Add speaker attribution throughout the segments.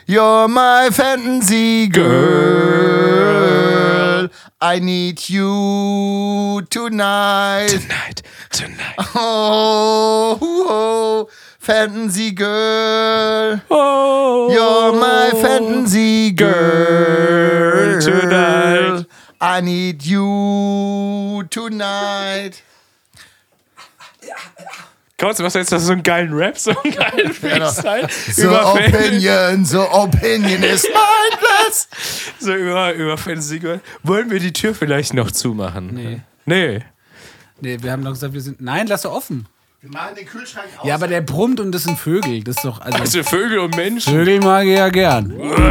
Speaker 1: You're my fantasy girl. I need you tonight.
Speaker 2: Tonight.
Speaker 1: Oh, fantasy girl.
Speaker 2: Oh,
Speaker 1: You're my fantasy girl
Speaker 2: tonight.
Speaker 1: I need you tonight.
Speaker 2: Kautz, was jetzt so einen geilen Rap, so einen geilen Freestyle?
Speaker 1: So opinion is mindless.
Speaker 2: So über Fantasy Girl. Wollen wir die Tür vielleicht noch zumachen? Nee,
Speaker 3: wir haben doch gesagt, wir sind. Nein, lass doch offen.
Speaker 1: Wir machen den Kühlschrank aus.
Speaker 3: Ja, aber der brummt und das sind Vögel. Das ist doch.
Speaker 2: Also Vögel und Menschen.
Speaker 3: Vögel mag ich ja gern.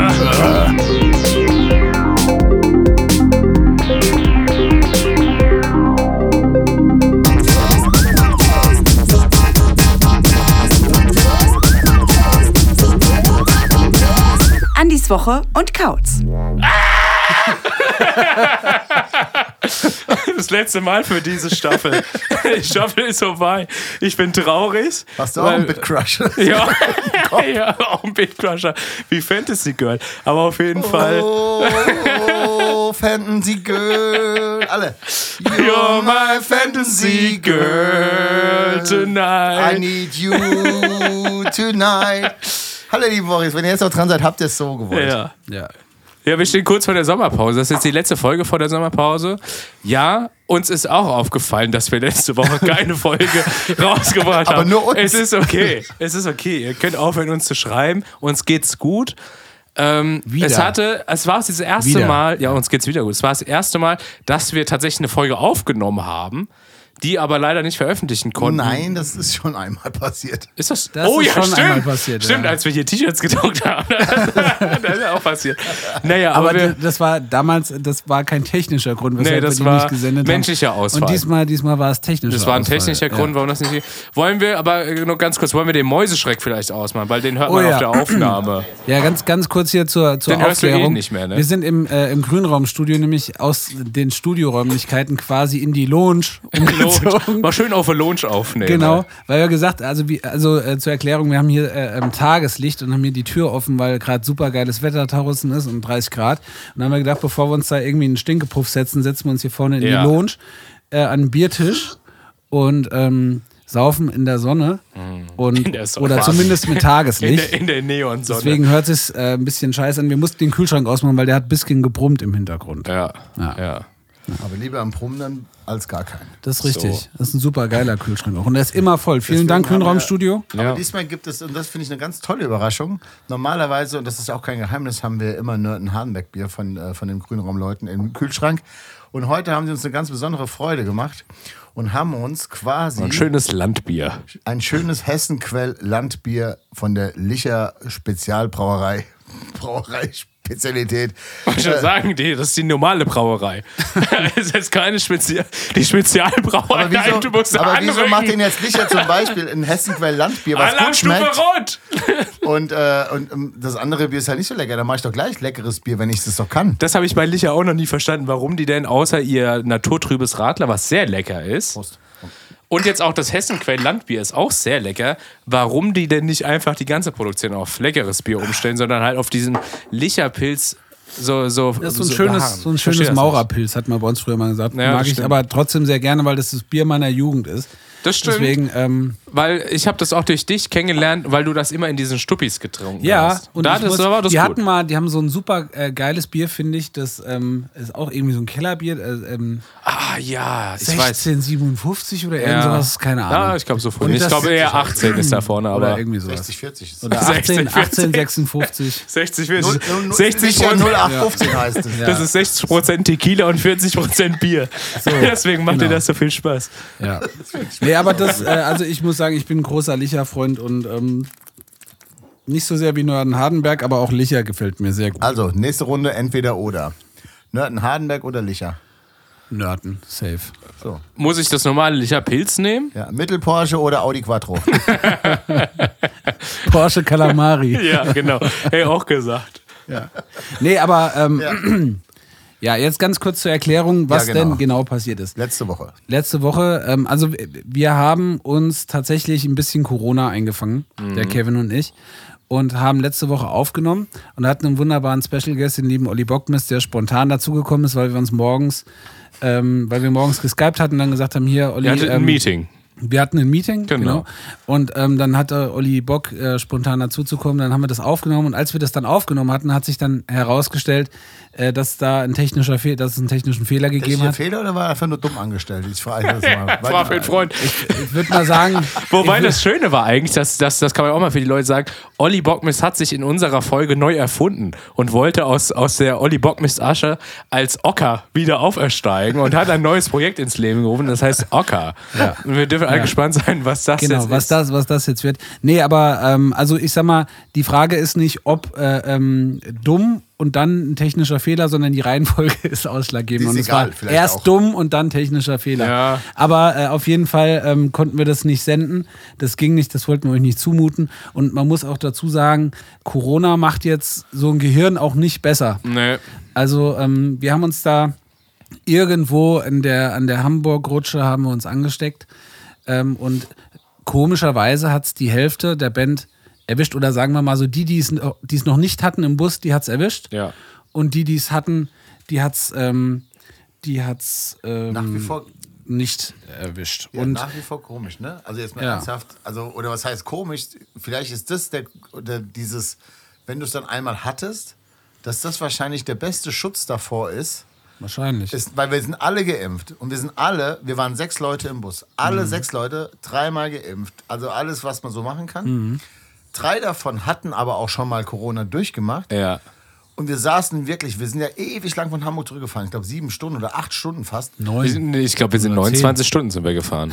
Speaker 4: Andis Woche und Kautz.
Speaker 2: Das letzte Mal für diese Staffel. Die Staffel ist vorbei. Ich bin traurig.
Speaker 1: Hast du auch einen Bitcrusher?
Speaker 2: Ja, ja, auch ein Bitcrusher. Wie Fantasy Girl. Aber auf jeden Fall.
Speaker 1: Oh, Fantasy Girl. Alle.
Speaker 2: You're my fantasy girl tonight.
Speaker 1: I need you tonight. Hallo, liebe Boris, wenn ihr jetzt noch dran seid, habt ihr es so gewollt.
Speaker 2: Ja. Ja, wir stehen kurz vor der Sommerpause. Das ist jetzt die letzte Folge vor der Sommerpause. Ja, uns ist auch aufgefallen, dass wir letzte Woche keine Folge rausgebracht haben.
Speaker 1: Aber nur uns.
Speaker 2: Es ist okay. Ihr könnt aufhören, uns zu schreiben. Uns geht's gut. Es war das erste Mal, ja, uns geht's wieder gut. Es war das erste Mal, dass wir tatsächlich eine Folge aufgenommen haben, die aber leider nicht veröffentlichen konnten.
Speaker 1: Nein, das ist schon einmal passiert.
Speaker 2: Ist das?
Speaker 3: Das ist schon einmal passiert.
Speaker 2: Stimmt,
Speaker 3: ja.
Speaker 2: als wir hier T-Shirts gedruckt haben. Das ist ja auch passiert. Naja,
Speaker 3: Aber das war damals, das war kein technischer Grund, weshalb
Speaker 2: das
Speaker 3: wir die
Speaker 2: war
Speaker 3: nicht gesendet
Speaker 2: menschlicher
Speaker 3: haben.
Speaker 2: Ausfall.
Speaker 3: Und diesmal war es technischer
Speaker 2: Das war ein
Speaker 3: Ausfall.
Speaker 2: technischer Grund, warum das nicht. Wollen wir, aber nur ganz kurz, wollen wir den Mäuseschreck vielleicht ausmachen, weil den hört man auf der Aufnahme.
Speaker 3: Ja, ganz kurz hier zur
Speaker 2: Den hörst du
Speaker 3: Aufklärung.
Speaker 2: nicht mehr, ne?
Speaker 3: Wir sind im Grünraumstudio, nämlich aus den Studioräumlichkeiten quasi in die Lounge umgezogen.
Speaker 2: Mal schön auf der Lounge aufnehmen.
Speaker 3: Genau, weil wir gesagt, zur Erklärung, wir haben hier Tageslicht und haben hier die Tür offen, weil gerade super geiles Wetter draußen ist und 30 Grad. Und dann haben wir gedacht, bevor wir uns da irgendwie einen Stinkepuff setzen wir uns hier vorne in die Lounge an den Biertisch und saufen in der Sonne. Und, oder zumindest mit Tageslicht.
Speaker 2: In der Neonsonne.
Speaker 3: Deswegen hört es sich ein bisschen scheiße an. Wir mussten den Kühlschrank ausmachen, weil der hat ein bisschen gebrummt im Hintergrund.
Speaker 2: Ja.
Speaker 1: Aber lieber am Brummen dann als gar keinen.
Speaker 3: Das ist richtig. So. Das ist ein super geiler Kühlschrank auch. Und der ist immer voll. Vielen Dank, Grünraumstudio.
Speaker 1: Aber diesmal gibt es, und das finde ich eine ganz tolle Überraschung, normalerweise, und das ist auch kein Geheimnis, haben wir immer nur ein Hardenberg-Bier von den Grünraumleuten im Kühlschrank. Und heute haben sie uns eine ganz besondere Freude gemacht und haben uns quasi
Speaker 2: ein schönes Landbier.
Speaker 1: Ein schönes Hessenquell-Landbier von der Licher Spezialbrauerei. Spezialität.
Speaker 2: Was schon sagen die, das ist die normale Brauerei. Das ist jetzt keine die Spezialbrauerei.
Speaker 1: Aber wieso macht denn jetzt Licher zum Beispiel ein Hessenquell-Landbier, was gut schmeckt?
Speaker 2: Rot.
Speaker 1: Und das andere Bier ist halt nicht so lecker. Da mache ich doch gleich leckeres Bier, wenn ich das doch kann.
Speaker 2: Das habe ich bei Licher auch noch nie verstanden, warum die denn außer ihr naturtrübes Radler, was sehr lecker ist,
Speaker 1: Prost.
Speaker 2: und jetzt auch das Hessenquell-Landbier ist auch sehr lecker, warum die denn nicht einfach die ganze Produktion auf leckeres Bier umstellen, sondern halt auf diesen Licherpilz so
Speaker 3: das ist so ein schönes Maurerpilz, hat man bei uns früher mal gesagt.
Speaker 2: Ja,
Speaker 3: mag ich aber trotzdem sehr gerne, weil das Bier meiner Jugend ist.
Speaker 2: Das stimmt.
Speaker 3: Deswegen,
Speaker 2: weil ich habe das auch durch dich kennengelernt, weil du das immer in diesen Stuppis getrunken hast.
Speaker 3: Ja, und
Speaker 2: die
Speaker 3: haben so ein super geiles Bier, finde ich. Das ist auch irgendwie so ein Kellerbier.
Speaker 2: Ja, ich
Speaker 3: 1657 oder irgend sowas, keine Ahnung.
Speaker 2: Ja, ich glaube so früh. Ich glaube eher 18 ist da vorne, aber
Speaker 3: oder irgendwie sowas.
Speaker 1: 60-40 ist
Speaker 3: oder 1856.
Speaker 2: 60-40.
Speaker 1: 0815 heißt es.
Speaker 2: Das ist 60% Tequila und 40% Bier. So, deswegen macht dir das so viel Spaß.
Speaker 3: Ja. Nee, aber ich muss sagen, ich bin ein großer Licher-Freund und nicht so sehr wie Nörden-Hardenberg, aber auch Licher gefällt mir sehr gut.
Speaker 1: Also, nächste Runde entweder oder. Nörden-Hardenberg oder Licher?
Speaker 3: Nörden, safe.
Speaker 1: So.
Speaker 2: Muss ich das normale Licher Pilz nehmen?
Speaker 1: Ja, Mittel-Porsche oder Audi Quattro?
Speaker 3: Porsche Calamari.
Speaker 2: Ja, genau. Hey, auch gesagt.
Speaker 3: Ja. Nee, aber ja, jetzt ganz kurz zur Erklärung, was denn genau passiert ist.
Speaker 1: Letzte Woche,
Speaker 3: also wir haben uns tatsächlich ein bisschen Corona eingefangen, der Kevin und ich. und haben letzte Woche aufgenommen und hatten einen wunderbaren Special Guest, den lieben Olli Bockmist, der spontan dazugekommen ist, weil wir morgens geskypt hatten und dann gesagt haben, hier Olli...
Speaker 2: Ihr hattet ein Meeting.
Speaker 3: Wir hatten ein Meeting, genau. Und dann hatte Olli Bock, spontan dazuzukommen. Dann haben wir das aufgenommen. Und als wir das dann aufgenommen hatten, hat sich dann herausgestellt, dass da es einen technischen Fehler gegeben hat.
Speaker 1: Fehler oder war er einfach nur dumm angestellt? Ich frage das mal.
Speaker 2: War für einen Freund.
Speaker 3: Ich würde mal sagen...
Speaker 2: Wobei das Schöne war eigentlich, das kann man auch mal für die Leute sagen, Olli Bockmist hat sich in unserer Folge neu erfunden und wollte aus der Olli Bockmist Asche als Ocker wieder aufersteigen und hat ein neues Projekt ins Leben gerufen, das heißt Ocker. Ja. Und wir dürfen alle gespannt sein, was das jetzt ist.
Speaker 3: Genau, was das jetzt wird. Nee, aber also ich sag mal, die Frage ist nicht, ob dumm und dann ein technischer Fehler, sondern die Reihenfolge ist ausschlaggebend. Und es war erst auch dumm und dann technischer Fehler. Ja. Aber auf jeden Fall konnten wir das nicht senden. Das ging nicht, das wollten wir euch nicht zumuten. Und man muss auch dazu sagen, Corona macht jetzt so ein Gehirn auch nicht besser.
Speaker 2: Nee.
Speaker 3: Also wir haben uns da irgendwo an der Hamburg-Rutsche haben wir uns angesteckt. Und komischerweise hat es die Hälfte der Band erwischt. Oder sagen wir mal so, die es noch nicht hatten im Bus, die hat es erwischt.
Speaker 2: Ja.
Speaker 3: Und die es hatten, die hat's
Speaker 1: nach wie vor
Speaker 3: nicht erwischt.
Speaker 1: Ja,
Speaker 3: und
Speaker 1: nach wie vor komisch, ne? Also jetzt mal ernsthaft, oder was heißt komisch? Vielleicht ist das dieses, wenn du es dann einmal hattest, dass das wahrscheinlich der beste Schutz davor ist.
Speaker 3: Wahrscheinlich.
Speaker 1: Weil wir sind alle geimpft und wir waren 6 Leute im Bus. Alle 6 Leute, 3-mal geimpft. Also alles, was man so machen kann. 3 davon hatten aber auch schon mal Corona durchgemacht.
Speaker 2: Ja.
Speaker 1: Und wir saßen wirklich, wir sind ja ewig lang von Hamburg zurückgefahren. Ich glaube 7 Stunden oder 8 Stunden fast.
Speaker 3: 9.
Speaker 2: Ich glaube, wir sind 29 Stunden sind wir gefahren.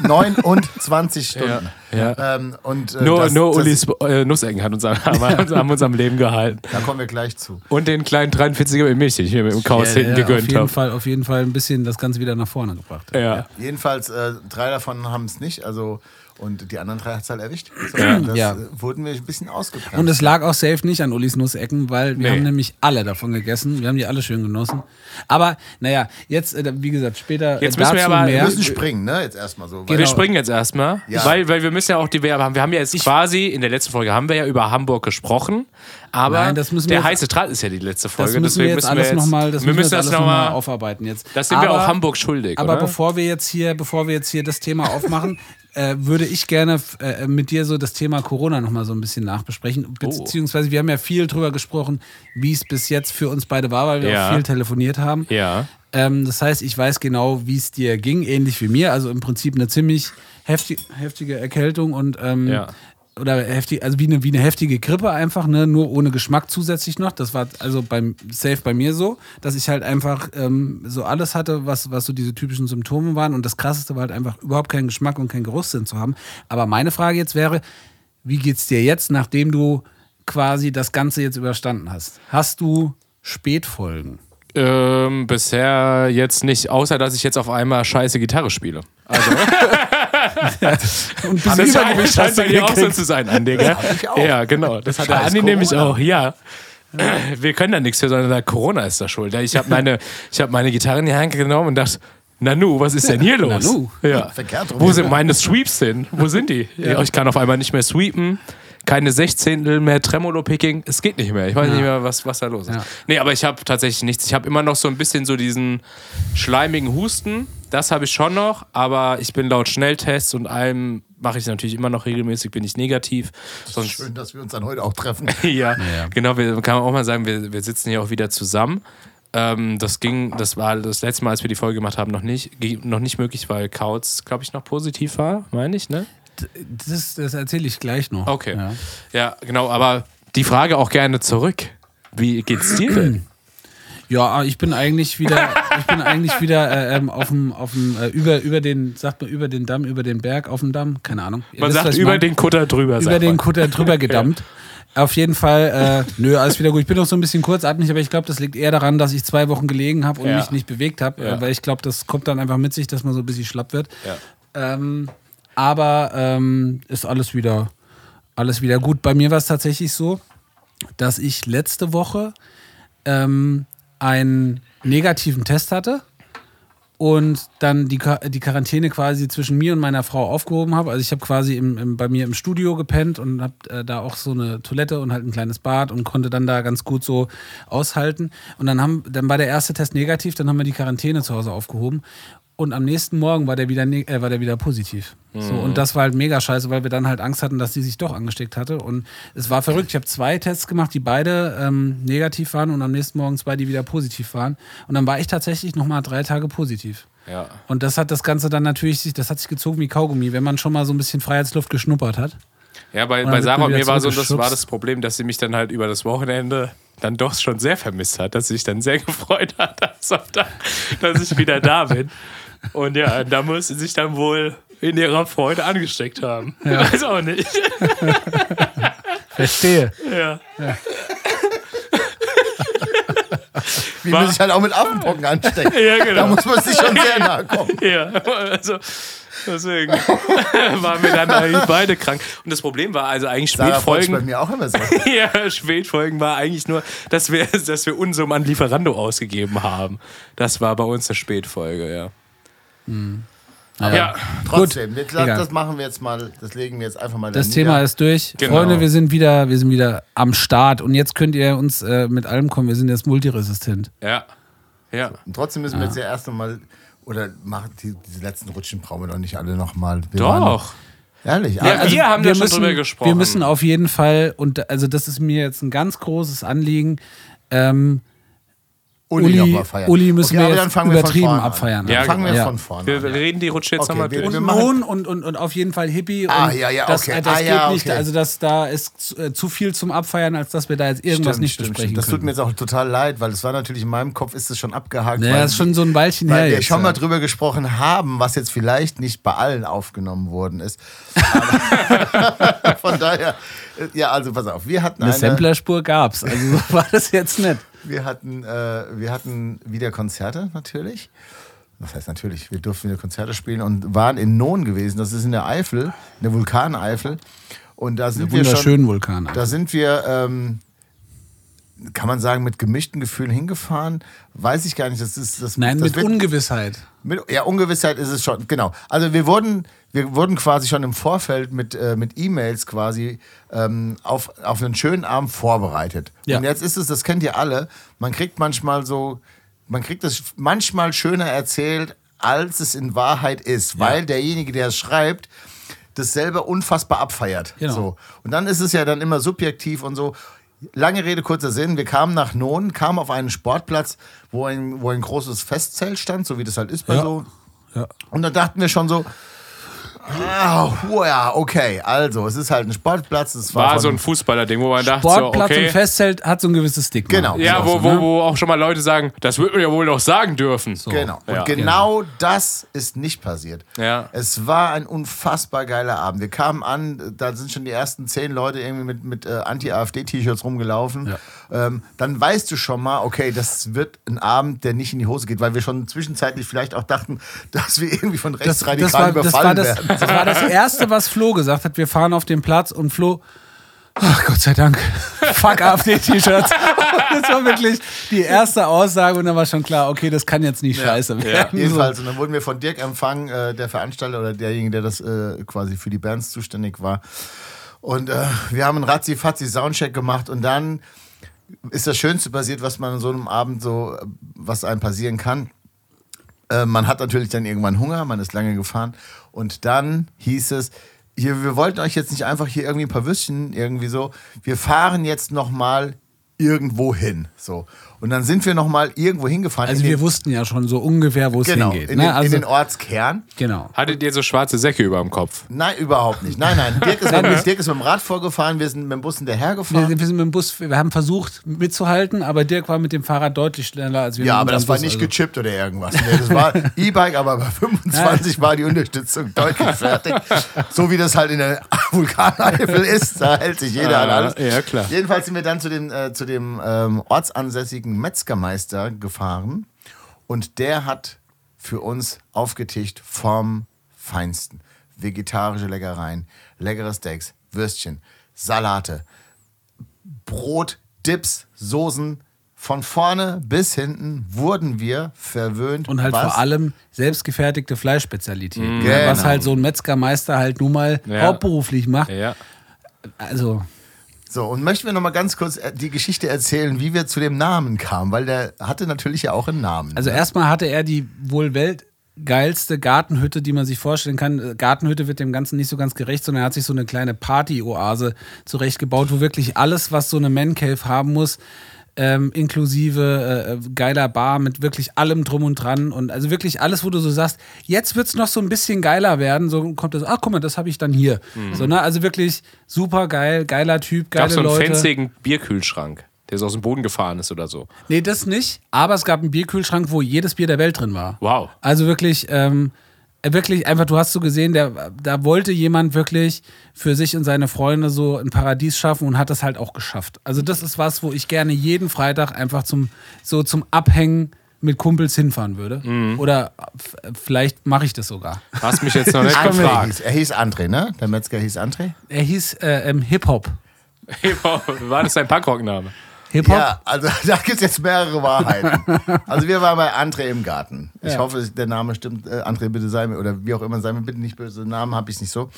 Speaker 1: 29 Stunden.
Speaker 2: Ja.
Speaker 1: Und,
Speaker 2: nur Ulis Nussecken haben uns am Leben gehalten.
Speaker 1: Da kommen wir gleich zu.
Speaker 2: Und den kleinen 43er Milch, den ich mir mit dem Chaos hinten gegönnt habe.
Speaker 3: Auf jeden Fall ein bisschen das Ganze wieder nach vorne gebracht.
Speaker 2: Ja.
Speaker 1: Jedenfalls 3 davon haben es nicht, also und die anderen 3 hat es halt erwischt. Wurden wir ein bisschen ausgebremst.
Speaker 3: Und es lag auch safe nicht an Ulis Nussecken, weil wir haben nämlich alle davon gegessen. Wir haben die alle schön genossen. Aber, naja, jetzt, wie gesagt, später
Speaker 2: jetzt müssen wir
Speaker 1: müssen springen, ne? Jetzt erstmal so.
Speaker 2: Genau. Wir springen jetzt erstmal, weil wir müssen ja auch die Werbung haben. Wir haben ja jetzt quasi, in der letzten Folge haben wir ja über Hamburg gesprochen, aber der heiße Draht ist ja die letzte Folge.
Speaker 3: Das müssen wir jetzt alles nochmal aufarbeiten jetzt.
Speaker 2: Das sind wir auch Hamburg schuldig,
Speaker 3: aber
Speaker 2: oder?
Speaker 3: bevor wir jetzt hier das Thema aufmachen, würde ich gerne mit dir so das Thema Corona nochmal so ein bisschen nachbesprechen. Beziehungsweise wir haben ja viel drüber gesprochen, wie es bis jetzt für uns beide war, weil wir auch viel telefoniert haben.
Speaker 2: Ja.
Speaker 3: Das heißt, ich weiß genau, wie es dir ging, ähnlich wie mir. Also im Prinzip eine ziemlich heftige Erkältung und oder heftig, also wie eine heftige Grippe einfach, ne? Nur ohne Geschmack zusätzlich noch. Das war also safe bei mir so, dass ich halt einfach so alles hatte, was so diese typischen Symptome waren. Und das Krasseste war halt einfach überhaupt keinen Geschmack und keinen Geruchssinn zu haben. Aber meine Frage jetzt wäre, wie geht's dir jetzt, nachdem du quasi das Ganze jetzt überstanden hast? Hast du Spätfolgen?
Speaker 2: Bisher jetzt nicht, außer dass ich jetzt auf einmal scheiße Gitarre spiele. Also.
Speaker 3: Und
Speaker 2: das scheint bei dir auch so zu sein, Andi, gell? Ja, genau. Das hat der Andi nämlich auch, ja. Wir können da nichts für, sondern Corona ist da schuld. Ich habe meine Gitarre in die Hand genommen und dachte, Nanu, was ist denn hier los?
Speaker 3: Nanu.
Speaker 2: Ja. Wo sind meine Sweeps hin? Wo sind die? Ja. Ich kann auf einmal nicht mehr sweepen. Keine 16. mehr Tremolo-Picking. Es geht nicht mehr. Ich weiß nicht mehr, was da los ist. Ja. Nee, aber ich habe tatsächlich nichts. Ich habe immer noch so ein bisschen so diesen schleimigen Husten. Das habe ich schon noch. Aber ich bin laut Schnelltests und allem mache ich natürlich immer noch regelmäßig, bin ich negativ.
Speaker 1: Sonst schön, dass wir uns dann heute auch treffen.
Speaker 2: Ja, genau. Kann man auch mal sagen, wir sitzen hier auch wieder zusammen. Das war das letzte Mal, als wir die Folge gemacht haben, noch nicht möglich, weil Kautz, glaube ich, noch positiv war, meine ich, ne?
Speaker 3: Das erzähle ich gleich noch.
Speaker 2: Okay. Ja, genau, aber die Frage auch gerne zurück. Wie geht's dir denn?
Speaker 3: Ja, ich bin eigentlich wieder über den Damm, über den Berg, auf dem Damm, keine Ahnung.
Speaker 2: Man sagt über den Kutter drüber.
Speaker 3: Über den Kutter drüber gedammt. Ja. Auf jeden Fall, alles wieder gut. Ich bin noch so ein bisschen kurzatmig, aber ich glaube, das liegt eher daran, dass ich 2 Wochen gelegen habe und mich nicht bewegt habe, weil ich glaube, das kommt dann einfach mit sich, dass man so ein bisschen schlapp wird. Ja. Aber ist alles wieder gut. Bei mir war es tatsächlich so, dass ich letzte Woche einen negativen Test hatte und dann die Quarantäne quasi zwischen mir und meiner Frau aufgehoben habe. Also ich habe quasi bei mir im Studio gepennt und habe da auch so eine Toilette und halt ein kleines Bad und konnte dann da ganz gut so aushalten. Und dann war der erste Test negativ, dann haben wir die Quarantäne zu Hause aufgehoben. Und am nächsten Morgen war der wieder positiv. So, und das war halt mega scheiße, weil wir dann halt Angst hatten, dass die sich doch angesteckt hatte. Und es war verrückt. Ich habe 2 Tests gemacht, die beide negativ waren und am nächsten Morgen 2, die wieder positiv waren. Und dann war ich tatsächlich nochmal 3 Tage positiv.
Speaker 2: Ja.
Speaker 3: Und das hat das Ganze dann natürlich, das hat sich gezogen wie Kaugummi, wenn man schon mal so ein bisschen Freiheitsluft geschnuppert hat.
Speaker 2: Ja, bei Sarah und mir war so, das war das Problem, dass sie mich dann halt über das Wochenende dann doch schon sehr vermisst hat, dass sie sich dann sehr gefreut hat, dass ich wieder da bin. Und ja, da muss sie sich dann wohl in ihrer Freude angesteckt haben. Ja. Ich weiß auch nicht.
Speaker 3: Verstehe.
Speaker 2: Ja.
Speaker 1: Wie man sich halt auch mit Affenpocken ansteckt.
Speaker 2: Ja, genau.
Speaker 1: Da muss man sich schon sehr nahe kommen.
Speaker 2: Ja, also deswegen waren wir dann eigentlich beide krank. Und das Problem war also eigentlich Spätfolgen.
Speaker 1: Bei mir auch immer so.
Speaker 2: Ja, Spätfolgen war eigentlich nur, dass wir Unsummen an Lieferando ausgegeben haben. Das war bei uns eine Spätfolge, ja.
Speaker 3: Ja.
Speaker 1: Trotzdem, das machen wir jetzt mal, das legen wir jetzt einfach mal da
Speaker 3: Das Thema ist durch.
Speaker 2: Genau.
Speaker 3: Freunde, wir sind wieder am Start und jetzt könnt ihr uns mit allem kommen. Wir sind jetzt multiresistent.
Speaker 2: Ja. Ja.
Speaker 1: Und trotzdem müssen wir jetzt ja erst nochmal, oder machen diese letzten Rutschen brauchen wir doch nicht alle nochmal.
Speaker 2: Doch.
Speaker 1: Ehrlich.
Speaker 2: Ja, also wir haben da schon drüber gesprochen.
Speaker 3: Wir müssen auf jeden Fall, und also das ist mir jetzt ein ganz großes Anliegen, Uli müssen wir jetzt übertrieben abfeiern.
Speaker 1: Ja, fangen wir von vorne
Speaker 2: an. Wir reden die Rutsche jetzt nochmal durch.
Speaker 3: Und auf jeden Fall Hippie.
Speaker 1: Das
Speaker 3: geht nicht. Also da ist zu viel zum Abfeiern, als dass wir da jetzt irgendwas nicht besprechen können.
Speaker 1: Das tut mir jetzt auch total leid, weil es war natürlich in meinem Kopf, ist es schon abgehakt.
Speaker 3: Ja, das ist schon so ein Weilchen her.
Speaker 1: Weil wir schon mal drüber gesprochen haben, was jetzt vielleicht nicht bei allen aufgenommen worden ist. Aber von daher, ja, also pass auf. Wir hatten
Speaker 3: eine Samplerspur gab's, also so war das jetzt nicht.
Speaker 1: Wir hatten wieder Konzerte natürlich. Was heißt natürlich? Wir durften wieder Konzerte spielen und waren in Non gewesen. Das ist in der Eifel, in der Vulkaneifel. Und da sind wir
Speaker 3: wunderschönen Vulkan.
Speaker 1: Da sind wir, kann man sagen, mit gemischten Gefühlen hingefahren. Weiß ich gar nicht.
Speaker 3: Mit Ungewissheit.
Speaker 1: Ungewissheit ist es schon, genau. Also wir wurden quasi schon im Vorfeld mit E-Mails quasi auf einen schönen Abend vorbereitet. Ja. Und jetzt ist es, das kennt ihr alle, man kriegt es manchmal schöner erzählt, als es in Wahrheit ist, weil derjenige, der es schreibt, das selber unfassbar abfeiert. Genau. So. Und dann ist es ja dann immer subjektiv und so. Lange Rede, kurzer Sinn. Wir kamen nach Non, kamen auf einen Sportplatz, wo ein großes Festzelt stand, so wie das halt ist bei so. Ja. Und dann dachten wir schon so, ja, okay, also es ist halt ein Sportplatz. Es
Speaker 2: war so ein Fußballer-Ding, wo man dachte,
Speaker 3: Sportplatz
Speaker 2: so, okay.
Speaker 3: Und Festzelt hat so ein gewisses Stigma.
Speaker 1: Genau.
Speaker 2: Ja, wo auch schon mal Leute sagen, das wird man ja wohl noch sagen dürfen.
Speaker 1: So. Genau. Und genau das ist nicht passiert.
Speaker 2: Ja.
Speaker 1: Es war ein unfassbar geiler Abend. Wir kamen an, da sind schon die ersten 10 Leute irgendwie mit Anti-AfD-T-Shirts rumgelaufen. Ja. Dann weißt du schon mal, okay, das wird ein Abend, der nicht in die Hose geht, weil wir schon zwischenzeitlich vielleicht auch dachten, dass wir irgendwie von Rechtsradikalen überfallen werden.
Speaker 3: Das war das Erste, was Flo gesagt hat. Wir fahren auf den Platz und Flo, ach Gott sei Dank, fuck AfD-T-Shirts. Das war wirklich die erste Aussage und dann war schon klar, okay, das kann jetzt nicht scheiße werden.
Speaker 1: Ja, jedenfalls. Und dann wurden wir von Dirk empfangen, der Veranstalter oder derjenige, der das quasi für die Bands zuständig war. Und wir haben einen Razzi-Fazzi-Soundcheck gemacht und dann ist das Schönste passiert, was man an so einem Abend was einem passieren kann. Man hat natürlich dann irgendwann Hunger, man ist lange gefahren und dann hieß es, wir wollten euch jetzt nicht einfach hier irgendwie ein paar Würstchen irgendwie so, wir fahren jetzt nochmal irgendwo hin. So. Und dann sind wir nochmal irgendwo hingefahren.
Speaker 3: Also wir wussten ja schon so ungefähr, wo es hingeht.
Speaker 1: In den Ortskern.
Speaker 3: Genau.
Speaker 2: Hattet ihr so schwarze Säcke über dem Kopf?
Speaker 1: Nein, überhaupt nicht. Nein. Dirk ist mit dem Rad vorgefahren, wir sind mit dem Bus hinterhergefahren.
Speaker 3: Wir sind mit dem Bus, wir haben versucht mitzuhalten, aber Dirk war mit dem Fahrrad deutlich schneller als wir.
Speaker 1: Ja, aber das war nicht gechippt oder irgendwas. Das war E-Bike, aber bei 25 war die Unterstützung deutlich fertig. So wie das halt in der Vulkaneifel ist, da hält sich jeder an alles.
Speaker 2: Ja, klar.
Speaker 1: Jedenfalls sind wir dann zu dem ortsansässigen Metzgermeister gefahren und der hat für uns aufgetischt vom Feinsten. Vegetarische Leckereien, leckere Steaks, Würstchen, Salate, Brot, Dips, Soßen, von vorne bis hinten wurden wir verwöhnt.
Speaker 3: Und halt vor allem selbstgefertigte Fleischspezialitäten.
Speaker 1: Genau.
Speaker 3: Was halt so ein Metzgermeister halt nun mal hauptberuflich macht.
Speaker 2: Ja.
Speaker 3: Also.
Speaker 1: So, und möchten wir nochmal ganz kurz die Geschichte erzählen, wie wir zu dem Namen kamen, weil der hatte natürlich ja auch einen Namen.
Speaker 3: Also erstmal hatte er die wohl weltgeilste Gartenhütte, die man sich vorstellen kann. Gartenhütte wird dem Ganzen nicht so ganz gerecht, sondern er hat sich so eine kleine Party-Oase zurechtgebaut, wo wirklich alles, was so eine Man-Cave haben muss, inklusive geiler Bar mit wirklich allem drum und dran und also wirklich alles, wo du so sagst, jetzt wird es noch so ein bisschen geiler werden, so kommt das, guck mal, das habe ich dann hier. So, ne? Also wirklich super geil, geiler Typ, geile Leute.
Speaker 2: Gab so einen fanzigen Bierkühlschrank, der so aus dem Boden gefahren ist oder so.
Speaker 3: Nee, das nicht, aber es gab einen Bierkühlschrank, wo jedes Bier der Welt drin war.
Speaker 2: Wow.
Speaker 3: Also wirklich einfach, du hast so gesehen, da wollte jemand wirklich für sich und seine Freunde so ein Paradies schaffen und hat das halt auch geschafft. Also das ist was, wo ich gerne jeden Freitag einfach zum Abhängen mit Kumpels hinfahren würde. Oder vielleicht mache ich das sogar.
Speaker 2: Hast mich jetzt noch nicht gefragt.
Speaker 1: Er hieß André, ne? Der Metzger hieß André?
Speaker 3: Er hieß Hip-Hop.
Speaker 2: War das dein Punkrock-Name?
Speaker 3: Hip-Hop?
Speaker 1: Ja, also da gibt es jetzt mehrere Wahrheiten. Also wir waren bei André im Garten. Ich hoffe, der Name stimmt. André, bitte sei mir, oder wie auch immer, sei mir bitte nicht böse. Namen habe ich nicht so.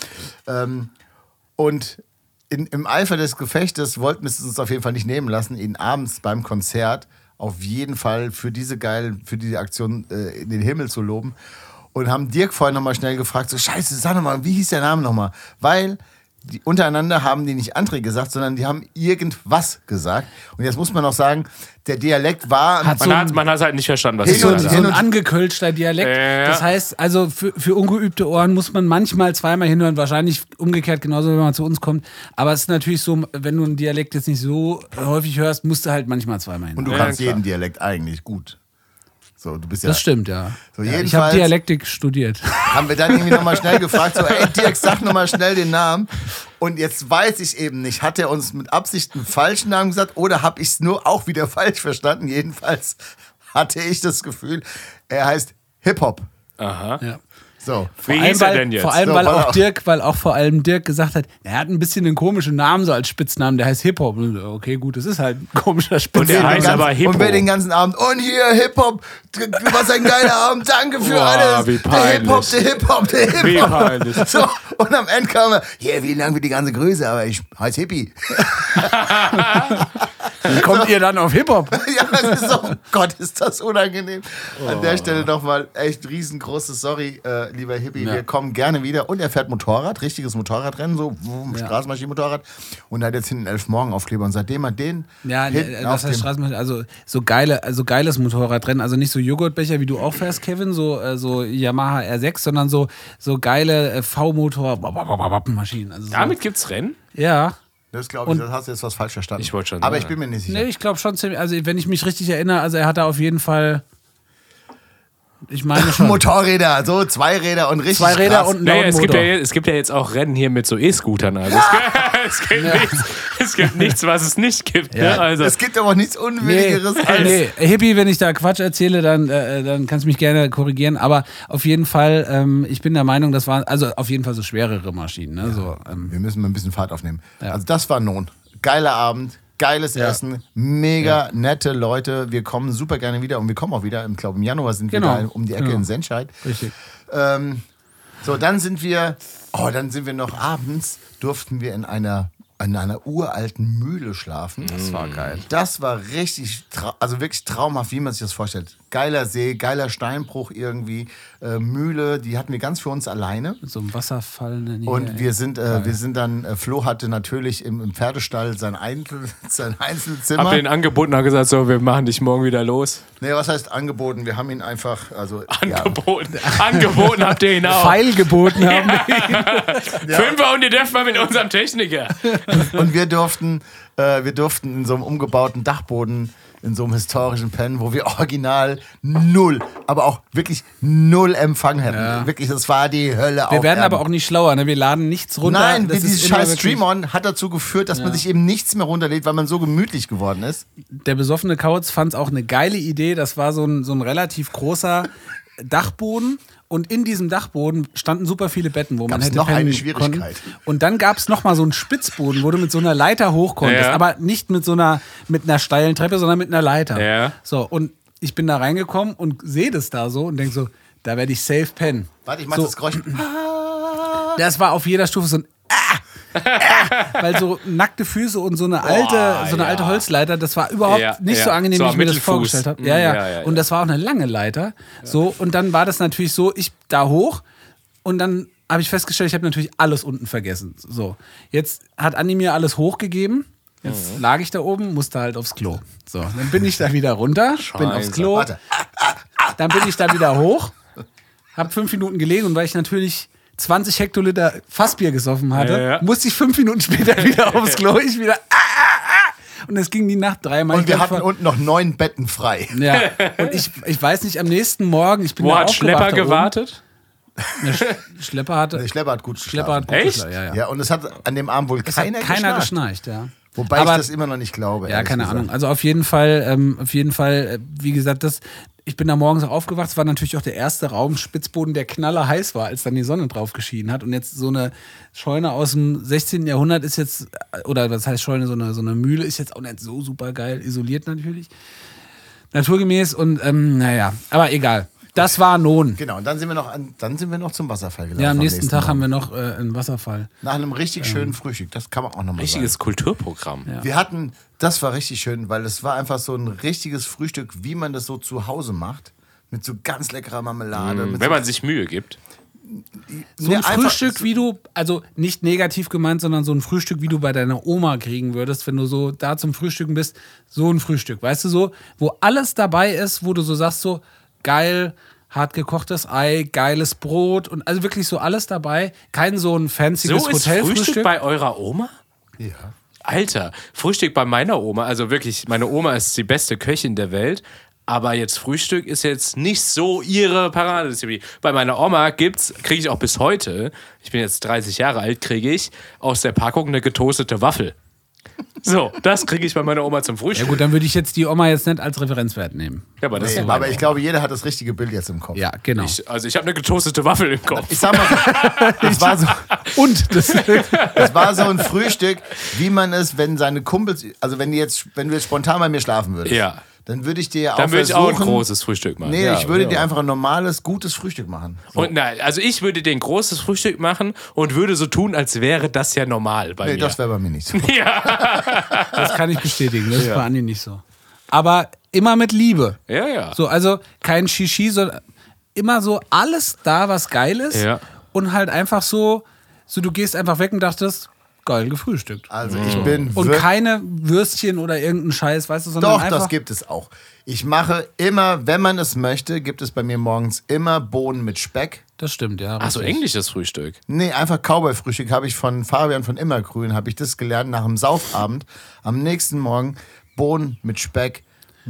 Speaker 1: Und im Eifer des Gefechtes wollten wir es uns auf jeden Fall nicht nehmen lassen, ihn abends beim Konzert auf jeden Fall für diese Aktion in den Himmel zu loben. Und haben Dirk vorhin nochmal schnell gefragt, so scheiße, sag nochmal, wie hieß der Name nochmal? Weil untereinander haben die nicht André gesagt, sondern die haben irgendwas gesagt. Und jetzt muss man noch sagen, der Dialekt war...
Speaker 2: Man hat halt nicht verstanden, was
Speaker 3: so ein angekölschter Dialekt. Das heißt, also für ungeübte Ohren muss man manchmal zweimal hinhören, wahrscheinlich umgekehrt genauso, wenn man zu uns kommt. Aber es ist natürlich so, wenn du einen Dialekt jetzt nicht so häufig hörst, musst du halt manchmal zweimal hinhören.
Speaker 1: Und du kannst jeden Dialekt eigentlich gut. So, du bist ja,
Speaker 3: das stimmt, ja.
Speaker 1: So,
Speaker 3: ich habe Dialektik studiert.
Speaker 1: Haben wir dann irgendwie nochmal schnell gefragt, so, ey Dirk, sag nochmal schnell den Namen. Und jetzt weiß ich eben nicht, hat er uns mit Absicht einen falschen Namen gesagt oder habe ich es nur auch wieder falsch verstanden? Jedenfalls hatte ich das Gefühl, er heißt Hip-Hop.
Speaker 2: Aha.
Speaker 3: Ja.
Speaker 1: So.
Speaker 2: Wie hieß er denn jetzt?
Speaker 3: Vor allem, weil auch vor allem Dirk gesagt hat, er hat ein bisschen einen komischen Namen so als Spitznamen, der heißt Hip-Hop. Okay, gut, das ist halt ein komischer Spitzname.
Speaker 2: Und der heißt aber Hip-Hop.
Speaker 1: Und wir den ganzen Abend, und hier Hip-Hop, was ein geiler Abend, danke für alles.
Speaker 2: Wie peinlich.
Speaker 1: Der Hip-Hop.
Speaker 2: Wie peinlich.
Speaker 1: So, und am Ende kam er, vielen Dank für die ganze Grüße, aber ich heiße Hippie.
Speaker 3: Wie kommt ihr dann auf Hip-Hop?
Speaker 1: Ja, das ist so, oh Gott, ist das unangenehm. An der Stelle nochmal echt riesengroßes Sorry, lieber Hippie. Ja. Wir kommen gerne wieder. Und er fährt Motorrad, richtiges Motorradrennen, so Straßenmaschinenmotorrad. Und er hat jetzt hinten 11 Morgenaufkleber. Und seitdem er den.
Speaker 3: Ja, das heißt Straßenmaschinen, also so geiles Motorradrennen. Also nicht so Joghurtbecher, wie du auch fährst, Kevin, so Yamaha R6, sondern so geile V-Motor-Maschinen. Also
Speaker 2: Damit gibt's Rennen?
Speaker 3: Ja.
Speaker 1: Das glaube ich, das hast du jetzt was falsch verstanden.
Speaker 2: Ich wollte schon
Speaker 1: aber
Speaker 2: sagen.
Speaker 1: Ich bin mir nicht sicher.
Speaker 3: Nee, ich glaube schon ziemlich, also wenn ich mich richtig erinnere, also er hat da auf jeden Fall, ich meine schon.
Speaker 1: Motorräder, so Zweiräder und richtig
Speaker 3: Zweiräder
Speaker 1: krass.
Speaker 3: und einen
Speaker 2: Naja,
Speaker 3: Motor.
Speaker 2: es gibt ja jetzt auch Rennen hier mit so E-Scootern. Also es gibt nichts, was es nicht gibt.
Speaker 1: Ja.
Speaker 2: Ne? Also.
Speaker 1: Es gibt aber auch nichts Unwilligeres als...
Speaker 3: Nee, Hippie, wenn ich da Quatsch erzähle, dann kannst du mich gerne korrigieren. Aber auf jeden Fall, ich bin der Meinung, das waren also auf jeden Fall so schwerere Maschinen. Ne?
Speaker 1: Ja.
Speaker 3: So,
Speaker 1: wir müssen mal ein bisschen Fahrt aufnehmen. Ja. Also das war nun. Geiler Abend, geiles Essen, mega nette Leute. Wir kommen super gerne wieder und wir kommen auch wieder. Ich glaube, im Januar sind wir da um die Ecke in Senscheid.
Speaker 3: Richtig.
Speaker 1: So, dann sind wir noch abends, durften wir in einer uralten Mühle schlafen.
Speaker 2: Das war geil.
Speaker 1: Das war richtig, also wirklich traumhaft, wie man sich das vorstellt. Geiler See, geiler Steinbruch irgendwie, Mühle, die hatten wir ganz für uns alleine.
Speaker 3: Mit so einem Wasserfall.
Speaker 1: Und wir sind dann, Flo hatte natürlich im Pferdestall sein Einzelzimmer.
Speaker 2: Hab den angeboten, hat gesagt, so, wir machen dich morgen wieder los.
Speaker 1: Nee, was heißt angeboten? Wir haben ihn einfach,
Speaker 2: Angeboten. Ja. Angeboten habt ihr ihn auch.
Speaker 3: Pfeil geboten haben wir ihn.
Speaker 2: Fünfer und ihr dürft mal mit unserem Techniker.
Speaker 1: Und wir durften in so einem umgebauten Dachboden, in so einem historischen Pen, wo wir original null, aber auch wirklich null Empfang hätten. Ja. Wirklich, das war die Hölle.
Speaker 3: Wir werden aber auch nicht schlauer, ne? Wir laden nichts runter.
Speaker 1: Nein, dieses scheiß Stream-On hat dazu geführt, dass man sich eben nichts mehr runterlädt, weil man so gemütlich geworden ist.
Speaker 3: Der besoffene Kauz fand es auch eine geile Idee. Das war so ein relativ großer Dachboden. Und in diesem Dachboden standen super viele Betten, wo man
Speaker 1: Gab's
Speaker 3: hätte
Speaker 1: noch
Speaker 3: pennen
Speaker 1: eine Schwierigkeit?
Speaker 3: können. Und dann gab es nochmal so einen Spitzboden, wo du mit so einer Leiter hoch konntest.
Speaker 2: Ja.
Speaker 3: Aber nicht mit einer steilen Treppe, sondern mit einer Leiter.
Speaker 2: Ja.
Speaker 3: So, und ich bin da reingekommen und sehe das da so und denke so, da werde ich safe pennen.
Speaker 1: Warte, ich mach
Speaker 3: so,
Speaker 1: das Geräusch.
Speaker 3: Das war auf jeder Stufe so ein weil so nackte Füße und so eine alte Holzleiter, das war überhaupt nicht so angenehm,
Speaker 2: so
Speaker 3: wie ich mir das vorgestellt habe. Ja. Und das war auch eine lange Leiter. So, und dann war das natürlich so, ich da hoch und dann habe ich festgestellt, ich habe natürlich alles unten vergessen. So, jetzt hat Andi mir alles hochgegeben. Jetzt lag ich da oben, musste halt aufs Klo. So, dann bin ich da wieder runter, bin aufs Klo.
Speaker 1: Warte.
Speaker 3: Dann bin ich da wieder hoch, habe 5 Minuten gelegen und weil ich natürlich 20 Hektoliter Fassbier gesoffen hatte, musste ich 5 Minuten später wieder aufs Klo. Ich wieder und es ging die Nacht 3 Mal.
Speaker 1: Und wir hatten unten noch 9 Betten frei.
Speaker 3: Ja, und ich weiß nicht, am nächsten Morgen, ich bin
Speaker 2: Wo
Speaker 3: da
Speaker 2: hat Schlepper gewartet?
Speaker 3: Schlepper hatte.
Speaker 1: Der Schlepper hat gut geschlafen.
Speaker 3: Schlepper hat gut
Speaker 2: Echt?
Speaker 3: geschlafen,
Speaker 1: Ja, und es hat an dem Abend wohl keiner
Speaker 3: geschnarcht, ja.
Speaker 1: Wobei
Speaker 3: Aber-
Speaker 1: ich das immer noch nicht glaube.
Speaker 3: Ja,
Speaker 1: ehrlich
Speaker 3: keine
Speaker 1: gesagt.
Speaker 3: Ahnung. Also auf jeden Fall, wie gesagt, ich bin da morgens auch aufgewacht. Es war natürlich auch der erste Raum Spitzboden, der knallerheiß war, als dann die Sonne drauf geschienen hat. Und jetzt so eine Scheune aus dem 16. Jahrhundert ist jetzt, oder was heißt Scheune, so eine Mühle ist jetzt auch nicht so super geil, isoliert natürlich. Naturgemäß und naja, aber egal. Das war nun.
Speaker 1: Genau, und dann sind wir noch zum Wasserfall gelaufen.
Speaker 3: Ja, am nächsten Tag haben
Speaker 1: Morgen.
Speaker 3: wir noch einen Wasserfall.
Speaker 1: Nach einem richtig schönen Frühstück, das kann man auch nochmal sagen.
Speaker 2: Richtiges Kulturprogramm.
Speaker 3: Ja.
Speaker 1: Das war richtig schön, weil es war einfach so ein richtiges Frühstück, wie man das so zu Hause macht. Mit so ganz leckerer Marmelade. mit
Speaker 2: Wenn
Speaker 1: so,
Speaker 2: man sich Mühe gibt.
Speaker 3: So ein
Speaker 1: einfach-
Speaker 3: Frühstück, wie du, also nicht negativ gemeint, sondern so ein Frühstück, wie du bei deiner Oma kriegen würdest, wenn du so da zum Frühstücken bist. So ein Frühstück, weißt du so, wo alles dabei ist, wo du so sagst, so geil, hart gekochtes Ei, geiles Brot und also wirklich so alles dabei. Kein so ein fancyes
Speaker 2: So ist
Speaker 3: Hotelfrühstück.
Speaker 2: Frühstück bei eurer Oma?
Speaker 1: Ja.
Speaker 2: Alter, Frühstück bei meiner Oma, also wirklich, meine Oma ist die beste Köchin der Welt, aber jetzt Frühstück ist jetzt nicht so ihre Paradedisziplin. Bei meiner Oma kriege ich auch bis heute, ich bin jetzt 30 Jahre alt, kriege ich aus der Packung eine getoastete Waffel. So, das kriege ich bei meiner Oma zum
Speaker 3: Ja
Speaker 2: Frühstück.
Speaker 3: gut, dann würde ich jetzt die Oma jetzt nicht als Referenzwert nehmen.
Speaker 2: Ja, aber das ist
Speaker 1: Nee,
Speaker 2: so
Speaker 1: aber
Speaker 2: meine
Speaker 1: ich glaube, jeder hat das richtige Bild jetzt im Kopf.
Speaker 3: Ja, genau.
Speaker 2: Ich habe eine getoastete Waffel im Kopf.
Speaker 1: Ich sag mal so,
Speaker 3: Und das
Speaker 1: das war so ein Frühstück, wie man es, wenn seine Kumpels, also wenn du jetzt spontan bei mir schlafen würdest,
Speaker 2: Ja.
Speaker 1: dann würde ich dir
Speaker 2: Dann
Speaker 1: auch
Speaker 2: würde ich auch ein
Speaker 1: versuchen,
Speaker 2: großes Frühstück machen.
Speaker 1: Nee,
Speaker 2: Ja,
Speaker 1: ich würde
Speaker 2: ja.
Speaker 1: dir einfach ein normales, gutes Frühstück machen. So.
Speaker 2: Und nein, also ich würde dir ein großes Frühstück machen und würde so tun, als wäre das ja normal bei
Speaker 1: Nee,
Speaker 2: mir.
Speaker 1: das wäre bei mir nicht so.
Speaker 3: Das kann ich bestätigen, das ist bei Andi nicht so. Aber immer mit Liebe.
Speaker 2: Ja.
Speaker 3: So, also kein Shishi, sondern immer so alles da, was geil ist.
Speaker 2: Ja.
Speaker 3: Und halt einfach so du gehst einfach weg und dachtest, geil gefrühstückt.
Speaker 1: Also ich bin
Speaker 3: Und
Speaker 1: wirklich...
Speaker 3: keine Würstchen oder irgendeinen Scheiß, weißt du, sondern
Speaker 1: Doch,
Speaker 3: einfach...
Speaker 1: das gibt es auch. Ich mache immer, wenn man es möchte, gibt es bei mir morgens immer Bohnen mit Speck.
Speaker 3: Das stimmt, ja.
Speaker 2: Ach so,
Speaker 3: richtig.
Speaker 2: englisches Frühstück.
Speaker 1: Nee, einfach Cowboy-Frühstück habe ich von Fabian von Immergrün, habe ich das gelernt nach dem Saufabend. Am nächsten Morgen Bohnen mit Speck.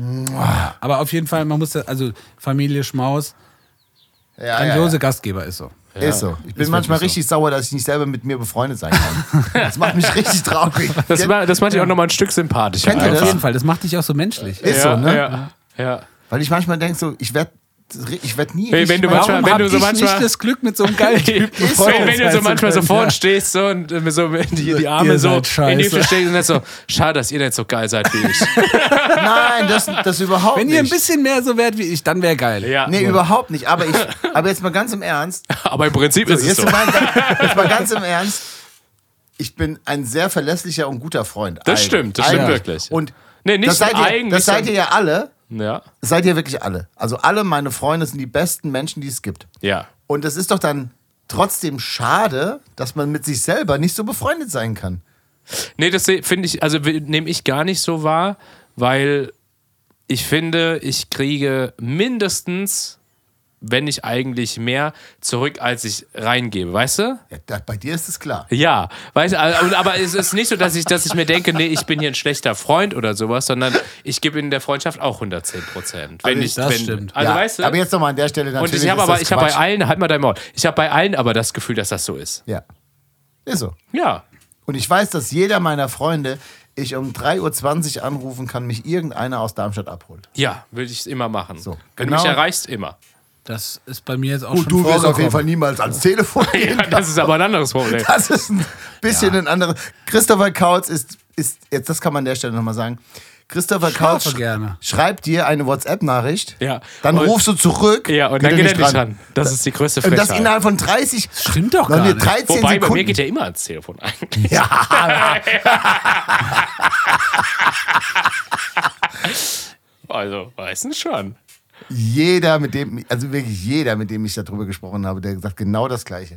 Speaker 3: Aber auf jeden Fall, man muss, also Familie Schmaus,
Speaker 1: Ja,
Speaker 3: grandiose Gastgeber ist so.
Speaker 1: Ist so. Ich bin manchmal
Speaker 3: so.
Speaker 1: richtig sauer, dass ich nicht selber mit mir befreundet sein kann. Das macht mich richtig traurig.
Speaker 2: Das macht dich auch nochmal ein Stück sympathischer.
Speaker 1: Kennt ihr
Speaker 3: Auf
Speaker 1: das?
Speaker 3: jeden Fall, das macht dich auch so menschlich.
Speaker 1: Ist so, ne?
Speaker 2: Ja.
Speaker 1: Weil ich manchmal denke so, ich werd nie...
Speaker 2: Hey, wenn du
Speaker 1: richtig-
Speaker 2: manchmal-
Speaker 3: Warum hab
Speaker 2: du so
Speaker 3: ich
Speaker 2: manchmal-
Speaker 3: nicht das Glück, mit so einem geilen Typen
Speaker 2: Wenn du so manchmal so vorne
Speaker 3: ja.
Speaker 2: stehst so, und so die Arme
Speaker 3: Ihr
Speaker 2: so
Speaker 3: seid
Speaker 2: in die
Speaker 3: scheiße.
Speaker 2: Hüfte steckst und dann so, schade, dass ihr nicht so geil seid wie ich.
Speaker 1: Nein, das überhaupt
Speaker 3: Wenn
Speaker 1: nicht.
Speaker 3: ihr ein bisschen mehr so wärt wie ich, dann wäre geil.
Speaker 2: Ja.
Speaker 1: Nee, überhaupt nicht. Aber jetzt mal ganz im Ernst.
Speaker 2: Aber im Prinzip ist es
Speaker 1: Jetzt
Speaker 2: so.
Speaker 1: mal ganz im Ernst. Ich bin ein sehr verlässlicher und guter Freund.
Speaker 2: Das stimmt wirklich.
Speaker 1: Und
Speaker 2: Nee, nicht
Speaker 1: das seid ihr,
Speaker 2: eigentlich,
Speaker 1: das seid ihr ja alle.
Speaker 2: Ja.
Speaker 1: Das seid ihr wirklich alle. Also alle meine Freunde sind die besten Menschen, die es gibt.
Speaker 2: Ja.
Speaker 1: Und es ist doch dann trotzdem schade, dass man mit sich selber nicht so befreundet sein kann.
Speaker 2: Nee, das finde ich, also nehme ich gar nicht so wahr, weil ich finde, ich kriege mindestens, wenn nicht eigentlich mehr, zurück, als ich reingebe, weißt du?
Speaker 1: Ja, bei dir ist es klar.
Speaker 2: Ja, weißt du, aber es ist nicht so, dass ich mir denke, nee, ich bin hier ein schlechter Freund oder sowas, sondern ich gebe in der Freundschaft auch 110%.
Speaker 3: das stimmt.
Speaker 2: Also
Speaker 1: ja,
Speaker 2: weißt du?
Speaker 1: aber jetzt nochmal an der Stelle natürlich.
Speaker 2: Und ich habe
Speaker 1: ist das
Speaker 2: bei
Speaker 1: Quatsch.
Speaker 2: allen, halt mal dein Maul, ich habe bei allen aber das Gefühl, dass das so ist.
Speaker 1: Ja. Ist so.
Speaker 2: Ja.
Speaker 1: Und ich weiß, dass jeder meiner Freunde ich um 3:20 Uhr anrufen kann, mich irgendeiner aus Darmstadt abholt.
Speaker 2: Ja, würde ich immer machen.
Speaker 1: So,
Speaker 2: Wenn
Speaker 1: genau.
Speaker 2: du mich erreichst, immer.
Speaker 3: Das ist bei mir jetzt auch
Speaker 1: Und
Speaker 3: schon
Speaker 1: du wirst auf
Speaker 3: vorgekommen.
Speaker 1: jeden Fall niemals ans Telefon gehen.
Speaker 2: Ja, das ist aber ein anderes Problem.
Speaker 1: Das ist ein bisschen ein anderes. Christopher Kautz ist jetzt, das kann man an der Stelle nochmal sagen. Christopher Kautz
Speaker 3: gerne.
Speaker 1: schreibt dir eine WhatsApp-Nachricht,
Speaker 2: Ja.
Speaker 1: dann
Speaker 2: Und-
Speaker 1: rufst du zurück.
Speaker 2: Ja, und dann geht er nicht ran. Das ist die größte
Speaker 1: Und
Speaker 2: Frechheit.
Speaker 1: das innerhalb von 30.
Speaker 3: Stimmt doch gar
Speaker 1: Leute,
Speaker 3: nicht.
Speaker 1: 13
Speaker 2: Wobei, bei
Speaker 1: Sekunden.
Speaker 2: mir geht er immer ans Telefon eigentlich.
Speaker 1: Ja,
Speaker 2: Also, weißt schon.
Speaker 1: jeder, mit dem ich darüber gesprochen habe, der sagt genau das Gleiche.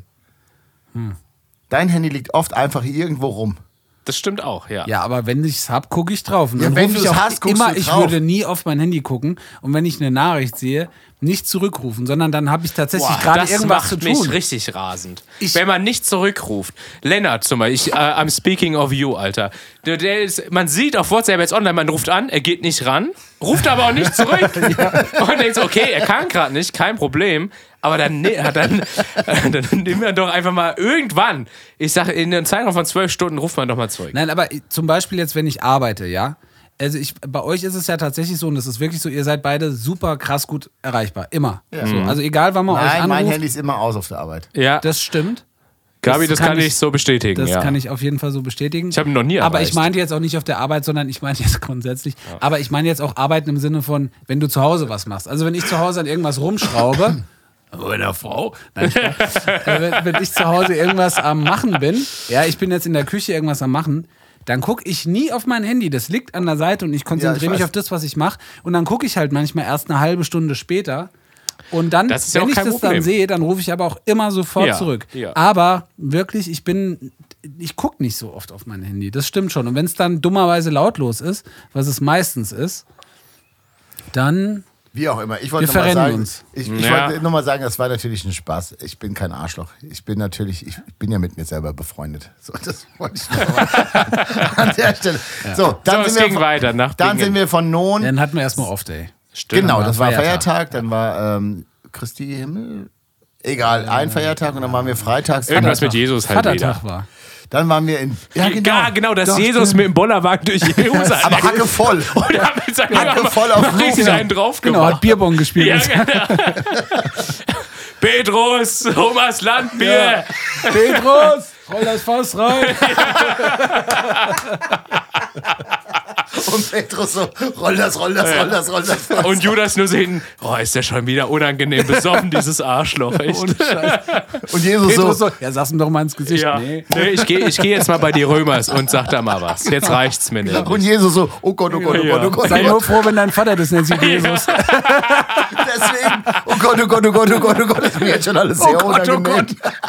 Speaker 1: Dein Handy liegt oft einfach irgendwo rum.
Speaker 2: Das stimmt auch, ja.
Speaker 3: Ja, aber wenn ich es hab, gucke ich drauf. Und
Speaker 1: Ja,
Speaker 3: dann
Speaker 1: wenn
Speaker 3: rufe ich
Speaker 1: du's
Speaker 3: auch
Speaker 1: hast, guckst
Speaker 3: immer,
Speaker 1: du
Speaker 3: ich
Speaker 1: drauf.
Speaker 3: würde nie auf mein Handy gucken und wenn ich eine Nachricht sehe, nicht zurückrufen, sondern dann habe ich tatsächlich gerade
Speaker 2: das
Speaker 3: irgendwas zu
Speaker 2: macht mich
Speaker 3: tun.
Speaker 2: richtig rasend. Wenn man nicht zurückruft. Lennart zum Beispiel, I'm speaking of you, Alter. Der ist, man sieht auf WhatsApp jetzt online, man ruft an, er geht nicht ran, ruft aber auch nicht zurück. Und denkt so, okay, er kann gerade nicht, kein Problem. Aber dann nehmen wir doch einfach mal irgendwann. Ich sage, in einem Zeitraum von 12 Stunden ruft man doch mal zurück.
Speaker 3: Nein, aber zum Beispiel jetzt, wenn ich arbeite, ja. Also bei euch ist es ja tatsächlich so, und das ist wirklich so, ihr seid beide super krass gut erreichbar. Immer.
Speaker 1: Ja.
Speaker 3: So, also egal, wann man euch
Speaker 1: Nein,
Speaker 3: anruft.
Speaker 1: mein Handy ist immer aus auf der Arbeit.
Speaker 2: Ja,
Speaker 3: Das stimmt.
Speaker 2: Gabi, das kann ich so bestätigen.
Speaker 3: Das
Speaker 2: ja.
Speaker 3: kann ich auf jeden Fall so bestätigen.
Speaker 2: Ich habe ihn noch nie
Speaker 3: Aber
Speaker 2: erreicht.
Speaker 3: ich meinte jetzt auch nicht auf der Arbeit, sondern ich meine jetzt grundsätzlich. Ja. Aber ich meine jetzt auch Arbeiten im Sinne von, wenn du zu Hause was machst. Also wenn ich zu Hause an irgendwas rumschraube, oder Frau, nein, wenn ich zu Hause irgendwas am Machen bin, ja, ich bin jetzt in der Küche irgendwas am Machen, dann gucke ich nie auf mein Handy. Das liegt an der Seite und ich konzentriere mich auf das, was ich mache. Und dann gucke ich halt manchmal erst eine halbe Stunde später. Und dann,
Speaker 2: Das ist ja
Speaker 3: wenn
Speaker 2: auch
Speaker 3: ich
Speaker 2: kein
Speaker 3: das
Speaker 2: Problem.
Speaker 3: dann sehe, dann rufe ich aber auch immer sofort
Speaker 2: Ja,
Speaker 3: zurück.
Speaker 2: ja.
Speaker 3: Aber wirklich, ich gucke nicht so oft auf mein Handy. Das stimmt schon. Und wenn es dann dummerweise lautlos ist, was es meistens ist, dann...
Speaker 1: Wie auch immer. Ich wollte
Speaker 3: Wir
Speaker 1: noch mal
Speaker 3: verrennen
Speaker 1: sagen,
Speaker 3: uns.
Speaker 1: ich
Speaker 2: Ja.
Speaker 1: wollte nur mal sagen, das war natürlich ein Spaß. Ich bin kein Arschloch. Ich bin ja mit mir selber befreundet. So, das wollte ich noch mal an der Stelle. So, dann,
Speaker 2: So, es ging weiter nach
Speaker 1: dann
Speaker 2: Bingen.
Speaker 1: sind wir von Non.
Speaker 3: Dann hatten wir erstmal Off-Day.
Speaker 2: Stimmt.
Speaker 1: Genau,
Speaker 3: war
Speaker 1: das war
Speaker 3: Feiertag.
Speaker 1: Feiertag, dann war Christi Himmel. Egal, ein Feiertag und dann waren wir freitags.
Speaker 2: Irgendwas mit Jesus halt
Speaker 3: Vatertag
Speaker 2: wieder.
Speaker 3: war.
Speaker 1: Dann waren wir in. Ja,
Speaker 2: Ja, genau, dass
Speaker 1: Doch,
Speaker 2: Jesus
Speaker 1: stimmt.
Speaker 2: mit dem Bollerwagen durch Jerusalem.
Speaker 1: Aber Hacke voll.
Speaker 2: Und hat mit seinem
Speaker 1: Hacke voll auf
Speaker 2: noch richtig
Speaker 1: Luft.
Speaker 2: einen drauf
Speaker 3: Genau,
Speaker 2: gemacht.
Speaker 3: hat Bierbong gespielt.
Speaker 2: Ja, genau. Petrus, Thomas Landbier.
Speaker 3: Petrus, roll das Fass rein.
Speaker 1: Und Petrus so, roll das.
Speaker 2: Und Judas nur so hinten, oh, ist der schon wieder unangenehm besoffen, dieses Arschloch, echt.
Speaker 3: Ohne Scheiß.
Speaker 1: Und Jesus
Speaker 3: Petrus
Speaker 1: so,
Speaker 3: so, ja, sag's ihm doch mal ins Gesicht.
Speaker 2: Ja.
Speaker 3: Nee.
Speaker 2: Nee, ich geh jetzt mal bei die Römers und sag da mal was. Jetzt reicht's mir nicht.
Speaker 1: und Jesus so, oh Gott.
Speaker 3: Sei nur froh, wenn dein Vater das nennt sich Jesus.
Speaker 1: Deswegen, oh Gott, das ist mir jetzt schon alles sehr unangenehm.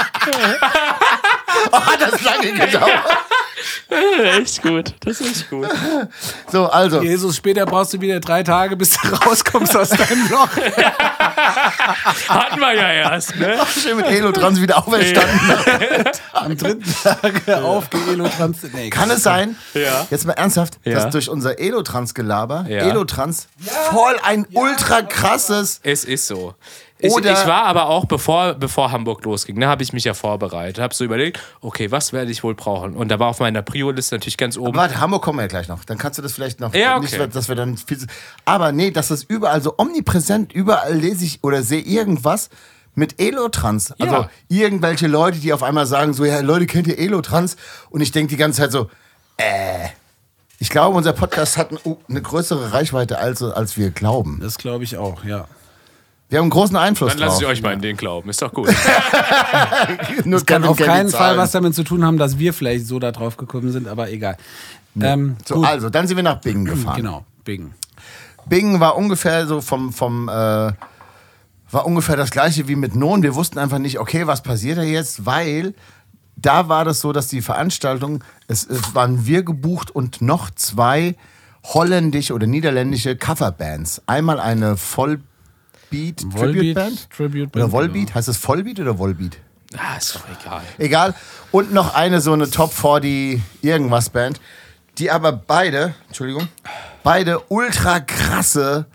Speaker 1: Oh, hat das lange gedauert.
Speaker 2: Echt gut, das ist echt gut.
Speaker 1: So, also,
Speaker 3: Jesus, später brauchst du wieder 3 Tage, bis du rauskommst aus deinem Loch.
Speaker 2: Hatten wir ja erst, ne?
Speaker 1: schön mit Elotrans wieder auferstanden.
Speaker 3: Am 3. Tag aufgeelotrans. Nee,
Speaker 1: Kann es sein,
Speaker 2: Ja.
Speaker 1: jetzt mal ernsthaft,
Speaker 2: Ja.
Speaker 1: dass durch unser Elotrans-Gelaber,
Speaker 2: Ja.
Speaker 1: Elotrans voll ein ultra krasses.
Speaker 2: Es ist so. Ich
Speaker 1: Oder-
Speaker 2: war aber auch, bevor Hamburg losging, ne, habe ich mich ja vorbereitet. Habe so überlegt, okay, was werde ich wohl brauchen? Und da war auf meiner Prio-Liste natürlich ganz oben.
Speaker 1: Warte, Hamburg kommen wir ja gleich noch. Dann kannst du das vielleicht noch.
Speaker 2: Ja, okay.
Speaker 1: Nicht, dass wir dann viel. Aber nee, das ist überall so omnipräsent. Überall lese ich oder sehe irgendwas mit Elotrans. Also
Speaker 2: Ja.
Speaker 1: irgendwelche Leute, die auf einmal sagen so, ja, Leute, kennt ihr Elotrans? Und ich denke die ganze Zeit so, Ich glaube, unser Podcast hat eine größere Reichweite, als wir glauben.
Speaker 3: Das glaube ich auch, ja.
Speaker 1: Wir haben einen großen Einfluss
Speaker 2: Dann lasse
Speaker 1: drauf.
Speaker 2: ich euch mal in den glauben. Ist doch gut.
Speaker 1: Nur
Speaker 3: Das kann
Speaker 1: Kevin
Speaker 3: auf
Speaker 1: kennt die
Speaker 3: keinen Fall
Speaker 1: Zahlen.
Speaker 3: was damit zu tun haben, dass wir vielleicht so da drauf gekommen sind, aber egal.
Speaker 1: So,
Speaker 3: gut.
Speaker 1: also, dann sind wir nach Bingen gefahren.
Speaker 3: Genau, Bingen.
Speaker 1: Bingen war ungefähr so war ungefähr das gleiche wie mit Non. Wir wussten einfach nicht, okay, was passiert da jetzt, weil da war das so, dass die Veranstaltung, es waren wir gebucht und noch 2 holländische oder niederländische Coverbands. Einmal eine Vollbeat-Tribute-Band.
Speaker 3: Tribute
Speaker 1: Oder
Speaker 3: Band,
Speaker 1: Volbeat? Heißt es Vollbeat oder Volbeat?
Speaker 2: Ah, ist doch egal.
Speaker 1: Egal. Und noch eine so eine Top 40 irgendwas Band, die aber beide ultra krasse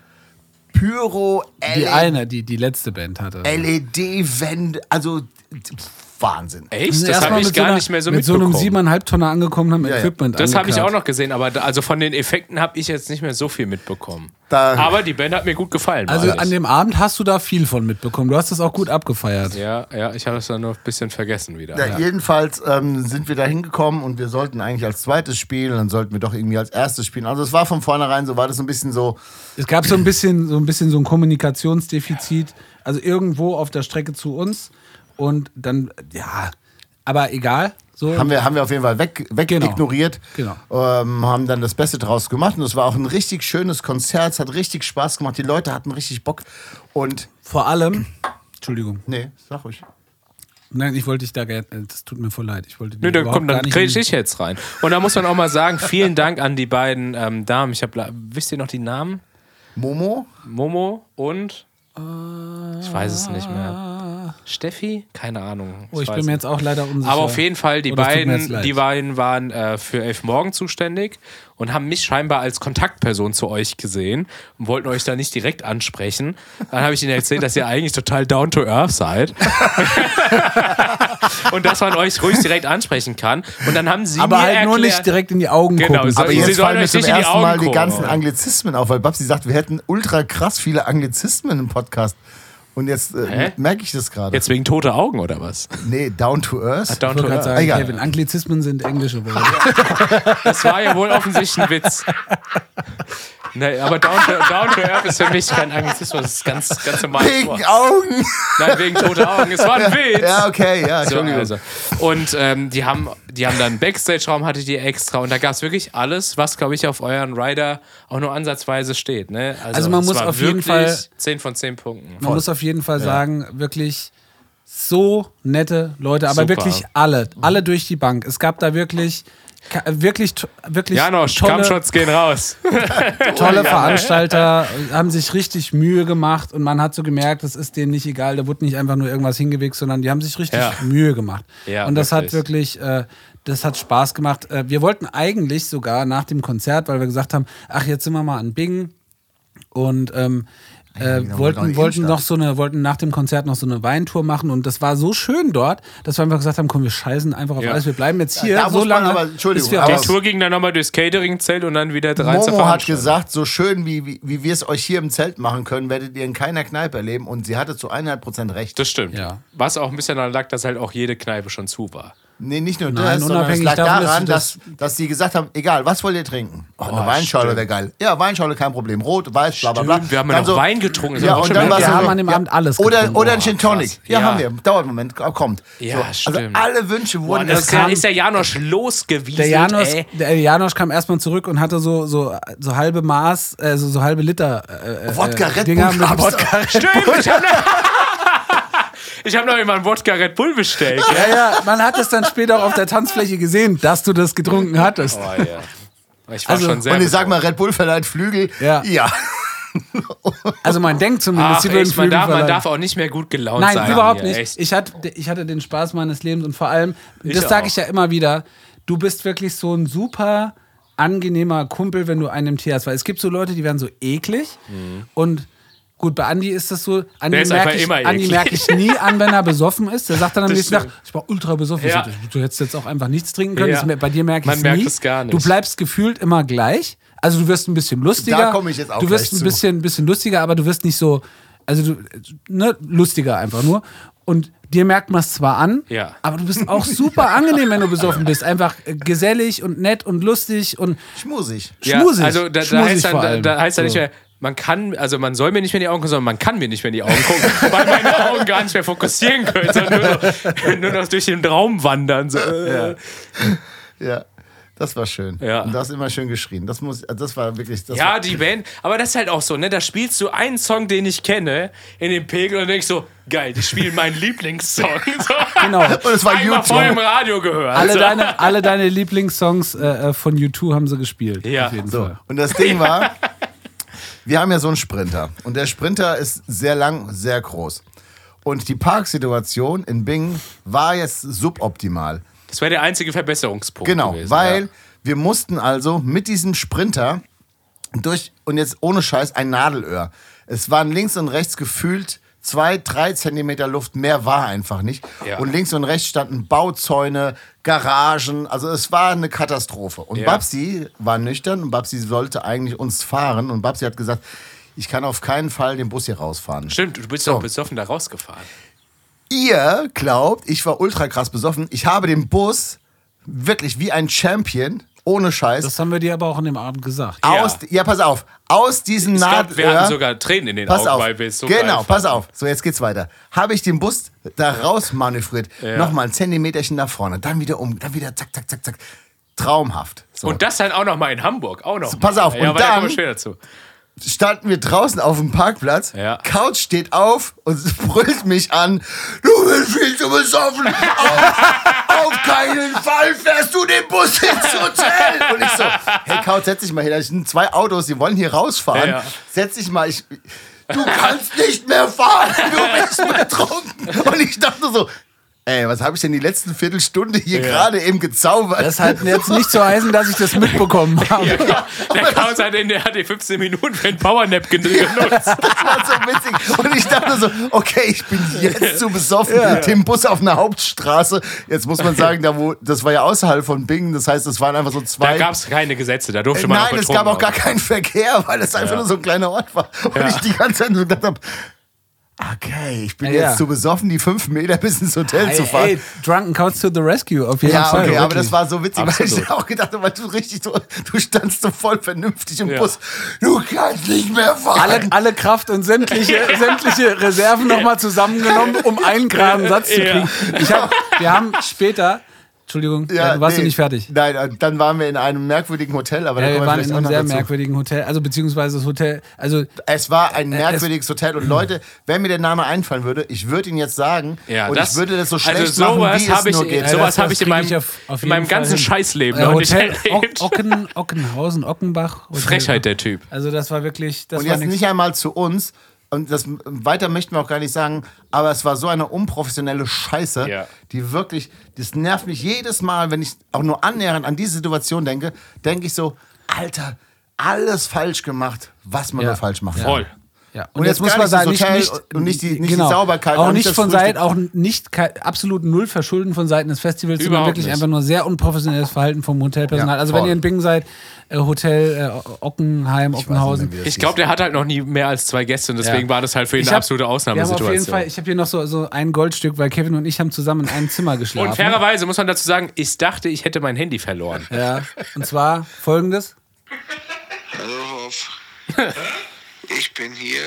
Speaker 1: Pyro
Speaker 3: Die eine, die letzte Band hatte.
Speaker 1: LED-Wände, also Wahnsinn.
Speaker 2: Echt? Das habe ich gar nicht mehr so mitbekommen.
Speaker 3: Mit so einem 7,5 Tonner angekommen haben Equipment.
Speaker 2: Das habe ich auch noch gesehen, aber also von den Effekten habe ich jetzt nicht mehr so viel mitbekommen. Aber die Band hat mir gut gefallen.
Speaker 3: Also an dem Abend hast du da viel von mitbekommen. Du hast das auch gut abgefeiert.
Speaker 2: Ja, ich habe es dann nur ein bisschen vergessen wieder.
Speaker 1: Ja, jedenfalls sind wir da hingekommen und wir sollten eigentlich als zweites spielen, dann sollten wir doch irgendwie als erstes spielen. Also es war von vornherein so, war das so ein bisschen so.
Speaker 3: Es gab so ein bisschen so ein Kommunikationsdefizit, also irgendwo auf der Strecke zu uns. Und dann, aber egal. So.
Speaker 1: Haben wir auf jeden Fall weg ignoriert.
Speaker 3: Genau.
Speaker 1: Haben dann das Beste draus gemacht. Und es war auch ein richtig schönes Konzert. Es hat richtig Spaß gemacht. Die Leute hatten richtig Bock. Und
Speaker 3: vor allem, Entschuldigung.
Speaker 1: Nee, sag ruhig.
Speaker 3: Nein, ich wollte dich da gerne, das tut mir voll leid.
Speaker 2: Dann kriege ich jetzt rein. Und da muss man auch mal sagen, vielen Dank an die beiden Damen. Wisst ihr noch die Namen? Momo und... Ich weiß es nicht mehr. Steffi? Keine Ahnung.
Speaker 3: Ich bin mir jetzt auch leider unsicher.
Speaker 2: Aber auf jeden Fall, die beiden waren für 11 Morgen zuständig und haben mich scheinbar als Kontaktperson zu euch gesehen und wollten euch da nicht direkt ansprechen. Dann habe ich ihnen erzählt, dass ihr eigentlich total down to earth seid. Und dass man euch ruhig direkt ansprechen kann. Und dann haben sie
Speaker 3: aber
Speaker 2: mir
Speaker 3: halt
Speaker 2: erklärt,
Speaker 3: nur nicht direkt in die Augen gucken.
Speaker 1: Aber jetzt fallen mir zum ersten Mal die ganzen
Speaker 2: gucken.
Speaker 1: Anglizismen auf, weil Babsi sagt, wir hätten ultra krass viele Anglizismen im Podcast. Und jetzt merke ich das gerade.
Speaker 2: Jetzt wegen tote Augen oder was?
Speaker 1: Nee, down to earth.
Speaker 3: Down to earth. Sagen, Kevin, Anglizismen sind englische Worte.
Speaker 2: Das war ja wohl offensichtlich ein Witz. Nee, aber down to earth ist für mich kein Anglizismus, das ist ganz normal.
Speaker 1: Wegen Augen!
Speaker 2: Nein, wegen tote Augen. Es war ein Witz.
Speaker 1: Ja, okay, ja, Entschuldigung.
Speaker 2: So, also. Und die haben dann einen Backstage-Raum, hattet ihr extra. Und da gab es wirklich alles, was, glaube ich, auf euren Rider auch nur ansatzweise steht. Ne?
Speaker 3: Also man muss auf jeden Fall
Speaker 2: 10 von 10 Punkten.
Speaker 3: Man muss auf jeden Fall sagen, wirklich so nette Leute, aber wirklich alle durch die Bank. Es gab da wirklich
Speaker 2: Janosch, Kampfshots gehen raus.
Speaker 3: Tolle Veranstalter, haben sich richtig Mühe gemacht und man hat so gemerkt, das ist denen nicht egal, da wurde nicht einfach nur irgendwas hingewichst, sondern die haben sich richtig Mühe gemacht. Ja, und das hat wirklich, das hat Spaß gemacht. Wir wollten eigentlich sogar nach dem Konzert, weil wir gesagt haben, ach, jetzt sind wir mal an Bingen und wollten nach dem Konzert noch so eine Weintour machen und das war so schön dort, dass wir einfach gesagt haben, komm, wir scheißen einfach auf alles, wir bleiben jetzt hier so lange.
Speaker 2: Die Tour ging dann nochmal durchs Catering-Zelt und dann wieder rein zur
Speaker 1: Momo hat gesagt, so schön wie wir es euch hier im Zelt machen können, werdet ihr in keiner Kneipe erleben und sie hatte zu 100% recht.
Speaker 2: Das stimmt. Ja. Was auch ein bisschen daran lag, dass halt auch jede Kneipe schon zu war.
Speaker 1: Nee, nicht nur das, sondern es lag daran, dass sie gesagt haben, egal, was wollt ihr trinken? Eine Weinschorle wäre geil. Ja, Weinschorle, kein Problem. Rot, weiß, bla bla bla.
Speaker 2: Wir haben ja noch Wein getrunken.
Speaker 1: Ja, und dann
Speaker 3: wir haben an dem Abend alles getrunken.
Speaker 1: Oder ein Gin Tonic. Ja, haben wir. Dauert einen Moment, kommt.
Speaker 2: Ja, stimmt.
Speaker 1: Also alle Wünsche wurden...
Speaker 2: ist der Janosch losgewiesen.
Speaker 3: Der Janosch kam erstmal zurück und hatte so halbe Maß, so halbe Liter
Speaker 1: Wodka Red Bull.
Speaker 2: Stimmt, ich habe noch immer einen Wodka Red Bull bestellt.
Speaker 3: Ja, man hat es dann später auch auf der Tanzfläche gesehen, dass du das getrunken hattest.
Speaker 2: Oh, ja. Ich war schon sehr
Speaker 1: und ich sag mal, Red Bull verleiht Flügel. Ja.
Speaker 3: Also man denkt zumindest,
Speaker 2: man darf auch nicht mehr gut gelaunt sein.
Speaker 3: Nein, überhaupt nicht. Ich hatte den Spaß meines Lebens und vor allem, das sage ich ja immer wieder, du bist wirklich so ein super angenehmer Kumpel, wenn du einen im Tee hast. Weil es gibt so Leute, die werden so eklig und gut, bei Andi ist das so. Andi merke ich nie an, wenn er besoffen ist. Der sagt dann am nächsten Tag, ich war ultra besoffen. Ja. Du hättest jetzt auch einfach nichts trinken können. Ja. Bei dir merke ich es nie. Man merkt es gar nicht. Du bleibst gefühlt immer gleich. Also du wirst ein bisschen lustiger.
Speaker 1: Da komme ich jetzt auch
Speaker 3: Du wirst ein bisschen lustiger, aber du wirst nicht so, also lustiger einfach nur. Und dir merkt man es zwar an, aber du bist auch super angenehm, wenn du besoffen bist. Einfach gesellig und nett und lustig und
Speaker 1: schmusig.
Speaker 2: Ja, also da heißt dann nicht mehr, man soll mir nicht mehr in die Augen gucken, sondern man kann mir nicht mehr in die Augen gucken, weil meine Augen gar nicht mehr fokussieren können, sondern nur noch durch den Raum wandern. So.
Speaker 1: Ja. Das war schön. Ja. Und du hast immer schön geschrien. Das war wirklich...
Speaker 2: Die Band, aber das ist halt auch so, ne? Da spielst du einen Song, den ich kenne, in den Pegel und denkst so, geil, die spielen meinen Lieblingssong. So.
Speaker 3: Genau.
Speaker 1: Und es war
Speaker 2: einmal voll im Radio gehört.
Speaker 3: Alle deine Lieblingssongs von U2 haben sie gespielt.
Speaker 2: Ja.
Speaker 3: Auf jeden Fall.
Speaker 1: Und das Ding war, wir haben ja so einen Sprinter. Und der Sprinter ist sehr lang, sehr groß. Und die Parksituation in Bingen war jetzt suboptimal.
Speaker 2: Das wäre der einzige Verbesserungspunkt
Speaker 1: gewesen. Genau, weil
Speaker 2: ja.
Speaker 1: wir mussten also mit diesem Sprinter und jetzt ohne Scheiß ein Nadelöhr. Es waren links und rechts gefühlt 2-3 Zentimeter Luft, mehr war einfach nicht.
Speaker 2: Ja.
Speaker 1: Und links und rechts standen Bauzäune, Garagen, also es war eine Katastrophe. Und Babsi war nüchtern und Babsi sollte eigentlich uns fahren und Babsi hat gesagt, ich kann auf keinen Fall den Bus hier rausfahren.
Speaker 2: Stimmt, du bist doch besoffen da rausgefahren.
Speaker 1: Ihr glaubt, ich war ultra krass besoffen. Ich habe den Bus wirklich wie ein Champion, ohne Scheiß.
Speaker 3: Das haben wir dir aber auch an dem Abend gesagt.
Speaker 1: Pass auf. Aus diesem
Speaker 2: Ich glaube, wir hatten sogar Tränen in den Augen, weil wir es so geil fanden.
Speaker 1: Pass auf. So, jetzt geht's weiter. Habe ich den Bus da raus manövriert. Nochmal ein Zentimeterchen nach vorne. Dann wieder dann wieder zack, zack, zack, zack. Traumhaft. So.
Speaker 2: Und das dann auch noch mal in Hamburg. Auch noch.
Speaker 1: So, pass auf.
Speaker 2: Ja,
Speaker 1: und
Speaker 2: da kommen
Speaker 1: dann
Speaker 2: wir später dazu.
Speaker 1: standen wir draußen auf dem Parkplatz.
Speaker 2: Ja.
Speaker 1: Couch steht auf und brüllt mich an. Du bist viel zu besoffen. Auf keinen Fall fährst du den Bus ins Hotel. Und ich so, hey Couch, setz dich mal hier. Da sind 2 Autos, die wollen hier rausfahren.
Speaker 2: Ja.
Speaker 1: Setz dich mal. Du kannst nicht mehr fahren. Du bist betrunken. Und ich dachte so, ey, was habe ich denn die letzten Viertelstunde hier gerade eben gezaubert?
Speaker 3: Das hat jetzt nicht so heißen, dass ich das mitbekommen habe.
Speaker 2: Der Chaos hat die 15 Minuten für einen Powernap genutzt.
Speaker 1: Das war so witzig. Und ich dachte so, okay, ich bin jetzt zu besoffen. Den Bus auf einer Hauptstraße. Jetzt muss man sagen, das war ja außerhalb von Bingen. Das heißt, es waren einfach so 2...
Speaker 2: Da gab es keine Gesetze, da durfte man auch
Speaker 1: Nein, es gab auch gar keinen Verkehr, weil es einfach nur so ein kleiner Ort war. Und ich die ganze Zeit so gedacht habe, okay, ich bin jetzt zu besoffen, die 5 Meter bis ins Hotel zu fahren.
Speaker 3: Ey, Drunken Couch to the Rescue, auf jeden Fall.
Speaker 1: Ja, okay, aber
Speaker 3: wirklich.
Speaker 1: das war so witzig,
Speaker 2: Absolut.
Speaker 1: weil ich auch gedacht habe, weil du standst so voll vernünftig im Bus. Du kannst nicht mehr fahren.
Speaker 3: Alle Kraft und sämtliche Reserven nochmal zusammengenommen, um einen geraden Satz zu kriegen. Wir haben später... Entschuldigung, du warst du nicht fertig.
Speaker 1: Nein, dann waren wir in einem merkwürdigen Hotel. Aber
Speaker 3: wir waren in einem sehr merkwürdigen Hotel, also beziehungsweise das Hotel, also...
Speaker 1: Es war ein merkwürdiges Hotel und Leute, wenn mir der Name einfallen würde, ich würde ihn jetzt sagen und ich würde das so schlecht machen, wie es nur geht.
Speaker 2: Sowas habe ich in meinem ganzen Scheißleben noch nicht erlebt.
Speaker 3: Ockenhausen, Ockenbach. Hotel.
Speaker 2: Frechheit, der Typ.
Speaker 3: Also das war wirklich...
Speaker 1: Und jetzt nicht einmal zu uns... Und das weiter möchten wir auch gar nicht sagen, aber es war so eine unprofessionelle Scheiße, die wirklich, das nervt mich jedes Mal, wenn ich auch nur annähernd an diese Situation denke ich so, Alter, alles falsch gemacht, was man nur falsch macht.
Speaker 2: Voll.
Speaker 3: Ja. Und jetzt muss man sagen, nicht die Sauberkeit. Auch nicht von Seiten, auch nicht absolut null Verschulden von Seiten des Festivals, sondern wirklich einfach nur sehr unprofessionelles Verhalten vom Hotelpersonal. Also wenn ihr in Bingen seid, Hotel Ockenheim, Ockenhausen.
Speaker 2: Ich glaube, der hat halt noch nie mehr als 2 Gäste und deswegen war das halt für ihn eine absolute Ausnahmesituation.
Speaker 3: Auf jeden Fall, ich habe hier noch so ein Goldstück, weil Kevin und ich haben zusammen in einem Zimmer geschlafen.
Speaker 2: Und fairerweise muss man dazu sagen, ich dachte, ich hätte mein Handy verloren.
Speaker 3: Ja, und zwar folgendes.
Speaker 5: Hallo, ich bin hier.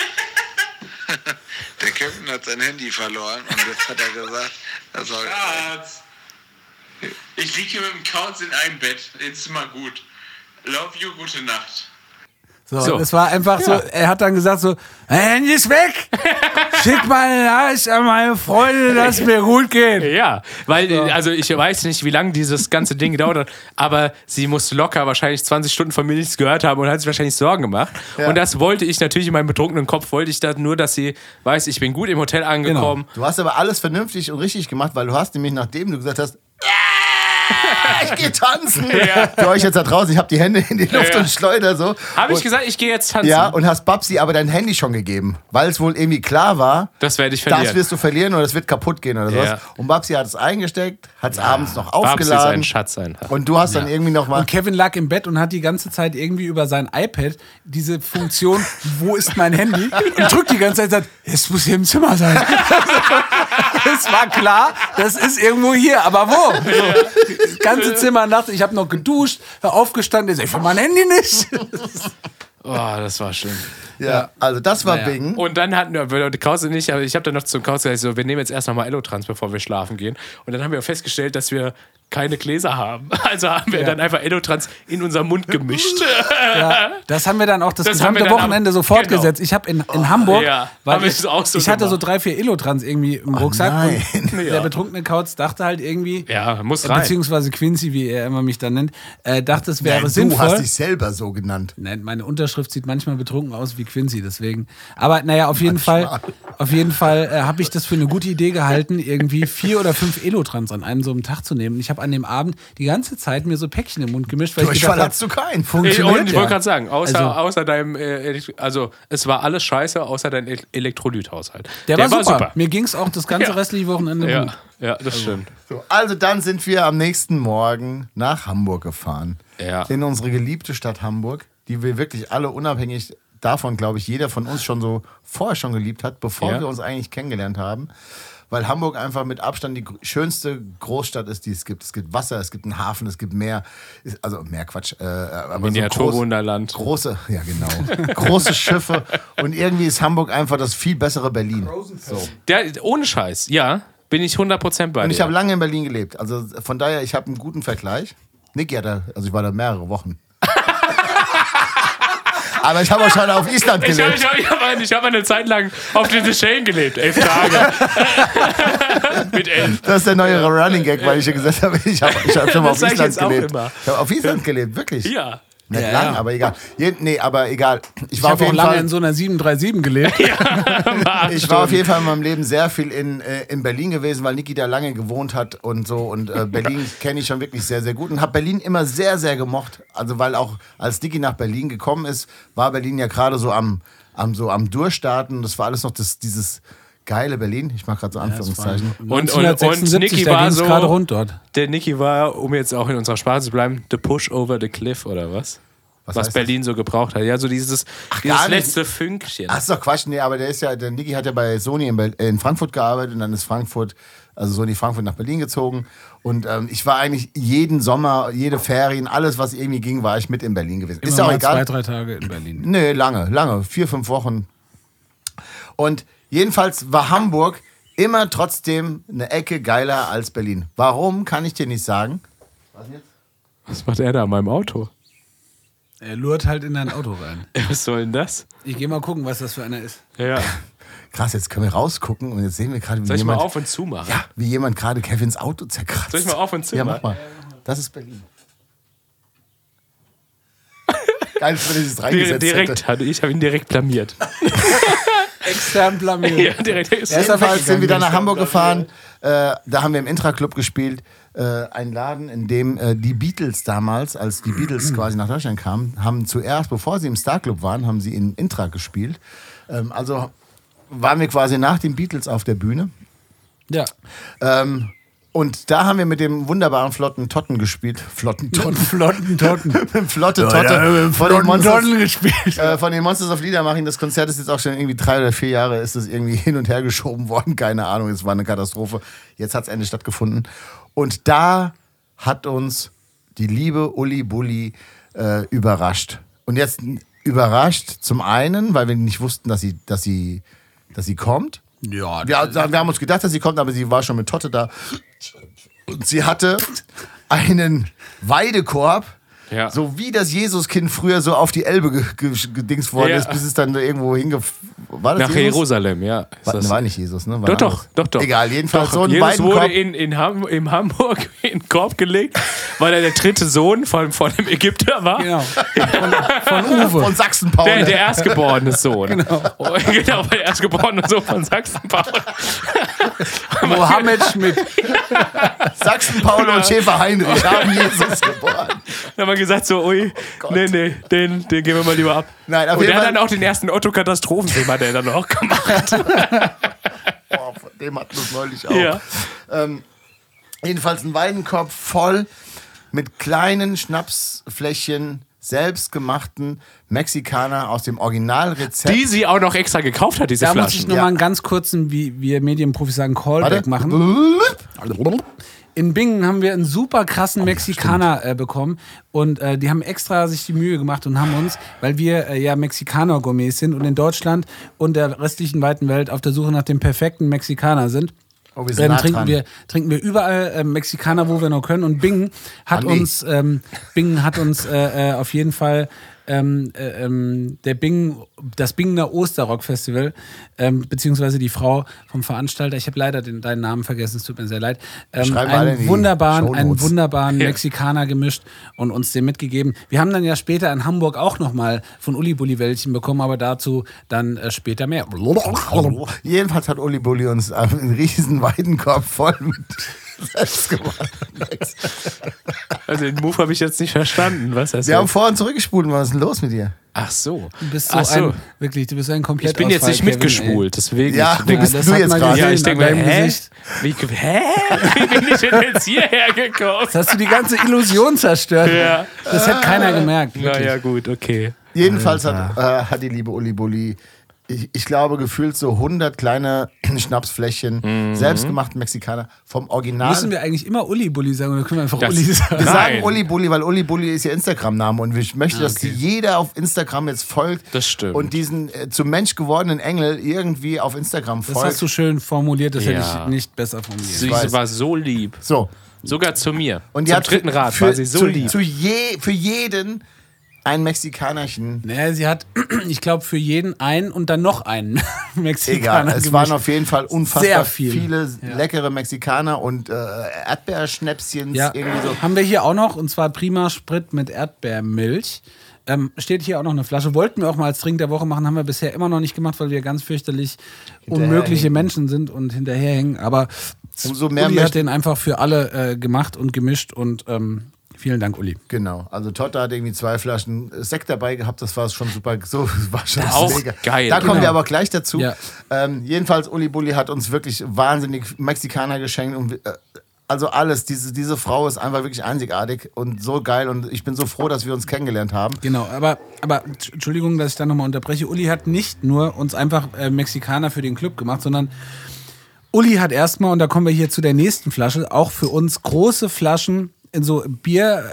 Speaker 5: Der Kevin hat sein Handy verloren und jetzt hat er gesagt, er soll...
Speaker 6: Schatz, ich liege hier mit dem Couch in einem Bett. Jetzt ist mal gut. Love you, gute Nacht.
Speaker 3: So. Es war einfach so, er hat dann gesagt so, mein Handy ist weg, schick mal eine Nachricht an meine Freunde, dass es mir gut geht.
Speaker 2: Ja, weil, also ich weiß nicht, wie lange dieses ganze Ding gedauert hat, aber sie musste locker wahrscheinlich 20 Stunden von mir nichts gehört haben und hat sich wahrscheinlich Sorgen gemacht. Ja. Und das wollte ich natürlich in meinem betrunkenen Kopf, wollte ich da nur, dass sie weiß, ich bin gut im Hotel angekommen.
Speaker 1: Genau. Du hast aber alles vernünftig und richtig gemacht, weil du hast nämlich, nachdem du gesagt hast, ich gehe tanzen. Für euch jetzt da draußen, ich habe die Hände in die Luft und schleuder so.
Speaker 2: Habe ich gesagt, ich gehe jetzt tanzen?
Speaker 1: Ja, und hast Babsi aber dein Handy schon gegeben, weil es wohl irgendwie klar war,
Speaker 2: das werde ich verlieren.
Speaker 1: Das wirst du verlieren oder es wird kaputt gehen oder sowas. Und Babsi hat es eingesteckt, hat es abends noch aufgeladen.
Speaker 2: Babsi ist ein Schatz einfach.
Speaker 1: Und du hast dann irgendwie noch mal...
Speaker 3: Und Kevin lag im Bett und hat die ganze Zeit irgendwie über sein iPad diese Funktion, wo ist mein Handy? Und drückt die ganze Zeit und sagt, es muss hier im Zimmer sein. Es war klar, das ist irgendwo hier, aber wo? So, das ganze Zimmer nachts, ich habe noch geduscht, aufgestanden, ich finde mein Handy nicht.
Speaker 2: Oh, das war schön.
Speaker 1: Ja, also das war Bingen.
Speaker 2: Und dann hatten wir, die Krause nicht, aber ich habe dann noch zum Krause gesagt, so, wir nehmen jetzt erst nochmal Elotrans, bevor wir schlafen gehen. Und dann haben wir festgestellt, dass wir keine Gläser haben. Also haben wir dann einfach Elotrans in unseren Mund gemischt.
Speaker 3: Ja, das haben wir dann auch das gesamte Wochenende so fortgesetzt. Ich habe in Hamburg, weil ich hatte so 3-4 Elotrans irgendwie im Rucksack. Und der betrunkene Kauz dachte halt irgendwie,
Speaker 2: muss rein.
Speaker 3: Beziehungsweise Quincy, wie er immer mich dann nennt, dachte, es wäre sinnvoll.
Speaker 1: Du hast dich selber so genannt.
Speaker 3: Nein, meine Unterschrift sieht manchmal betrunken aus wie Quincy, deswegen. Aber naja, auf jeden Fall habe ich das für eine gute Idee gehalten, irgendwie 4 oder 5 Elotrans an einem so einem Tag zu nehmen. Ich habe an dem Abend die ganze Zeit mir so Päckchen im Mund gemischt, weil
Speaker 1: Durchfall hattest du keinen.
Speaker 2: Und
Speaker 1: Funktioniert
Speaker 2: ich wollte gerade sagen, außer deinem,
Speaker 3: also
Speaker 2: es war alles scheiße, außer dein Elektrolythaushalt.
Speaker 3: Der war super. Mir ging es auch das ganze restliche Wochenende gut.
Speaker 2: Ja, das stimmt.
Speaker 1: So, also dann sind wir am nächsten Morgen nach Hamburg gefahren.
Speaker 2: Ja.
Speaker 1: In unsere geliebte Stadt Hamburg, die wir wirklich alle unabhängig davon, glaube ich, jeder von uns schon so vorher schon geliebt hat, bevor wir uns eigentlich kennengelernt haben. Weil Hamburg einfach mit Abstand die schönste Großstadt ist, die es gibt. Es gibt Wasser, es gibt einen Hafen, es gibt Meer. Also Meer, Quatsch. Aber
Speaker 2: Miniaturwunderland.
Speaker 1: Große, ja genau. Große Schiffe. Und irgendwie ist Hamburg einfach das viel bessere Berlin. So.
Speaker 2: Ohne Scheiß, ja, bin ich 100% bei dir.
Speaker 1: Und ich habe lange in Berlin gelebt. Also von daher, ich habe einen guten Vergleich. Niki hat also ich war da mehrere Wochen. Aber ich habe auch schon auf Island gelebt.
Speaker 2: Ich habe eine Zeit lang auf den Seychellen gelebt, 11 Tage. Mit 11.
Speaker 1: Das ist der neue Running Gag, weil ich ja gesagt habe, ich hab schon mal auf Island gelebt. Ich habe auf Island gelebt, wirklich.
Speaker 2: Ja.
Speaker 1: Nicht lang, aber egal. Nee, aber egal. Ich war
Speaker 3: habe auch lange in so einer 737 gelebt.
Speaker 1: Ich war auf jeden Fall in meinem Leben sehr viel in Berlin gewesen, weil Niki da lange gewohnt hat und so. Und Berlin kenne ich schon wirklich sehr, sehr gut. Und habe Berlin immer sehr, sehr gemocht. Also weil auch als Niki nach Berlin gekommen ist, war Berlin ja gerade so am Durchstarten. Das war alles noch dieses geile Berlin. Ich mache gerade so Anführungszeichen.
Speaker 2: Und Niki war so gerade rund dort. Der Niki war, um jetzt auch in unserer Sprache zu bleiben, the push over the cliff oder was? Was Berlin das? So gebraucht hat. Ja, so dieses letzte Fünkchen.
Speaker 1: Ach, ist doch Quatsch. Nee, aber der Niki hat ja bei Sony in Frankfurt gearbeitet und dann ist Sony Frankfurt nach Berlin gezogen. Und ich war eigentlich jeden Sommer, jede Ferien, alles, was irgendwie ging, war ich mit in Berlin gewesen.
Speaker 3: Immer ist ja auch egal. 2-3 Tage in Berlin.
Speaker 1: Nee, lange. 4-5 Wochen. Und jedenfalls war Hamburg immer trotzdem eine Ecke geiler als Berlin. Warum, kann ich dir nicht sagen.
Speaker 2: Was jetzt? Was macht er da an meinem Auto?
Speaker 3: Er lurt halt in dein Auto rein.
Speaker 2: Was soll denn das?
Speaker 3: Ich geh mal gucken, was das für einer ist.
Speaker 2: Ja.
Speaker 1: Krass, jetzt können wir rausgucken und jetzt sehen wir gerade,
Speaker 2: Soll ich mal auf und zu machen?
Speaker 1: Ja, wie jemand gerade Kevins Auto zerkratzt.
Speaker 2: Soll ich mal auf und zu
Speaker 1: machen? Ja, mach mal. Das ist Berlin. Geil, wenn ich das reingesetzt hätte.
Speaker 2: Ich habe ihn direkt blamiert.
Speaker 3: Extern blamiert.
Speaker 2: Ja, direkt.
Speaker 1: Jedenfalls sind wir dann nach Hamburg gefahren. Da haben wir im Intra-Club gespielt. Ein Laden, in dem die Beatles damals, als die Beatles quasi nach Deutschland kamen, haben zuerst, bevor sie im Star-Club waren, haben sie in Intra gespielt. Also waren wir quasi nach den Beatles auf der Bühne.
Speaker 3: Ja.
Speaker 1: Und da haben wir mit dem wunderbaren Flotten Totten gespielt.
Speaker 3: Flotten Totten.
Speaker 1: Flotte Totte.
Speaker 3: Von
Speaker 1: den Monsters of Liedermaching. Das Konzert ist jetzt auch schon irgendwie 3 oder 4 Jahre ist es irgendwie hin und her geschoben worden. Keine Ahnung, es war eine Katastrophe. Jetzt hat es endlich stattgefunden. Und da hat uns die liebe Uli Bulli überrascht. Und jetzt überrascht zum einen, weil wir nicht wussten, dass sie kommt.
Speaker 3: Ja,
Speaker 1: wir haben uns gedacht, dass sie kommt, aber sie war schon mit Totte da. Und sie hatte einen Weidekorb, so wie das Jesuskind früher so auf die Elbe gedingst worden ist, bis es dann irgendwo war das
Speaker 2: nach Jesus? Jerusalem, ja.
Speaker 1: War nicht Jesus, ne?
Speaker 2: Doch.
Speaker 1: Egal, jedenfalls so ein
Speaker 2: Jesus
Speaker 1: Weidenkorb.
Speaker 2: wurde in Hamburg in den Korb gelegt, weil er der dritte Sohn von dem Ägypter war.
Speaker 3: Genau. Von Uwe.
Speaker 1: Von Sachsen-Paul.
Speaker 2: Der erstgeborene Sohn.
Speaker 3: Genau,
Speaker 2: der erstgeborene Sohn von Sachsen-Paul.
Speaker 3: Mohammed Schmidt.
Speaker 1: Sachsen-Paul und Schäfer Heinrich haben Jesus geboren.
Speaker 2: Da haben wir gesagt so, ui, nee, den gehen wir mal lieber ab.
Speaker 1: Nein,
Speaker 2: und der hat dann auch den ersten Otto-Katastrophenfilm hat er dann auch gemacht.
Speaker 1: Boah, von dem hatten wir es neulich auch.
Speaker 2: Ja.
Speaker 1: Jedenfalls ein Weidenkorb voll mit kleinen Schnapsfläschchen, selbstgemachten Mexikaner aus dem Originalrezept.
Speaker 2: Die sie auch noch extra gekauft hat, diese Flaschen.
Speaker 3: Da muss ich nochmal einen ganz kurzen, wie wir Medienprofis sagen, Callback machen. In Bingen haben wir einen super krassen Mexikaner bekommen und die haben extra sich die Mühe gemacht und haben uns, weil wir ja Mexikaner-Gourmets sind und in Deutschland und der restlichen weiten Welt auf der Suche nach dem perfekten Mexikaner sind, trinken wir überall Mexikaner, wo wir noch können. Und Bingen hat uns auf jeden Fall das Bingener Osterrock-Festival, beziehungsweise die Frau vom Veranstalter, ich habe leider deinen Namen vergessen, es tut mir sehr leid, einen wunderbaren Mexikaner gemischt und uns den mitgegeben. Wir haben dann ja später in Hamburg auch nochmal von Uli Bulli welchen bekommen, aber dazu dann später mehr.
Speaker 1: Jedenfalls hat Uli Bulli uns einen riesen Weidenkorb voll Selbst gemacht.
Speaker 2: Also den Move habe ich jetzt nicht verstanden. Was heißt
Speaker 1: Wir haben
Speaker 2: das?
Speaker 1: vorhin zurückgespult. Was ist denn los mit dir?
Speaker 2: Ach so.
Speaker 3: Du bist
Speaker 2: Ach so.
Speaker 3: du bist ein komplett
Speaker 2: Ich bin jetzt nicht mitgespult, deswegen.
Speaker 1: Ja,
Speaker 2: ich
Speaker 1: wie bist
Speaker 3: das
Speaker 1: du
Speaker 3: hat
Speaker 1: jetzt
Speaker 3: man
Speaker 1: gerade?
Speaker 3: gesehen.
Speaker 2: Ja, ich denke
Speaker 3: an
Speaker 2: mir,
Speaker 3: deinem
Speaker 2: hä?
Speaker 3: Gesicht.
Speaker 2: Wie bin ich denn jetzt hierher gekommen?
Speaker 3: Jetzt hast du die ganze Illusion zerstört.
Speaker 2: Ja.
Speaker 3: Das hat keiner gemerkt. Wirklich.
Speaker 2: Naja, gut, okay.
Speaker 1: Jedenfalls hat die liebe Uli Bulli, ich glaube, gefühlt so 100 kleine Schnapsfläschchen, selbstgemachten Mexikaner vom Original.
Speaker 3: Müssen wir eigentlich immer Uli Bulli sagen oder können wir einfach
Speaker 2: Das-
Speaker 3: Uli sagen?
Speaker 1: Wir sagen
Speaker 2: Nein.
Speaker 1: Uli Bulli, weil Uli Bulli ist ihr Instagram-Name und ich möchte, dass jeder auf Instagram jetzt folgt
Speaker 2: Das stimmt.
Speaker 1: und diesen zum Mensch gewordenen Engel irgendwie auf Instagram
Speaker 3: Das
Speaker 1: folgt.
Speaker 3: hast du schön formuliert, das hätte
Speaker 2: Ja.
Speaker 3: ich nicht besser formuliert.
Speaker 2: Sie
Speaker 1: weiß.
Speaker 2: war so lieb.
Speaker 1: So.
Speaker 2: Sogar zu mir.
Speaker 1: Und die
Speaker 2: Zum
Speaker 1: hat
Speaker 2: dritten Rad
Speaker 1: für,
Speaker 2: war sie so lieb.
Speaker 1: für jeden ein Mexikanerchen.
Speaker 3: Naja, sie hat, ich glaube, für jeden einen und dann noch einen Mexikaner
Speaker 1: Egal, es
Speaker 3: gemischt.
Speaker 1: waren auf jeden Fall unfassbar
Speaker 3: Sehr viel.
Speaker 1: viele leckere Mexikaner und Erdbeerschnäpschens
Speaker 3: Ja,
Speaker 1: irgendwie so.
Speaker 3: haben wir hier auch noch, und zwar Prima Sprit mit Erdbeermilch. Steht hier auch noch eine Flasche. Wollten wir auch mal als Trink der Woche machen, haben wir bisher immer noch nicht gemacht, weil wir ganz fürchterlich unmögliche Menschen sind und hinterherhängen. Aber
Speaker 1: Umso mehr
Speaker 3: Uli hat
Speaker 1: möchte-
Speaker 3: den einfach für alle gemacht und gemischt und vielen Dank, Uli.
Speaker 1: Genau, also Totta hat irgendwie 2 Flaschen Sekt dabei gehabt, das war schon super, so war schon
Speaker 2: Auch
Speaker 1: mega.
Speaker 2: geil.
Speaker 1: Da kommen
Speaker 3: Genau.
Speaker 1: wir aber gleich dazu.
Speaker 3: Ja.
Speaker 1: Jedenfalls, Uli Bulli hat uns wirklich wahnsinnig Mexikaner geschenkt und also alles, diese Frau ist einfach wirklich einzigartig und so geil und ich bin so froh, dass wir uns kennengelernt haben.
Speaker 3: Genau, aber Entschuldigung, dass ich da nochmal unterbreche. Uli hat nicht nur uns einfach Mexikaner für den Club gemacht, sondern Uli hat erstmal, und da kommen wir hier zu der nächsten Flasche, auch für uns große Flaschen in so Bier,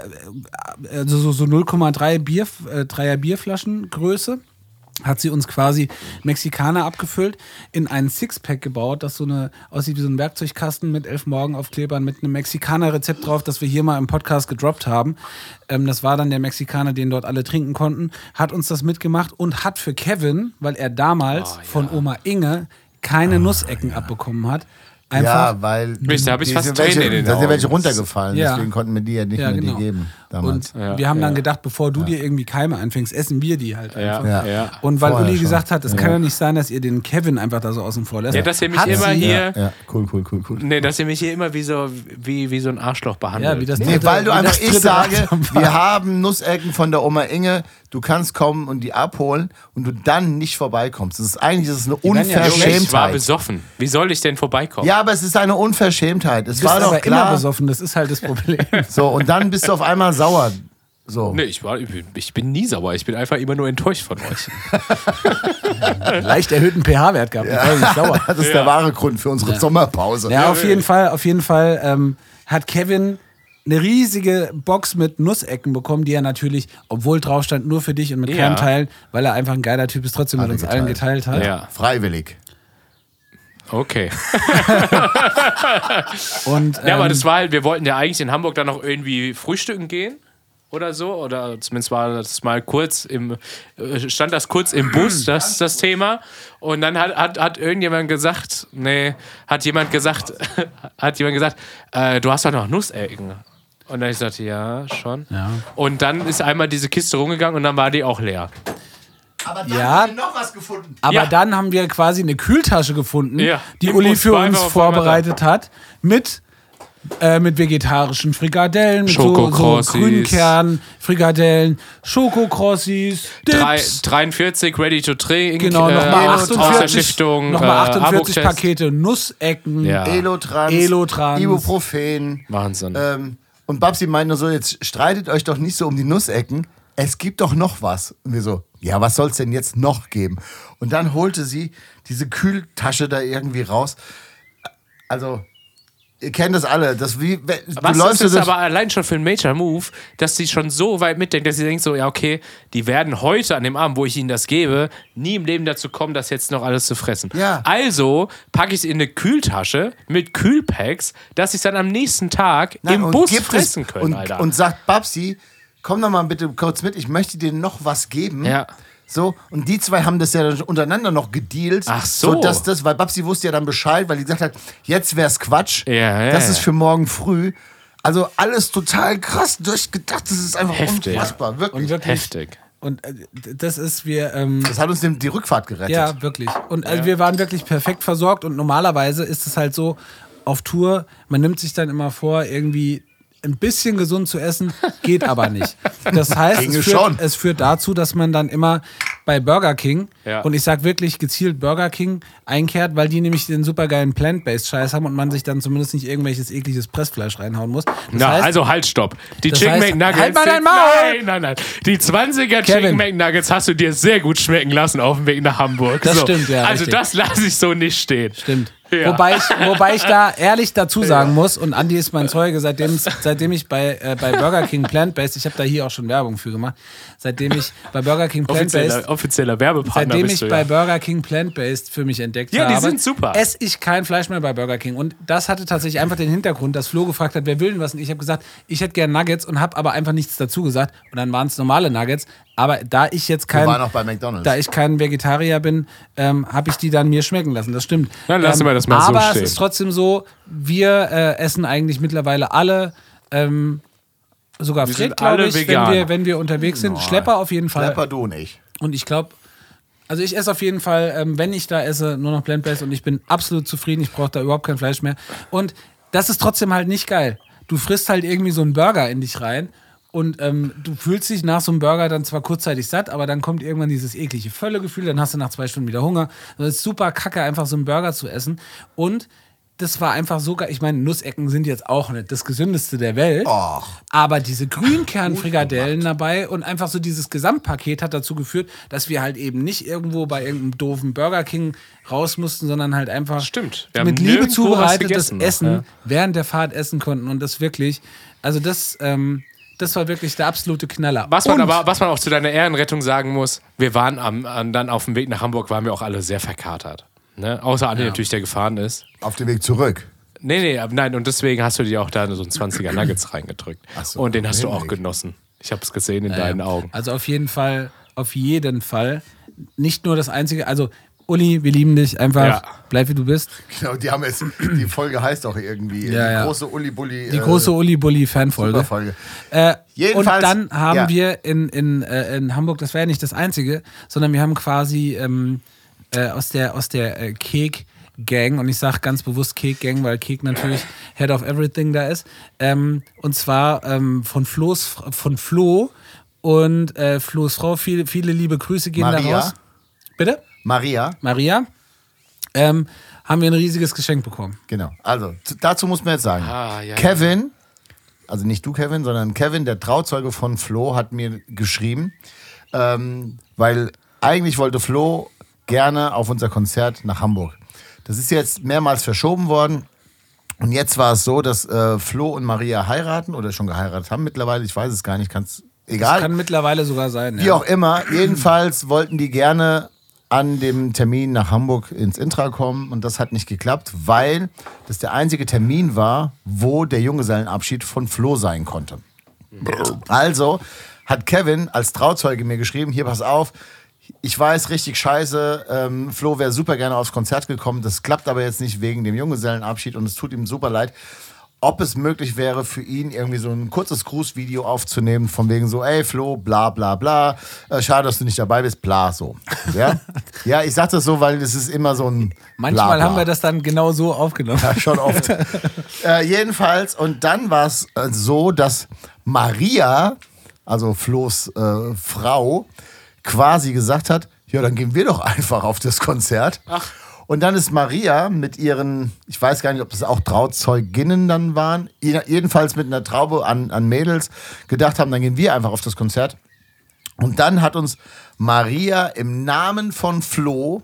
Speaker 3: also so 0,3 Bier, 3er Bierflaschen Größe, hat sie uns quasi Mexikaner abgefüllt, in einen Sixpack gebaut, das aussieht wie so ein Werkzeugkasten mit 11 Morgenaufklebern, mit einem Mexikaner-Rezept drauf, das wir hier mal im Podcast gedroppt haben. Das war dann der Mexikaner, den dort alle trinken konnten, hat uns das mitgemacht und hat für Kevin, weil er damals von Oma Inge keine Nussecken abbekommen hat, einfach...
Speaker 1: Ja, weil
Speaker 2: Da hab ich
Speaker 1: die
Speaker 2: fast
Speaker 1: sind
Speaker 2: Tränen in den
Speaker 1: da sind welche
Speaker 2: Augen.
Speaker 1: runtergefallen,
Speaker 3: Ja.
Speaker 1: deswegen konnten wir die ja nicht mehr
Speaker 3: genau.
Speaker 1: die geben damals.
Speaker 3: Und wir haben dann gedacht, bevor du dir irgendwie Keime einfängst, essen wir die halt einfach.
Speaker 2: Ja.
Speaker 1: Ja.
Speaker 3: Und weil
Speaker 1: Vorher
Speaker 3: Uli
Speaker 1: schon.
Speaker 3: gesagt hat, es kann ja nicht sein, dass ihr den Kevin einfach da so außen vor lässt.
Speaker 2: Ja, dass ihr mich
Speaker 3: Hat
Speaker 2: immer
Speaker 3: sie-
Speaker 2: hier.
Speaker 1: Ja, cool.
Speaker 2: Nee, dass ihr mich hier immer wie so ein Arschloch behandelt.
Speaker 3: Ja, wie das
Speaker 1: Nee, weil du
Speaker 3: wie
Speaker 1: einfach,
Speaker 3: das
Speaker 1: ich
Speaker 3: dritte
Speaker 1: sage,
Speaker 3: Rad war.
Speaker 1: wir haben Nussecken von der Oma Inge, du kannst kommen und die abholen und du dann nicht vorbeikommst. Das ist eigentlich eine
Speaker 3: werden ja
Speaker 2: Junge, ich war
Speaker 1: Unverschämtheit.
Speaker 2: besoffen. Wie soll ich denn vorbeikommen?
Speaker 1: Ja, aber es ist eine Unverschämtheit. Es
Speaker 3: Du bist
Speaker 1: war doch
Speaker 3: aber immer
Speaker 1: klar.
Speaker 3: besoffen, das ist halt das Problem.
Speaker 1: So, und dann bist du auf einmal sauer. So.
Speaker 2: Nee, ich bin nie sauer. Ich bin einfach immer nur enttäuscht von euch.
Speaker 3: Leicht erhöhten pH-Wert gehabt, ja. Ich sauer.
Speaker 1: Das ist der wahre Grund für unsere Sommerpause.
Speaker 3: Ja, auf jeden Fall hat Kevin eine riesige Box mit Nussecken bekommen, die er natürlich, obwohl drauf stand, nur für dich und mit
Speaker 2: Ja.
Speaker 3: keinem teilen, weil er einfach ein geiler Typ ist, trotzdem mit
Speaker 1: Alle
Speaker 3: uns allen geteilt hat.
Speaker 2: Ja,
Speaker 1: Freiwillig.
Speaker 2: okay.
Speaker 3: Und,
Speaker 2: Ja, aber das war halt, wir wollten ja eigentlich in Hamburg dann noch irgendwie frühstücken gehen oder so. Oder zumindest war das mal stand das kurz im Bus, das Thema. Und dann hat irgendjemand gesagt, du hast doch noch Nussecken. Und dann ich sagte, ja, schon.
Speaker 3: Ja.
Speaker 2: Und dann ist einmal diese Kiste rumgegangen und dann war die auch leer.
Speaker 1: Aber dann
Speaker 3: Ja.
Speaker 1: haben wir noch was gefunden.
Speaker 3: Aber
Speaker 2: Ja.
Speaker 3: dann haben wir quasi eine Kühltasche gefunden,
Speaker 2: Ja.
Speaker 3: die
Speaker 2: Im
Speaker 3: Uli
Speaker 2: Bus
Speaker 3: für
Speaker 2: war
Speaker 3: uns
Speaker 2: einfach auf einmal
Speaker 3: vorbereitet hat, mit vegetarischen Frikadellen, mit so
Speaker 2: Schokokrossis.
Speaker 3: Grünkern-Frikadellen, Schokokrossis, Dips,
Speaker 2: 43 ready to drink.
Speaker 3: genau, nochmal
Speaker 2: aus der
Speaker 3: 48,
Speaker 2: Stiftung.
Speaker 3: noch mal 48
Speaker 2: Abo-Test.
Speaker 3: Pakete Nussecken.
Speaker 2: Ja.
Speaker 1: Elotrans, Ibuprofen.
Speaker 2: Wahnsinn.
Speaker 1: Und Babsi meinte so, jetzt streitet euch doch nicht so um die Nussecken. Es gibt doch noch was. Und wir so, ja, was soll es denn jetzt noch geben? Und dann holte sie diese Kühltasche da irgendwie raus. Also, ihr kennt das alle. Das wie, du
Speaker 2: Was
Speaker 1: läufst
Speaker 2: ist
Speaker 1: so
Speaker 2: das
Speaker 1: durch-
Speaker 2: aber allein schon für ein Major Move, dass sie schon so weit mitdenkt, dass sie denkt so, ja okay, die werden heute an dem Abend, wo ich ihnen das gebe, nie im Leben dazu kommen, das jetzt noch alles zu fressen.
Speaker 1: Ja.
Speaker 2: Also packe ich es in eine Kühltasche mit Kühlpacks, dass ich es dann am nächsten Tag im
Speaker 1: und
Speaker 2: Bus
Speaker 1: gibt
Speaker 2: fressen
Speaker 1: es,
Speaker 2: können, Alter.
Speaker 1: und sagt Babsi, komm doch mal bitte kurz mit, ich möchte dir noch was geben.
Speaker 2: Ja.
Speaker 1: So, und die zwei haben das ja untereinander noch gedealt.
Speaker 2: Ach so.
Speaker 1: Dass das, weil Babsi wusste ja dann Bescheid, weil die gesagt hat, jetzt wär's Quatsch.
Speaker 2: Ja.
Speaker 1: Das ist für morgen früh. Also alles total krass durchgedacht. Das ist einfach
Speaker 2: Heftig.
Speaker 1: unfassbar. Wirklich.
Speaker 3: Und wirklich.
Speaker 2: Heftig.
Speaker 3: Und das ist, wir...
Speaker 1: Das hat uns die Rückfahrt gerettet.
Speaker 3: Ja, wirklich. Und also wir waren wirklich perfekt versorgt und normalerweise ist es halt so, auf Tour, man nimmt sich dann immer vor, irgendwie ein bisschen gesund zu essen, geht aber nicht. Das heißt, es führt dazu, dass man dann immer bei Burger King, und ich sag wirklich gezielt Burger King, einkehrt, weil die nämlich den supergeilen Plant-Based-Scheiß haben und man sich dann zumindest nicht irgendwelches ekliges Pressfleisch reinhauen muss. Das heißt,
Speaker 2: also halt, stopp. Die Chicken McNuggets.
Speaker 3: Halt mal dein Maul!
Speaker 2: Nein. Die 20er Chicken McNuggets hast du dir sehr gut schmecken lassen auf dem Weg nach Hamburg.
Speaker 3: Das stimmt, ja.
Speaker 2: Also
Speaker 3: richtig.
Speaker 2: das lasse ich so nicht stehen.
Speaker 3: Stimmt.
Speaker 2: Ja.
Speaker 3: Wobei ich da ehrlich dazu sagen muss, und Andi ist mein Zeuge, seitdem ich bei Burger King Plant-Based, ich habe da hier auch schon Werbung für gemacht, seitdem ich bei Burger King Plant-Based,
Speaker 2: offizieller Werbepartner
Speaker 3: seitdem ich bei Burger King Plant-Based für mich entdeckt habe,
Speaker 2: die sind super.
Speaker 3: Esse ich kein Fleisch mehr bei Burger King. Und das hatte tatsächlich einfach den Hintergrund, dass Flo gefragt hat, wer will denn was? Und ich habe gesagt, ich hätte gerne Nuggets und habe aber einfach nichts dazu gesagt. Und dann waren es normale Nuggets. Aber da ich jetzt kein Vegetarier bin, habe ich die dann mir schmecken lassen. Das stimmt.
Speaker 2: Dann lassen wir das mal so stehen.
Speaker 3: Aber es ist trotzdem so, wir essen eigentlich mittlerweile alle, sogar Fred, glaube ich, wenn wir unterwegs sind. Schlepper auf jeden Fall.
Speaker 1: Schlepper, du nicht.
Speaker 3: Und ich glaube, also ich esse auf jeden Fall, wenn ich da esse, nur noch Plant-Based und ich bin absolut zufrieden. Ich brauche da überhaupt kein Fleisch mehr. Und das ist trotzdem halt nicht geil. Du frisst halt irgendwie so einen Burger in dich rein. Und du fühlst dich nach so einem Burger dann zwar kurzzeitig satt, aber dann kommt irgendwann dieses eklige Völlegefühl, dann hast du nach 2 Stunden wieder Hunger. Das ist super kacke, einfach so einen Burger zu essen. Und das war einfach so geil. Ich meine, Nussecken sind jetzt auch nicht das Gesündeste der Welt.
Speaker 1: Och.
Speaker 3: Aber diese Grünkernfrikadellen dabei und einfach so dieses Gesamtpaket hat dazu geführt, dass wir halt eben nicht irgendwo bei irgendeinem doofen Burger King raus mussten, sondern halt einfach mit Liebe zubereitetes Essen während der Fahrt essen konnten. Und das wirklich, also das war wirklich der absolute Knaller.
Speaker 2: Was man auch zu deiner Ehrenrettung sagen muss, wir waren dann auf dem Weg nach Hamburg, waren wir auch alle sehr verkatert. Ne? Außer Andi natürlich, der gefahren ist.
Speaker 1: Auf dem Weg zurück?
Speaker 2: Nein, und deswegen hast du dir auch da so einen 20er Nuggets reingedrückt.
Speaker 1: Ach so,
Speaker 2: und den hast du auch genossen. Ich habe es gesehen in deinen Augen.
Speaker 3: Also auf jeden Fall. Nicht nur das Einzige, also Uli, wir lieben dich, einfach bleib wie du bist.
Speaker 1: Genau, die Folge heißt auch irgendwie die große Uli-Bulli.
Speaker 3: Die große Uli-Bulli-Fanfolge.
Speaker 1: Superfolge.
Speaker 3: Und dann haben wir in Hamburg, das war ja nicht das Einzige, sondern wir haben quasi aus der Kek-Gang, und ich sage ganz bewusst Kek-Gang, weil Kek natürlich Head of Everything da ist, und zwar von Flo und Flo's Frau, viele liebe Grüße gehen da raus. Bitte?
Speaker 1: Maria,
Speaker 3: haben wir ein riesiges Geschenk bekommen.
Speaker 1: Genau. Also, dazu muss man jetzt sagen, Kevin, also nicht du Kevin, sondern Kevin, der Trauzeuge von Flo, hat mir geschrieben, weil eigentlich wollte Flo gerne auf unser Konzert nach Hamburg. Das ist jetzt mehrmals verschoben worden. Und jetzt war es so, dass Flo und Maria heiraten oder schon geheiratet haben mittlerweile. Ich weiß es gar nicht, egal.
Speaker 3: Das kann mittlerweile sogar sein.
Speaker 1: Wie auch immer. Jedenfalls wollten die gerne an dem Termin nach Hamburg ins Intra kommen. Und das hat nicht geklappt, weil das der einzige Termin war, wo der Junggesellenabschied von Flo sein konnte. Also hat Kevin als Trauzeuge mir geschrieben, hier, pass auf, ich weiß, richtig scheiße, Flo wäre super gerne aufs Konzert gekommen, das klappt aber jetzt nicht wegen dem Junggesellenabschied und es tut ihm super leid. Ob es möglich wäre für ihn, irgendwie so ein kurzes Grußvideo aufzunehmen, von wegen so, ey Flo, bla bla bla, schade, dass du nicht dabei bist, bla, so. Ja, ich sag das so, weil es ist immer so ein
Speaker 3: Manchmal
Speaker 1: bla, bla.
Speaker 3: haben wir das dann genau so aufgenommen.
Speaker 1: Ja, schon oft. Jedenfalls, und dann war es so, dass Maria, also Flo's Frau, quasi gesagt hat, ja, dann gehen wir doch einfach auf das Konzert.
Speaker 2: Ach.
Speaker 1: Und dann ist Maria mit ihren, ich weiß gar nicht, ob das auch Trauzeuginnen dann waren, jedenfalls mit einer Traube an Mädels gedacht haben, dann gehen wir einfach auf das Konzert. Und dann hat uns Maria im Namen von Flo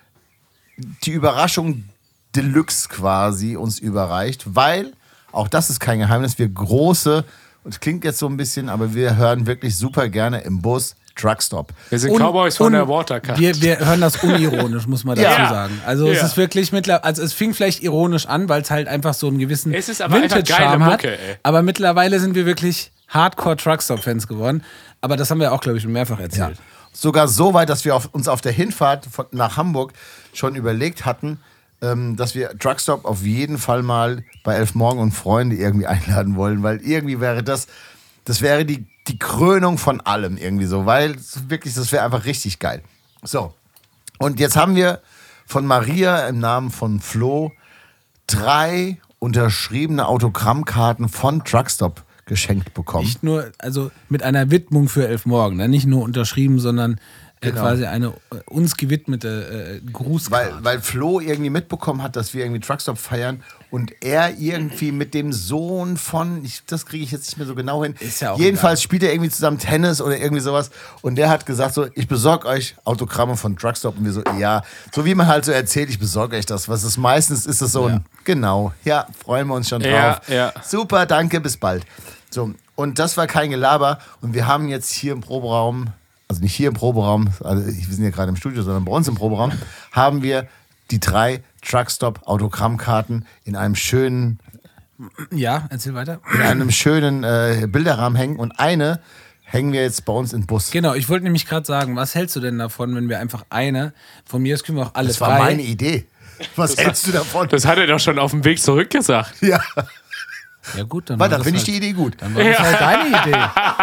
Speaker 1: die Überraschung Deluxe quasi uns überreicht, weil, auch das ist kein Geheimnis, wir große, und es klingt jetzt so ein bisschen, aber wir hören wirklich super gerne im Bus Truckstop.
Speaker 2: Wir sind Cowboys von der Watercard.
Speaker 3: Wir hören das unironisch, muss man dazu sagen. Also es ist wirklich also es fing vielleicht ironisch an, weil es halt einfach so einen gewissen Vintage-Charme hat. Aber mittlerweile sind wir wirklich Hardcore Truckstop-Fans geworden. Aber das haben wir auch, glaube ich, schon mehrfach erzählt.
Speaker 1: Ja. Sogar so weit, dass wir uns auf der Hinfahrt nach Hamburg schon überlegt hatten, dass wir Truckstop auf jeden Fall mal bei 11 Morgen und Freunde irgendwie einladen wollen, weil irgendwie wäre das wäre die Krönung von allem irgendwie so, weil wirklich, das wäre einfach richtig geil. So, und jetzt haben wir von Maria im Namen von Flo 3 unterschriebene Autogrammkarten von Truckstop geschenkt bekommen.
Speaker 3: Nicht nur, also mit einer Widmung für 11 Morgen, ne? Nicht nur unterschrieben, sondern quasi eine uns gewidmete Grußkarte.
Speaker 1: Weil Flo irgendwie mitbekommen hat, dass wir irgendwie Truckstop feiern und er irgendwie mit dem Sohn von, das kriege ich jetzt nicht mehr so genau hin,
Speaker 3: ist ja auch
Speaker 1: jedenfalls spielt er irgendwie zusammen Tennis oder irgendwie sowas und der hat gesagt so, ich besorge euch Autogramme von Truckstop und wir so, ja, so wie man halt so erzählt, ich besorge euch das, was ist meistens ist es so ein, genau, ja, freuen wir uns schon drauf.
Speaker 2: Ja.
Speaker 1: Super, danke, bis bald. So, und das war kein Gelaber und wir haben jetzt hier im Proberaum, also nicht hier im Proberaum, also wir sind ja gerade im Studio, sondern bei uns im Proberaum, haben wir die 3 Truckstop-Autogrammkarten in einem schönen,
Speaker 3: Ja, erzähl weiter.
Speaker 1: Bilderrahmen hängen und eine hängen wir jetzt bei uns in den Bus.
Speaker 3: Genau, ich wollte nämlich gerade sagen, was hältst du denn davon, wenn wir einfach eine, von mir aus können wir auch alle
Speaker 1: Das
Speaker 3: 3.
Speaker 1: war meine Idee. Was hältst du davon?
Speaker 2: Das hat er doch schon auf dem Weg zurück gesagt.
Speaker 1: Ja,
Speaker 3: Ja gut, dann
Speaker 1: weil
Speaker 3: war
Speaker 1: dann
Speaker 3: das
Speaker 1: finde ich
Speaker 3: halt,
Speaker 1: die Idee gut.
Speaker 3: Dann war das halt deine Idee.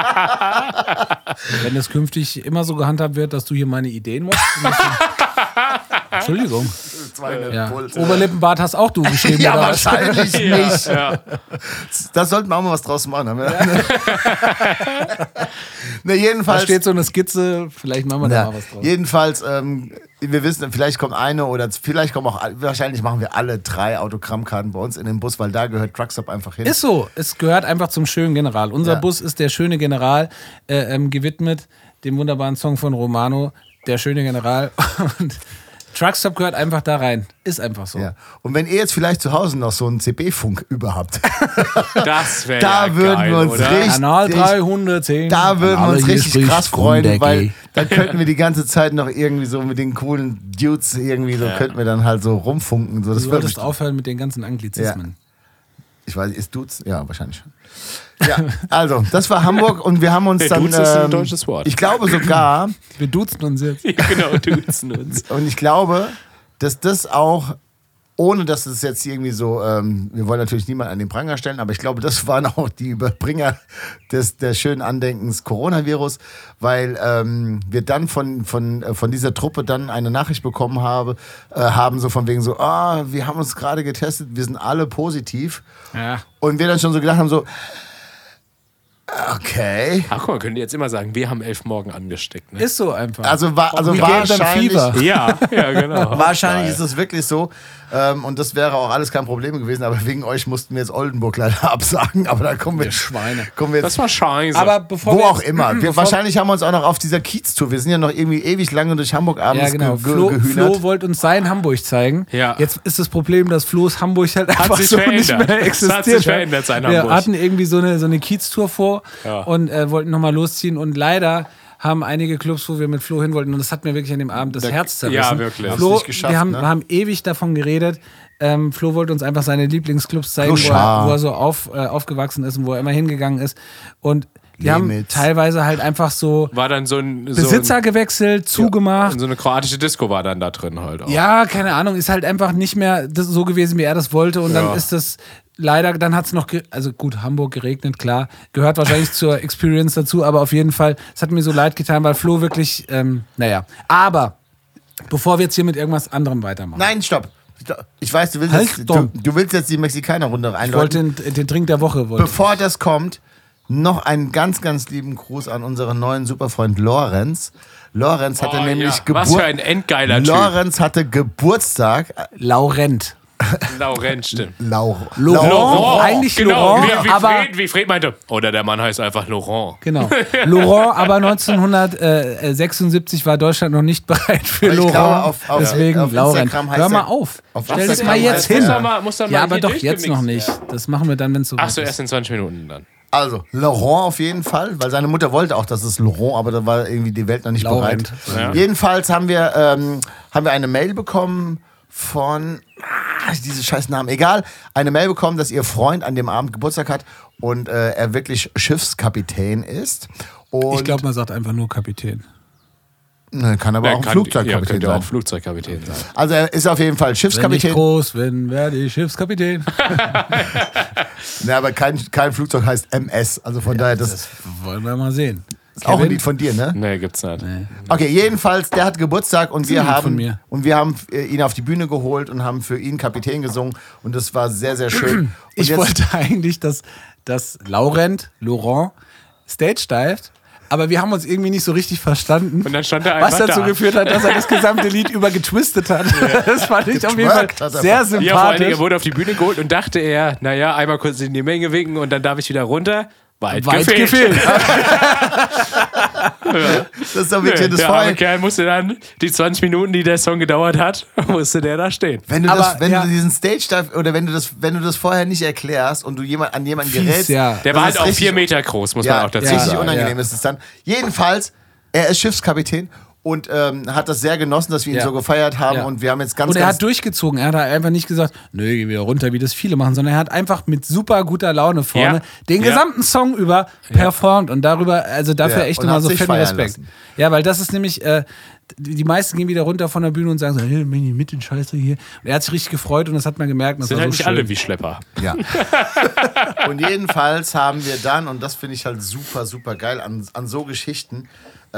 Speaker 3: Wenn es künftig immer so gehandhabt wird, dass du hier meine Ideen machst. Entschuldigung. Ja. Oberlippenbart hast auch du geschrieben.
Speaker 1: Ja,
Speaker 3: oder was?
Speaker 1: wahrscheinlich nicht.
Speaker 2: Ja.
Speaker 1: Das sollten wir auch mal was draus machen. Ne,
Speaker 3: Da
Speaker 1: jedenfalls.
Speaker 3: steht so eine Skizze, vielleicht machen wir da mal was draus.
Speaker 1: Jedenfalls, wir wissen, vielleicht kommt eine oder vielleicht kommen auch, wahrscheinlich machen wir alle 3 Autogrammkarten bei uns in den Bus, weil da gehört Truckstop einfach hin.
Speaker 3: Ist so, es gehört einfach zum schönen General. Unser Bus ist der schöne General, gewidmet dem wunderbaren Song von Romano, der schöne General. Und Truckstop gehört einfach da rein. Ist einfach so.
Speaker 1: Ja. Und wenn ihr jetzt vielleicht zu Hause noch so einen CB-Funk über habt,
Speaker 2: Das wäre
Speaker 1: da würden
Speaker 2: geil,
Speaker 1: wir uns
Speaker 2: oder?
Speaker 1: richtig,
Speaker 3: Kanal 310.
Speaker 1: da würden wir
Speaker 3: Alle
Speaker 1: uns
Speaker 3: hier
Speaker 1: richtig
Speaker 3: spricht
Speaker 1: krass freuen,
Speaker 3: Grundecke.
Speaker 1: weil dann könnten wir die ganze Zeit noch irgendwie so mit den coolen Dudes irgendwie so, könnten wir dann halt so rumfunken. So, das
Speaker 3: Du
Speaker 1: wird
Speaker 3: solltest aufhören mit den ganzen Anglizismen.
Speaker 1: Ich weiß, ist Dudes? Ja, wahrscheinlich schon. Ja, also, das war Hamburg und wir haben uns
Speaker 2: Der
Speaker 1: dann.
Speaker 2: Dudes ist ein deutsches Wort.
Speaker 1: Ich glaube sogar,
Speaker 3: Wir duzen uns jetzt.
Speaker 2: Ja, genau, duzen uns.
Speaker 1: und ich glaube, dass das auch, ohne dass es jetzt irgendwie so, wir wollen natürlich niemanden an den Pranger stellen, aber ich glaube, das waren auch die Überbringer der schönen Andenkens Coronavirus, weil wir dann von dieser Truppe dann eine Nachricht bekommen haben so von wegen so, wir haben uns gerade getestet, wir sind alle positiv.
Speaker 3: Ja.
Speaker 1: Und wir dann schon so gedacht haben so, okay.
Speaker 2: Ach guck mal, könnt ihr jetzt immer sagen, wir haben 11 Morgen angesteckt. Ne?
Speaker 3: Ist so einfach.
Speaker 1: Also
Speaker 3: We gave them
Speaker 1: wahrscheinlich,
Speaker 3: fever.
Speaker 2: Ja, genau.
Speaker 1: wahrscheinlich ist es wirklich so. Und das wäre auch alles kein Problem gewesen, aber wegen euch mussten wir jetzt Oldenburg leider absagen. Aber da kommen wir,
Speaker 3: Schweine.
Speaker 1: kommen wir
Speaker 2: Das
Speaker 1: jetzt
Speaker 2: war scheiße.
Speaker 3: Aber bevor
Speaker 1: wo
Speaker 3: wir
Speaker 1: auch
Speaker 3: jetzt-
Speaker 1: immer.
Speaker 3: bevor-
Speaker 1: Wahrscheinlich haben wir uns auch noch auf dieser Kiez-Tour. Wir sind ja noch irgendwie ewig lange durch Hamburg abends
Speaker 3: Ja, genau.
Speaker 1: gehühnert.
Speaker 3: Flo wollte uns sein Hamburg zeigen.
Speaker 2: Ja.
Speaker 3: Jetzt ist das Problem, dass Flo's Hamburg halt einfach
Speaker 2: sich
Speaker 3: so nicht
Speaker 2: verändert.
Speaker 3: mehr
Speaker 2: Es
Speaker 3: existiert.
Speaker 2: hat sich verändert, sein
Speaker 3: Wir
Speaker 2: Hamburg.
Speaker 3: hatten irgendwie so eine Kiez-Tour vor
Speaker 2: Ja.
Speaker 3: und wollten nochmal losziehen. Und leider haben einige Clubs, wo wir mit Flo hin wollten, und das hat mir wirklich an dem Abend das Herz zerrissen.
Speaker 2: ja, wirklich.
Speaker 3: Flo,
Speaker 1: Hast nicht geschafft,
Speaker 3: wir haben
Speaker 1: ne?
Speaker 3: ewig davon geredet. Flo wollte uns einfach seine Lieblingsclubs zeigen,
Speaker 1: Clochard.
Speaker 3: wo er so aufgewachsen ist und wo er immer hingegangen ist. Und die haben
Speaker 1: Limits.
Speaker 3: teilweise halt einfach so
Speaker 2: war dann so ein
Speaker 3: Besitzer gewechselt, zugemacht.
Speaker 2: und so eine kroatische Disco war dann da drin halt auch.
Speaker 3: Ja, keine Ahnung, ist halt einfach nicht mehr so gewesen, wie er das wollte. Und dann ist das leider, dann hat es noch, also gut, Hamburg geregnet, klar, gehört wahrscheinlich zur Experience dazu, aber auf jeden Fall, es hat mir so leid getan, weil Flo wirklich, naja. Aber, bevor wir jetzt hier mit irgendwas anderem weitermachen.
Speaker 1: Nein, stopp. Ich weiß, du willst,
Speaker 3: Halt
Speaker 1: jetzt,
Speaker 3: doch.
Speaker 1: du willst jetzt die Mexikaner-Runde
Speaker 3: Ich wollte
Speaker 1: einläuten.
Speaker 3: den Drink der Woche.
Speaker 1: Bevor das kommt, noch einen ganz, ganz lieben Gruß an unseren neuen Superfreund Lorenz. Lorenz hatte nämlich
Speaker 2: Was für ein endgeiler Typ.
Speaker 1: Lorenz hatte Geburtstag.
Speaker 3: Laurent.
Speaker 2: Laurent, stimmt.
Speaker 3: Laurent. Eigentlich
Speaker 2: genau,
Speaker 3: Laurent,
Speaker 2: wie
Speaker 3: aber...
Speaker 2: Fred meinte. Oder der Mann heißt einfach Laurent.
Speaker 3: Genau. Laurent, aber 1976 war Deutschland noch nicht bereit für
Speaker 1: Ich
Speaker 3: Laurent.
Speaker 1: glaube, auf
Speaker 3: Deswegen Laurent.
Speaker 1: Instagram heißt
Speaker 3: Hör mal
Speaker 1: er-
Speaker 3: auf.
Speaker 1: auf
Speaker 3: Stell das
Speaker 1: Instagram
Speaker 3: mal jetzt
Speaker 1: heißt
Speaker 3: hin.
Speaker 1: er-
Speaker 2: Muss dann mal
Speaker 3: Ja, aber
Speaker 2: hier
Speaker 3: doch jetzt noch
Speaker 2: durchgemixt
Speaker 3: nicht. Das machen wir dann, wenn es so
Speaker 2: Ach
Speaker 3: weit
Speaker 2: so,
Speaker 3: ist.
Speaker 2: erst in 20 Minuten dann.
Speaker 1: Also, Laurent auf jeden Fall, weil seine Mutter wollte auch, dass es Laurent, aber da war irgendwie die Welt noch nicht
Speaker 3: Laurent.
Speaker 1: bereit.
Speaker 2: Ja.
Speaker 1: Jedenfalls haben wir eine Mail bekommen von, diese scheiß Namen, egal, eine Mail bekommen, dass ihr Freund an dem Abend Geburtstag hat und er wirklich Schiffskapitän ist. Und
Speaker 3: Ich glaube, man sagt einfach nur Kapitän.
Speaker 1: kann aber auch ein Flugzeugkapitän
Speaker 2: könnte
Speaker 1: sein.
Speaker 2: auch Flugzeugkapitän sein.
Speaker 1: Also er ist auf jeden Fall
Speaker 3: Wenn ich
Speaker 1: Schiffskapitän.
Speaker 3: groß bin, werde ich Schiffskapitän.
Speaker 1: Ne, aber kein Flugzeug heißt MS, also von daher das.
Speaker 3: Das wollen wir mal sehen.
Speaker 1: Das ist auch ein Lied von dir, ne?
Speaker 2: Nee, gibt's nicht.
Speaker 3: Nee.
Speaker 1: Okay, jedenfalls, der hat Geburtstag und wir
Speaker 3: Lied von
Speaker 1: haben,
Speaker 3: mir.
Speaker 1: ihn auf die Bühne geholt und haben für ihn Kapitän gesungen und das war sehr, sehr schön. Und
Speaker 3: Ich wollte eigentlich, dass Laurent Stage dived, aber wir haben uns irgendwie nicht so richtig verstanden.
Speaker 2: Und dann stand er einfach
Speaker 3: was dazu
Speaker 2: da.
Speaker 3: geführt hat, dass er das gesamte Lied über getwistet hat. Das fand ich auf jeden Fall
Speaker 1: Getwerkt hat er.
Speaker 3: sehr
Speaker 2: Ja, vor allen Dingen,
Speaker 3: sympathisch.
Speaker 2: er wurde auf die Bühne geholt und dachte er, naja, einmal kurz in die Menge winken und dann darf ich wieder runter. Weit gefehlt.
Speaker 1: Das ist doch wirklich das
Speaker 2: Der arme
Speaker 1: Vorher.
Speaker 2: Kerl musste dann die 20 Minuten, die der Song gedauert hat, musste der da stehen.
Speaker 1: Wenn du,
Speaker 3: Aber,
Speaker 1: wenn
Speaker 3: ja.
Speaker 1: du diesen Stage-Dive oder wenn du das vorher nicht erklärst und du an jemanden gerätst,
Speaker 3: ja.
Speaker 2: Der
Speaker 1: das
Speaker 2: war
Speaker 1: ist
Speaker 2: halt auch
Speaker 1: richtig-
Speaker 2: 4 Meter groß, muss man
Speaker 1: ja,
Speaker 2: auch dazu
Speaker 1: richtig
Speaker 2: sagen.
Speaker 1: unangenehm
Speaker 3: ja.
Speaker 1: ist es dann. Jedenfalls, er ist Schiffskapitän und hat das sehr genossen, dass wir ihn
Speaker 3: Ja.
Speaker 1: so gefeiert haben
Speaker 3: Ja.
Speaker 1: und wir haben jetzt ganz,
Speaker 3: Und er
Speaker 1: ganz
Speaker 3: hat durchgezogen. Er hat einfach nicht gesagt, nö, geh wieder runter, wie das viele machen, sondern er hat einfach mit super guter Laune vorne
Speaker 2: Ja.
Speaker 3: den
Speaker 2: Ja.
Speaker 3: gesamten Song über performt und darüber, also dafür
Speaker 1: Ja.
Speaker 3: echt
Speaker 1: Und
Speaker 3: immer
Speaker 1: hat
Speaker 3: so
Speaker 1: sich
Speaker 3: fetten
Speaker 1: feiern
Speaker 3: Respekt.
Speaker 1: lassen.
Speaker 3: Ja, weil das ist nämlich, die meisten gehen wieder runter von der Bühne und sagen so, hey, bin ich mit den Scheiße hier. Und er hat sich richtig gefreut und das hat man gemerkt. Und das
Speaker 2: Sind
Speaker 3: war
Speaker 2: halt
Speaker 3: so
Speaker 2: nicht
Speaker 3: schön.
Speaker 2: alle wie Schlepper.
Speaker 1: Ja. Und jedenfalls haben wir dann, und das finde ich halt super, super geil an so Geschichten,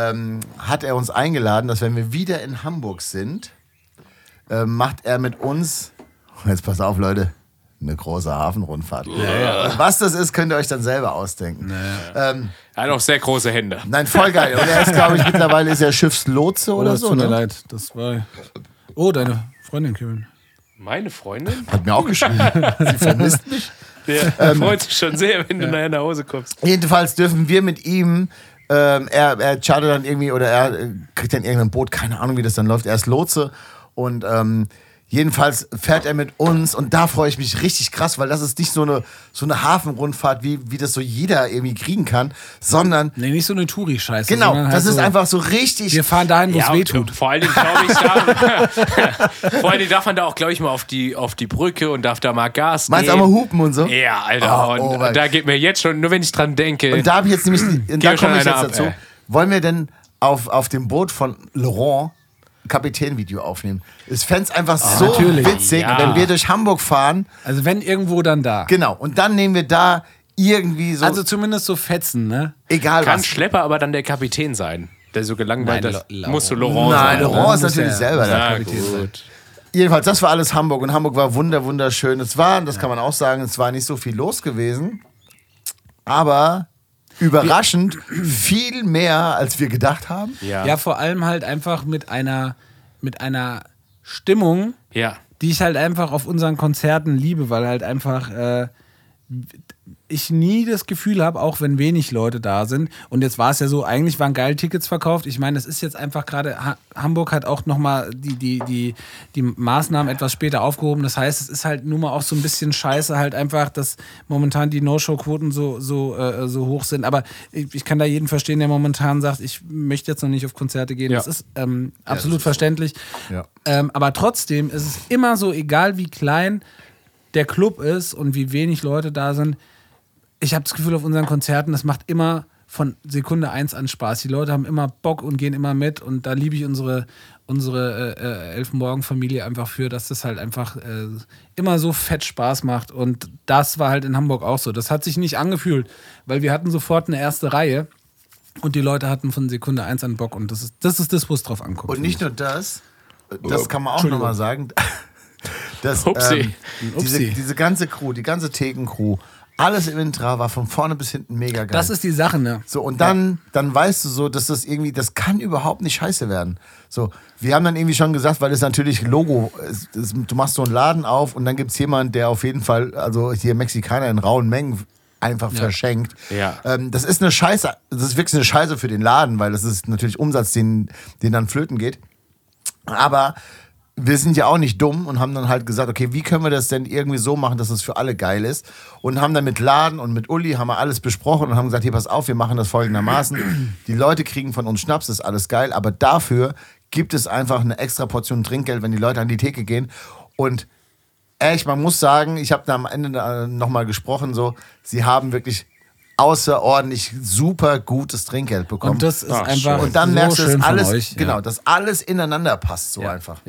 Speaker 1: hat er uns eingeladen, dass wenn wir wieder in Hamburg sind, macht er mit uns, jetzt pass auf Leute, eine große Hafenrundfahrt. Und was das ist, könnt ihr euch dann selber ausdenken.
Speaker 2: Er hat auch sehr große Hände.
Speaker 1: Nein, voll geil. Und er ist, glaube ich, mittlerweile ist er Schiffslotse oder
Speaker 3: das
Speaker 1: so.
Speaker 3: tut mir
Speaker 1: Ne?
Speaker 3: leid. Das war. Oh, deine Freundin, Kevin.
Speaker 2: Meine Freundin?
Speaker 1: Hat mir auch geschrieben. Sie vermisst mich.
Speaker 2: Der freut sich schon sehr, wenn du nachher nach Hause kommst.
Speaker 1: Jedenfalls dürfen wir mit ihm, er chartert dann irgendwie oder er kriegt dann irgendein Boot, keine Ahnung, wie das dann läuft. Er ist Lotse und jedenfalls fährt er mit uns und da freue ich mich richtig krass, weil das ist nicht so eine Hafenrundfahrt, wie das so jeder irgendwie kriegen kann, sondern
Speaker 3: Nee, nicht so eine Touri-Scheiße.
Speaker 1: genau,
Speaker 3: sondern halt
Speaker 1: das ist
Speaker 3: so,
Speaker 1: einfach so richtig.
Speaker 3: Wir fahren dahin, wo es weh tut.
Speaker 2: Vor allen Dingen, glaube ich, vor allen Dingen darf man da auch, glaube ich, mal auf die Brücke und darf da mal Gas
Speaker 1: Meinst du auch
Speaker 2: geben.
Speaker 1: mal hupen und so?
Speaker 2: Ja, Alter.
Speaker 1: Oh,
Speaker 2: und
Speaker 1: weil-
Speaker 2: da geht mir jetzt schon, nur wenn ich dran denke.
Speaker 1: Und da habe ich jetzt nämlich, und da
Speaker 2: Geh schon
Speaker 1: komme ich jetzt
Speaker 2: einer ab,
Speaker 1: dazu.
Speaker 2: ey.
Speaker 1: Wollen wir denn auf dem Boot von Laurent Kapitän-Video aufnehmen? Ich fände es einfach so
Speaker 3: natürlich.
Speaker 1: witzig,
Speaker 2: Ja.
Speaker 1: wenn wir durch Hamburg fahren.
Speaker 3: Also wenn irgendwo, dann da.
Speaker 1: Genau. Und dann nehmen wir da irgendwie so,
Speaker 3: Also zumindest so Fetzen, ne?
Speaker 1: egal
Speaker 2: Kann
Speaker 1: was.
Speaker 2: Schlepper aber dann der Kapitän sein, der so gelangweilt
Speaker 3: Nein,
Speaker 2: ist.
Speaker 3: Laurent.
Speaker 2: Musst du Laurent
Speaker 1: Nein,
Speaker 2: sein.
Speaker 1: Laurent ist
Speaker 3: muss
Speaker 1: natürlich
Speaker 3: er-
Speaker 1: selber der
Speaker 2: Na
Speaker 1: Kapitän.
Speaker 2: gut.
Speaker 1: Jedenfalls, das war alles Hamburg. Und Hamburg war wunderschön. Es war, das kann man auch sagen, es war nicht so viel los gewesen. Aber überraschend viel mehr, als wir gedacht haben.
Speaker 2: Ja.
Speaker 3: Ja, vor allem halt einfach mit einer Stimmung,
Speaker 2: Ja.
Speaker 3: die ich halt einfach auf unseren Konzerten liebe, weil halt einfach ich nie das Gefühl habe, auch wenn wenig Leute da sind. Und jetzt war es ja so, eigentlich waren geil Tickets verkauft. Ich meine, das ist jetzt einfach gerade, Hamburg hat auch nochmal die Maßnahmen etwas später aufgehoben. Das heißt, es ist halt nur mal auch so ein bisschen scheiße, halt einfach, dass momentan die No-Show-Quoten so hoch sind. Aber ich kann da jeden verstehen, der momentan sagt, ich möchte jetzt noch nicht auf Konzerte gehen.
Speaker 2: Ja.
Speaker 3: Das ist absolut verständlich.
Speaker 1: Ja.
Speaker 3: Aber trotzdem ist es immer so, egal wie klein der Club ist und wie wenig Leute da sind, ich habe das Gefühl, auf unseren Konzerten, das macht immer von Sekunde 1 an Spaß. Die Leute haben immer Bock und gehen immer mit und da liebe ich unsere Elfenmorgen-Familie einfach für, dass das halt einfach immer so fett Spaß macht und das war halt in Hamburg auch so. Das hat sich nicht angefühlt, weil wir hatten sofort eine erste Reihe und die Leute hatten von Sekunde 1 an Bock und das ist das, wo es drauf ankommt.
Speaker 1: Und nicht nur das kann man auch
Speaker 3: Entschuldigung.
Speaker 1: nochmal sagen, dass
Speaker 2: Upsi.
Speaker 1: diese ganze Crew, die ganze Theken-Crew, alles im Intra war von vorne bis hinten mega geil.
Speaker 3: Das ist die Sache, ne?
Speaker 1: So, und dann weißt du so, dass das irgendwie, das kann überhaupt nicht scheiße werden. So, wir haben dann irgendwie schon gesagt, weil es natürlich Logo, du machst so einen Laden auf und dann gibt es jemanden, der auf jeden Fall, also hier Mexikaner in rauen Mengen einfach verschenkt.
Speaker 2: Ja.
Speaker 1: Das ist eine Scheiße, das ist wirklich eine Scheiße für den Laden, weil das ist natürlich Umsatz, den dann flöten geht. Aber wir sind ja auch nicht dumm und haben dann halt gesagt, okay, wie können wir das denn irgendwie so machen, dass es für alle geil ist? Und haben dann mit Laden und mit Uli haben wir alles besprochen und haben gesagt, hier, pass auf, wir machen das folgendermaßen. Die Leute kriegen von uns Schnaps, das ist alles geil, aber dafür gibt es einfach eine extra Portion Trinkgeld, wenn die Leute an die Theke gehen. Und echt, man muss sagen, ich habe da am Ende nochmal gesprochen, so, sie haben wirklich außerordentlich super gutes Trinkgeld bekommen.
Speaker 3: Und das ist
Speaker 2: Ach,
Speaker 3: einfach
Speaker 1: Und dann
Speaker 3: so
Speaker 1: merkst du,
Speaker 3: schön
Speaker 1: dass
Speaker 3: von
Speaker 1: alles,
Speaker 3: euch.
Speaker 1: genau, dass alles ineinander passt so
Speaker 3: Ja.
Speaker 1: einfach.
Speaker 3: Ja.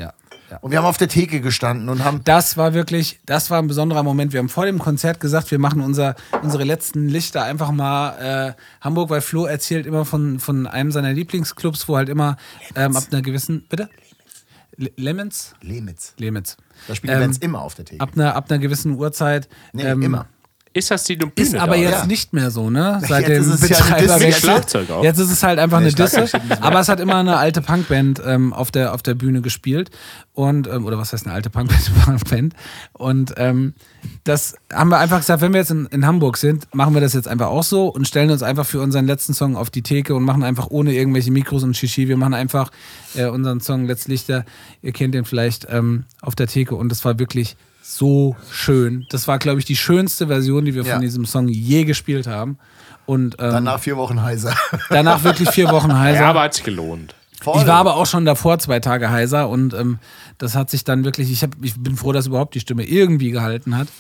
Speaker 1: Und wir haben auf der Theke gestanden und haben...
Speaker 3: Das war ein besonderer Moment. Wir haben vor dem Konzert gesagt, wir machen unsere letzten Lichter einfach mal Hamburg, weil Flo erzählt immer von einem seiner Lieblingsclubs, wo halt immer ab einer gewissen... Bitte? Lemitz.
Speaker 1: Da spielen die Bands immer auf der Theke.
Speaker 3: Ab einer gewissen Uhrzeit.
Speaker 1: Immer.
Speaker 2: Ist das die Bühne
Speaker 3: Ist aber
Speaker 2: da,
Speaker 3: jetzt
Speaker 2: oder?
Speaker 3: nicht mehr so, ne? Seit
Speaker 1: Jetzt
Speaker 3: dem
Speaker 1: ist es ja eine
Speaker 3: Betreiber
Speaker 1: Disse.
Speaker 3: wechselt.
Speaker 2: Schlagzeug auch.
Speaker 3: Jetzt ist es halt einfach eine Disse.
Speaker 1: Schlagzeug steht
Speaker 3: Aber es hat immer eine alte Punkband auf der Bühne gespielt. Und, oder was heißt eine alte Punkband? Und das haben wir einfach gesagt, wenn wir jetzt in Hamburg sind, machen wir das jetzt einfach auch so und stellen uns einfach für unseren letzten Song auf die Theke und machen einfach ohne irgendwelche Mikros und Shishi. Wir machen einfach unseren Song Letztlichter. Ihr kennt den vielleicht auf der Theke. Und das war wirklich so schön. Das war, glaube ich, die schönste Version, die wir von diesem Song je gespielt haben. Und
Speaker 1: danach 4 Wochen heiser.
Speaker 3: Danach wirklich 4 Wochen heiser.
Speaker 2: Ja, aber hat sich gelohnt.
Speaker 1: Voll.
Speaker 3: Ich war aber auch schon davor 2 Tage heiser und das hat sich dann wirklich, ich bin froh, dass überhaupt die Stimme irgendwie gehalten hat.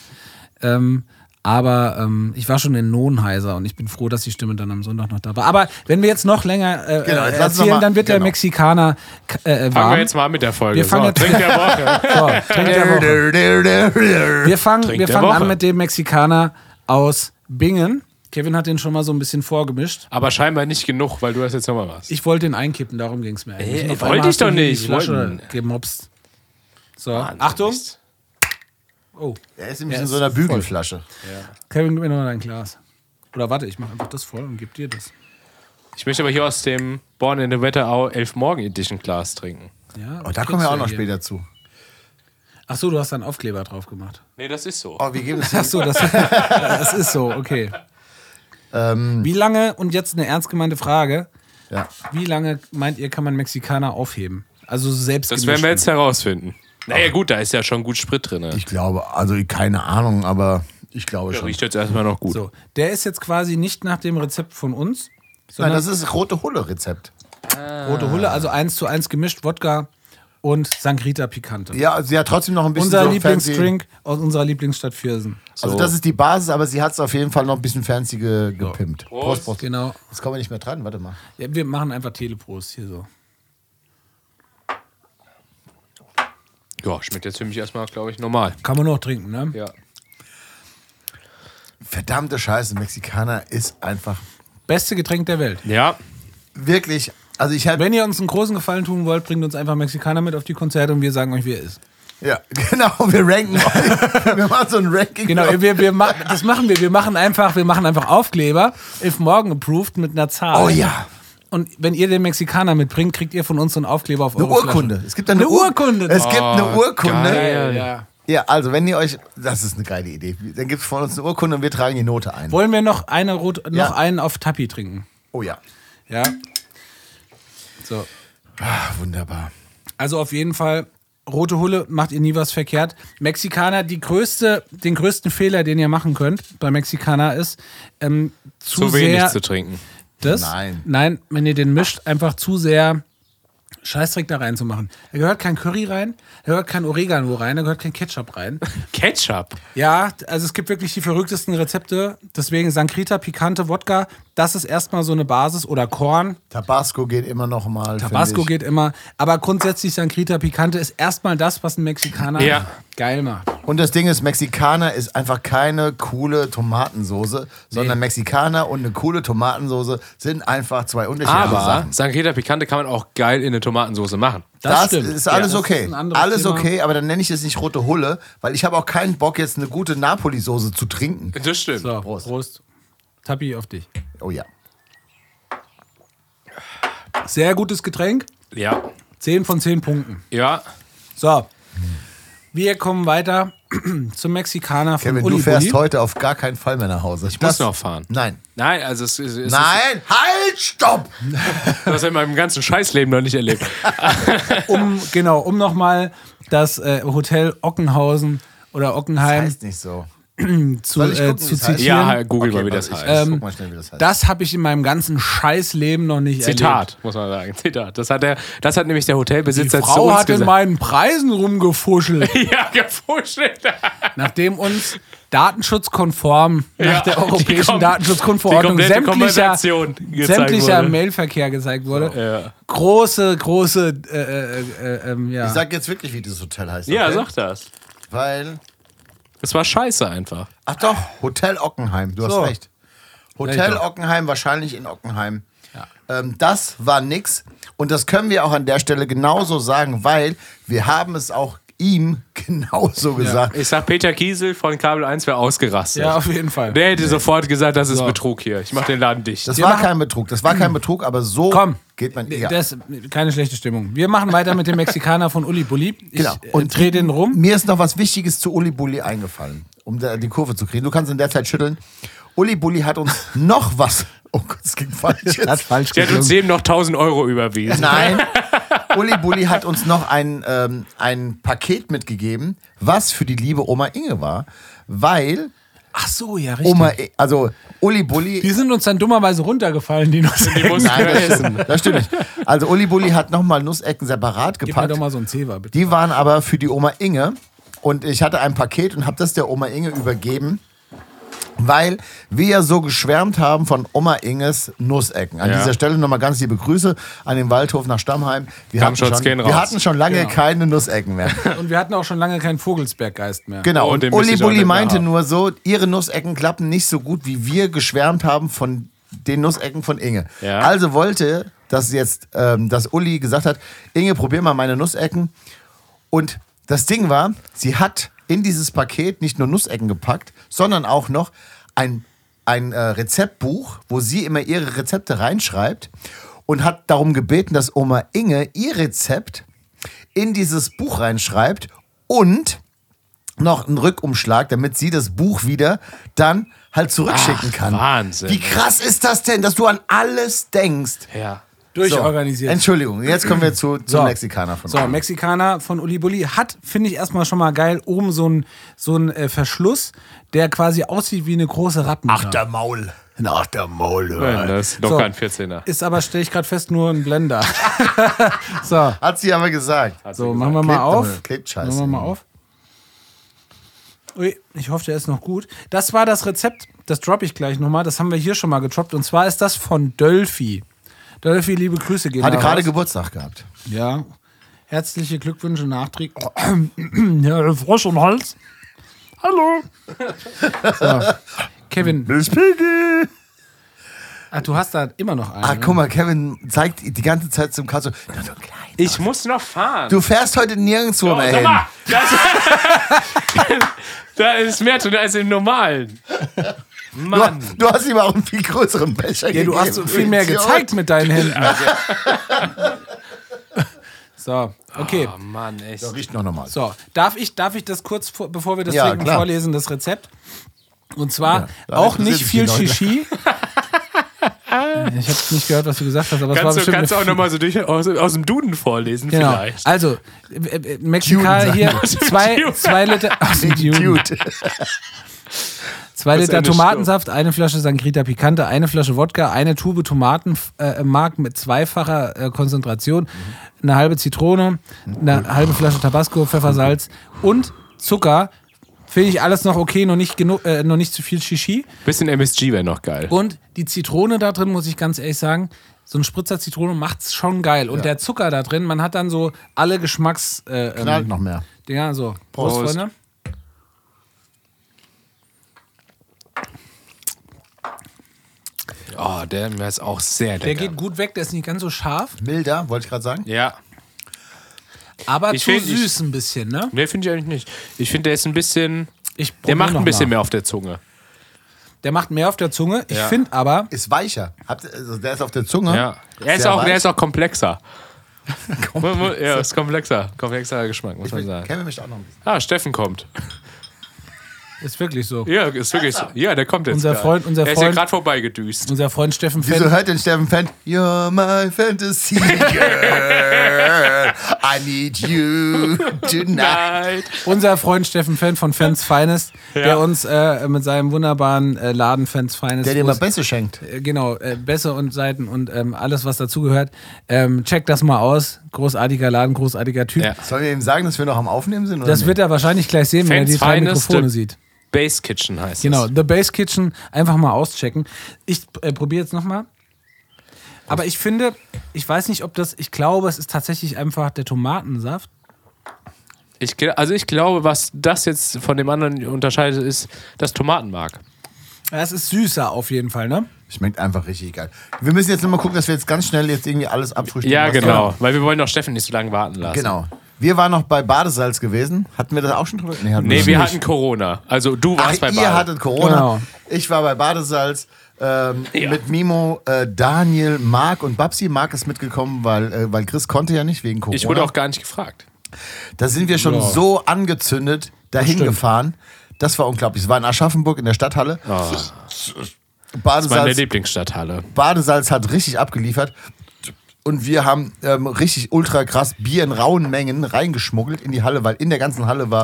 Speaker 3: Aber ich war schon in Non heiser und ich bin froh, dass die Stimme dann am Sonntag noch da war. Aber wenn wir jetzt noch länger erzählen, dann wird der Mexikaner warm.
Speaker 2: Fangen wir jetzt mal mit der Folge.
Speaker 3: Wir fangen jetzt
Speaker 2: Trink der Woche.
Speaker 3: So, Trink der Woche. Wir fangen
Speaker 2: Woche.
Speaker 3: an mit dem Mexikaner aus Bingen. Kevin hat den schon mal so ein bisschen vorgemischt.
Speaker 2: Aber scheinbar nicht genug, weil du hast jetzt nochmal was.
Speaker 3: Ich wollte den einkippen, darum ging es mir eigentlich. Auf
Speaker 2: wollte
Speaker 3: einmal
Speaker 2: ich
Speaker 3: hast du
Speaker 2: doch
Speaker 3: die
Speaker 2: nicht.
Speaker 3: Flasche gemopst. So,
Speaker 2: Wahnsinn,
Speaker 3: Achtung.
Speaker 2: Mist.
Speaker 3: Oh,
Speaker 1: Er ist nämlich in so einer Bügelflasche.
Speaker 3: Kevin, gib mir noch mal dein Glas. Oder warte, ich mache einfach das voll und gebe dir das.
Speaker 2: Ich möchte aber hier aus dem Born in the Wetterau 11 Morgen Edition Glas trinken.
Speaker 3: Ja,
Speaker 1: Oh, da kommen wir auch noch später zu.
Speaker 3: Ach so, du hast da einen Aufkleber drauf gemacht.
Speaker 2: Nee, das ist so.
Speaker 1: Oh, wir geben es
Speaker 3: Ach so, das ist so, okay. Wie lange, und jetzt eine ernst gemeinte Frage,
Speaker 1: Ja.
Speaker 3: wie lange meint ihr, kann man Mexikaner aufheben? Also selbst
Speaker 2: Das werden wir jetzt herausfinden. Naja gut, da ist ja schon gut Sprit drin.
Speaker 1: Ich glaube, also keine Ahnung, aber ich glaube schon.
Speaker 2: Riecht jetzt erstmal noch gut.
Speaker 3: So, der ist jetzt quasi nicht nach dem Rezept von uns,
Speaker 1: Nein,
Speaker 3: sondern
Speaker 1: das ist rote Hulle-Rezept.
Speaker 3: rote Hulle, also 1:1 gemischt, Wodka und Sangrita Picante.
Speaker 1: Ja, sie hat trotzdem noch ein bisschen
Speaker 3: Unser
Speaker 1: so
Speaker 3: Lieblingsdrink aus unserer Lieblingsstadt Viersen.
Speaker 1: Also das ist die Basis, aber sie hat es auf jeden Fall noch ein bisschen fancy gepimpt. Prost, Prost.
Speaker 3: Genau.
Speaker 1: Jetzt kommen wir nicht mehr dran, warte mal.
Speaker 3: Ja, wir machen einfach Teleprost hier so.
Speaker 2: Ja, schmeckt jetzt für mich erstmal, glaube ich, normal.
Speaker 3: Kann man noch trinken, ne?
Speaker 2: Ja.
Speaker 1: Verdammte Scheiße, Mexikaner ist einfach
Speaker 3: Beste Getränk der Welt.
Speaker 2: Ja.
Speaker 1: wirklich, also ich habe...
Speaker 3: Wenn ihr uns einen großen Gefallen tun wollt, bringt uns einfach Mexikaner mit auf die Konzerte und wir sagen euch, wer er ist.
Speaker 1: Ja, genau, wir ranken euch. Wir machen so ein Ranking.
Speaker 3: Genau, das machen wir. Wir machen einfach Aufkleber, 11 Morgen approved mit einer Zahl.
Speaker 1: Oh ja.
Speaker 3: Und wenn ihr den Mexikaner mitbringt, kriegt ihr von uns so einen Aufkleber auf
Speaker 1: Eine
Speaker 3: eure
Speaker 1: Urkunde.
Speaker 3: Flasche.
Speaker 1: Es gibt eine
Speaker 3: Urkunde.
Speaker 1: Es gibt eine Urkunde.
Speaker 2: geil.
Speaker 3: Ja.
Speaker 1: Ja, also wenn ihr euch... Das ist eine geile Idee. Dann gibt es von uns eine Urkunde und wir tragen die Note ein.
Speaker 3: Wollen wir noch einen auf Tapi trinken?
Speaker 1: Oh ja.
Speaker 3: Ja. So.
Speaker 1: Ah, wunderbar.
Speaker 3: Also auf jeden Fall, rote Hulle, macht ihr nie was verkehrt. Mexikaner, den größten Fehler, den ihr machen könnt bei Mexikaner ist,
Speaker 2: Zu wenig zu trinken.
Speaker 1: Nein,
Speaker 3: wenn ihr den mischt, einfach zu sehr Scheißdreck da reinzumachen. Da gehört kein Curry rein, da gehört kein Oregano rein, da gehört kein Ketchup rein.
Speaker 2: Ketchup?
Speaker 3: Ja, also es gibt wirklich die verrücktesten Rezepte. Deswegen Sangrita, Picante, Wodka, das ist erstmal so eine Basis. Oder Korn.
Speaker 1: Tabasco geht immer noch mal.
Speaker 3: Tabasco geht immer. Aber grundsätzlich Sangrita, Picante ist erstmal das, was ein Mexikaner geil macht.
Speaker 1: Und das Ding ist, Mexikaner ist einfach keine coole Tomatensoße, sondern Mexikaner und eine coole Tomatensoße sind einfach zwei unterschiedliche
Speaker 2: Aber
Speaker 1: Sachen.
Speaker 2: Sangrita Picante kann man auch geil in eine Tomatensauce machen.
Speaker 1: Das
Speaker 3: stimmt.
Speaker 1: ist alles
Speaker 3: Ja,
Speaker 1: okay.
Speaker 3: das ist ein anderes
Speaker 1: Alles
Speaker 3: Thema.
Speaker 1: okay, aber dann nenne ich es nicht rote Hulle, weil ich habe auch keinen Bock, jetzt eine gute Napoli-Soße zu trinken.
Speaker 2: Das stimmt.
Speaker 3: So,
Speaker 1: Prost.
Speaker 3: Prost. Tapi auf dich.
Speaker 1: Oh ja.
Speaker 3: Sehr gutes Getränk.
Speaker 2: Ja.
Speaker 3: 10 von 10 Punkten.
Speaker 2: Ja.
Speaker 3: So. Wir kommen weiter zum Mexikaner von
Speaker 1: Kevin,
Speaker 3: Uli
Speaker 1: du fährst
Speaker 3: Bulli.
Speaker 1: heute auf gar keinen Fall mehr nach Hause.
Speaker 2: Ich muss noch fahren.
Speaker 1: Nein.
Speaker 2: Nein, also es ist.
Speaker 1: Nein, halt, stopp!
Speaker 2: Das habe ich in meinem ganzen Scheißleben noch nicht erlebt.
Speaker 3: Um nochmal das Hotel Ockenhausen oder
Speaker 1: Das
Speaker 3: Ockenheim
Speaker 1: heißt nicht so.
Speaker 3: zu zitieren.
Speaker 2: Ja, google mal, wie das heißt.
Speaker 1: Guck mal schnell, wie das heißt.
Speaker 3: Das habe ich in meinem ganzen Scheißleben noch nicht erlebt.
Speaker 2: Zitat, muss man sagen. Zitat. Das hat nämlich der
Speaker 3: Die
Speaker 2: Hotelbesitzer zu
Speaker 3: Frau
Speaker 2: uns
Speaker 3: hat in
Speaker 2: gesagt.
Speaker 3: meinen Preisen rumgefuschelt.
Speaker 2: Ja, gefuschelt.
Speaker 3: Nachdem uns datenschutzkonform nach der europäischen
Speaker 2: die
Speaker 3: Datenschutzgrundverordnung
Speaker 2: komplette Konversation gezeigt
Speaker 3: sämtlicher
Speaker 2: wurde.
Speaker 3: Mailverkehr gezeigt wurde.
Speaker 2: Ja.
Speaker 3: Große,
Speaker 1: Ich sag jetzt wirklich, wie dieses Hotel heißt.
Speaker 2: Ja,
Speaker 1: okay?
Speaker 2: sag das.
Speaker 1: Weil.
Speaker 2: Es war scheiße einfach.
Speaker 1: Ach doch, Hotel Ockenheim, du hast
Speaker 3: So.
Speaker 1: recht. Hotel
Speaker 3: doch.
Speaker 1: Ockenheim, wahrscheinlich in Ockenheim. Das war nix. Und das können wir auch an der Stelle genauso sagen, weil wir haben es auch ihm genauso gesagt.
Speaker 2: Ich sag, Peter Kiesel von Kabel 1 wäre ausgerastet.
Speaker 3: Ja, auf jeden Fall.
Speaker 2: Der hätte sofort gesagt, das ist Betrug hier. Ich mach den Laden dicht.
Speaker 1: Das war kein Betrug, aber so
Speaker 3: Komm.
Speaker 1: geht man eher.
Speaker 3: Das ist keine schlechte Stimmung. Wir machen weiter mit dem Mexikaner von Uli Bulli. Ich
Speaker 1: Genau. Und
Speaker 3: drehe den rum.
Speaker 1: Mir ist noch was Wichtiges zu Uli Bulli eingefallen, um die Kurve zu kriegen. Du kannst in der Zeit schütteln. Uli Bulli hat uns noch was. Oh Gott, das ging falsch jetzt.
Speaker 3: Das ist falsch
Speaker 2: Der hat uns eben noch 1.000 Euro überwiesen.
Speaker 1: Nein. Uli Bulli hat uns noch ein Paket mitgegeben, was für die liebe Oma Inge war, weil
Speaker 3: Ach so, ja, richtig.
Speaker 1: Uli Bulli.
Speaker 3: Die sind uns dann dummerweise runtergefallen, die Nussecken.
Speaker 1: Nein, das stimmt nicht. Also Uli Bulli hat nochmal Nussecken separat
Speaker 3: Gib mir
Speaker 1: gepackt.
Speaker 3: doch mal so ein Zewa, bitte.
Speaker 1: Die waren aber für die Oma Inge und ich hatte ein Paket und habe das der Oma Inge übergeben, weil wir ja so geschwärmt haben von Oma Inges Nussecken. An dieser Stelle nochmal ganz liebe Grüße an den Waldhof nach Stammheim. Wir hatten schon lange keine Nussecken mehr.
Speaker 3: Und wir hatten auch schon lange keinen Vogelsberggeist mehr.
Speaker 1: Genau,
Speaker 2: Oh,
Speaker 1: und
Speaker 2: den müsste
Speaker 1: Uli
Speaker 2: ich auch
Speaker 1: Bulli
Speaker 2: nicht mehr
Speaker 1: meinte
Speaker 2: haben.
Speaker 1: nur so, ihre Nussecken klappen nicht so gut, wie wir geschwärmt haben von den Nussecken von Inge.
Speaker 2: Ja.
Speaker 1: Also wollte, dass jetzt, dass Uli gesagt hat, Inge, probier mal meine Nussecken. Und das Ding war, sie hat in dieses Paket nicht nur Nussecken gepackt, sondern auch noch ein Rezeptbuch, wo sie immer ihre Rezepte reinschreibt und hat darum gebeten, dass Oma Inge ihr Rezept in dieses Buch reinschreibt und noch einen Rückumschlag, damit sie das Buch wieder dann halt zurückschicken kann.
Speaker 2: Wahnsinn.
Speaker 1: Wie krass ist das denn, dass du an alles denkst?
Speaker 2: Ja.
Speaker 3: Durchorganisiert.
Speaker 1: Entschuldigung, jetzt kommen wir zum Mexikaner von
Speaker 3: So, Mexikaner von Uli Bulli hat, finde ich erstmal schon mal geil, oben so ein Verschluss, der quasi aussieht wie eine große Rattenmutter.
Speaker 1: Maul. Nach der Maul.
Speaker 2: Ja, das ist locker ein 14er.
Speaker 3: Ist aber, stelle ich gerade fest, nur ein Blender. So,
Speaker 1: Hat sie aber gesagt.
Speaker 3: so machen wir mal auf.
Speaker 1: Klebt
Speaker 3: Machen
Speaker 1: scheiße.
Speaker 3: wir mal auf. Ui, ich hoffe, der ist noch gut. Das war das Rezept, das droppe ich gleich nochmal. Das haben wir hier schon mal getroppt. Und zwar ist das von Dölfi. Dölfi, liebe Grüße gehen
Speaker 1: Hatte
Speaker 3: da
Speaker 1: gerade
Speaker 3: raus.
Speaker 1: Geburtstag gehabt.
Speaker 3: Ja. Herzliche Glückwünsche nachträglich. Ja, Frosch im Hals. Hallo. So. Kevin.
Speaker 1: Miss Piggy.
Speaker 3: Ach, du hast da immer noch einen.
Speaker 1: Ah,
Speaker 3: ne?
Speaker 1: guck mal, Kevin zeigt die ganze Zeit zum Kasso. So klein.
Speaker 2: Ich muss noch fahren.
Speaker 1: Du fährst heute nirgendwo mehr
Speaker 2: Sag
Speaker 1: hin.
Speaker 2: mal, da ist mehr drin als im normalen. Mann.
Speaker 1: Du hast ihm auch einen viel größeren Becher
Speaker 3: Ja,
Speaker 1: gegeben.
Speaker 3: du hast so viel mehr gezeigt mit deinen Händen. So, okay.
Speaker 2: Oh Mann, echt.
Speaker 1: Das riecht noch normal.
Speaker 3: So, darf ich das kurz, bevor wir das
Speaker 1: Ja,
Speaker 3: trinken,
Speaker 1: klar.
Speaker 3: vorlesen, das Rezept? Und zwar
Speaker 1: Ja,
Speaker 3: auch
Speaker 1: interessiert
Speaker 3: nicht
Speaker 1: mich
Speaker 3: viel
Speaker 1: die Leute.
Speaker 3: Shishi. Ich habe nicht gehört, was du gesagt hast, aber es war
Speaker 2: Kannst
Speaker 3: bestimmt
Speaker 2: du auch
Speaker 3: eine
Speaker 2: nochmal so aus dem Duden vorlesen,
Speaker 3: Genau.
Speaker 2: vielleicht.
Speaker 3: Also, Mexikaner hier,
Speaker 2: Aus dem
Speaker 3: 2 Liter aus dem Dune.
Speaker 1: Cute.
Speaker 3: 2
Speaker 2: Das ist
Speaker 3: Liter
Speaker 2: eine
Speaker 3: Tomatensaft, eine Flasche Sangrita Picante, eine Flasche Wodka, eine Tube Tomatenmark mit zweifacher Konzentration, eine halbe Zitrone, eine halbe Flasche Tabasco, Pfeffersalz und Zucker. Finde ich alles noch okay, noch nicht zu viel Shishi.
Speaker 2: Bisschen MSG wäre noch geil.
Speaker 3: Und die Zitrone da drin, muss ich ganz ehrlich sagen, so ein Spritzer Zitrone macht's schon geil. Und der Zucker da drin, man hat dann so alle Geschmacks...
Speaker 1: Knallt noch mehr.
Speaker 3: Dinger, so. Prost,
Speaker 2: Prost.
Speaker 3: Freunde.
Speaker 2: Oh, der ist auch sehr
Speaker 3: Der
Speaker 2: lecker.
Speaker 3: geht gut weg, der ist nicht ganz so scharf,
Speaker 1: Milder, wollte ich gerade sagen.
Speaker 2: Ja.
Speaker 3: aber
Speaker 2: Ich
Speaker 3: zu
Speaker 2: find,
Speaker 3: süß ein bisschen, ne?
Speaker 2: Nee, finde ich eigentlich nicht. Ich finde, der ist ein bisschen...
Speaker 3: Ich
Speaker 2: Der
Speaker 3: probier
Speaker 2: macht
Speaker 3: noch
Speaker 2: ein bisschen
Speaker 3: mal.
Speaker 2: mehr auf der Zunge.
Speaker 3: Der macht mehr auf der Zunge. Ich
Speaker 2: Ja.
Speaker 3: finde aber,
Speaker 1: Ist weicher. Also der ist auf der Zunge.
Speaker 2: Ja. Der ist auch komplexer. Ja, ist komplexer. Komplexer Geschmack, muss man sagen.
Speaker 1: Kevin möchte auch noch ein bisschen.
Speaker 2: Ah, Steffen kommt.
Speaker 3: Ist wirklich so.
Speaker 2: Ja, ist wirklich so. Ja, der kommt jetzt.
Speaker 3: Unser Freund,
Speaker 2: er ist ja gerade vorbeigedüst.
Speaker 3: Unser Freund Steffen
Speaker 1: Wieso
Speaker 3: Fendt.
Speaker 1: hört denn Steffen Fendt? You're my fantasy girl. I need you tonight.
Speaker 3: Unser Freund Steffen Fendt von Fans Finest, der uns mit seinem wunderbaren Laden Fans Finest.
Speaker 1: Der dir mal Bässe schenkt.
Speaker 3: Genau, Bässe und Seiten und alles, was dazugehört. Checkt das mal aus. Großartiger Laden, großartiger Typ.
Speaker 2: Ja.
Speaker 1: Sollen wir ihm sagen, dass wir noch am Aufnehmen sind? Oder
Speaker 3: Das
Speaker 1: nicht?
Speaker 3: wird er wahrscheinlich gleich sehen, wenn er die
Speaker 2: Fans
Speaker 3: 3
Speaker 2: Finest,
Speaker 3: Mikrofone sieht.
Speaker 2: Base Kitchen heißt
Speaker 3: Genau,
Speaker 2: es.
Speaker 3: The Base Kitchen, einfach mal auschecken. Ich probiere jetzt nochmal. Aber ich finde, ich weiß nicht, ich glaube, es ist tatsächlich einfach der Tomatensaft.
Speaker 2: Ich glaube, was das jetzt von dem anderen unterscheidet, ist das Tomatenmark.
Speaker 3: Ja, es ist süßer auf jeden Fall, ne?
Speaker 1: Schmeckt einfach richtig geil. Wir müssen jetzt nochmal gucken, dass wir jetzt ganz schnell jetzt irgendwie alles abfrühstücken.
Speaker 2: Ja,
Speaker 1: was
Speaker 2: genau. Weil wir wollen doch Steffen nicht so lange warten lassen.
Speaker 1: Genau. Wir waren noch bei Badesalz gewesen. Hatten wir das auch schon drüber?
Speaker 2: Nee, wir hatten Corona. Also du warst bei
Speaker 1: Ihr
Speaker 2: Badesalz.
Speaker 1: hattet Corona.
Speaker 3: Genau.
Speaker 1: Ich war bei Badesalz. Mit Mimo, Daniel, Marc und Babsi. Marc ist mitgekommen, weil Chris konnte ja nicht wegen Corona.
Speaker 2: Ich wurde auch gar nicht gefragt.
Speaker 1: Da sind wir schon so angezündet dahin gefahren. Das war unglaublich. Es war in Aschaffenburg in der Stadthalle.
Speaker 2: Das ist meine
Speaker 1: Badesalz,
Speaker 2: Lieblingsstadthalle.
Speaker 1: Badesalz hat richtig abgeliefert. Und wir haben richtig ultra krass Bier in rauen Mengen reingeschmuggelt in die Halle, weil in der ganzen Halle war.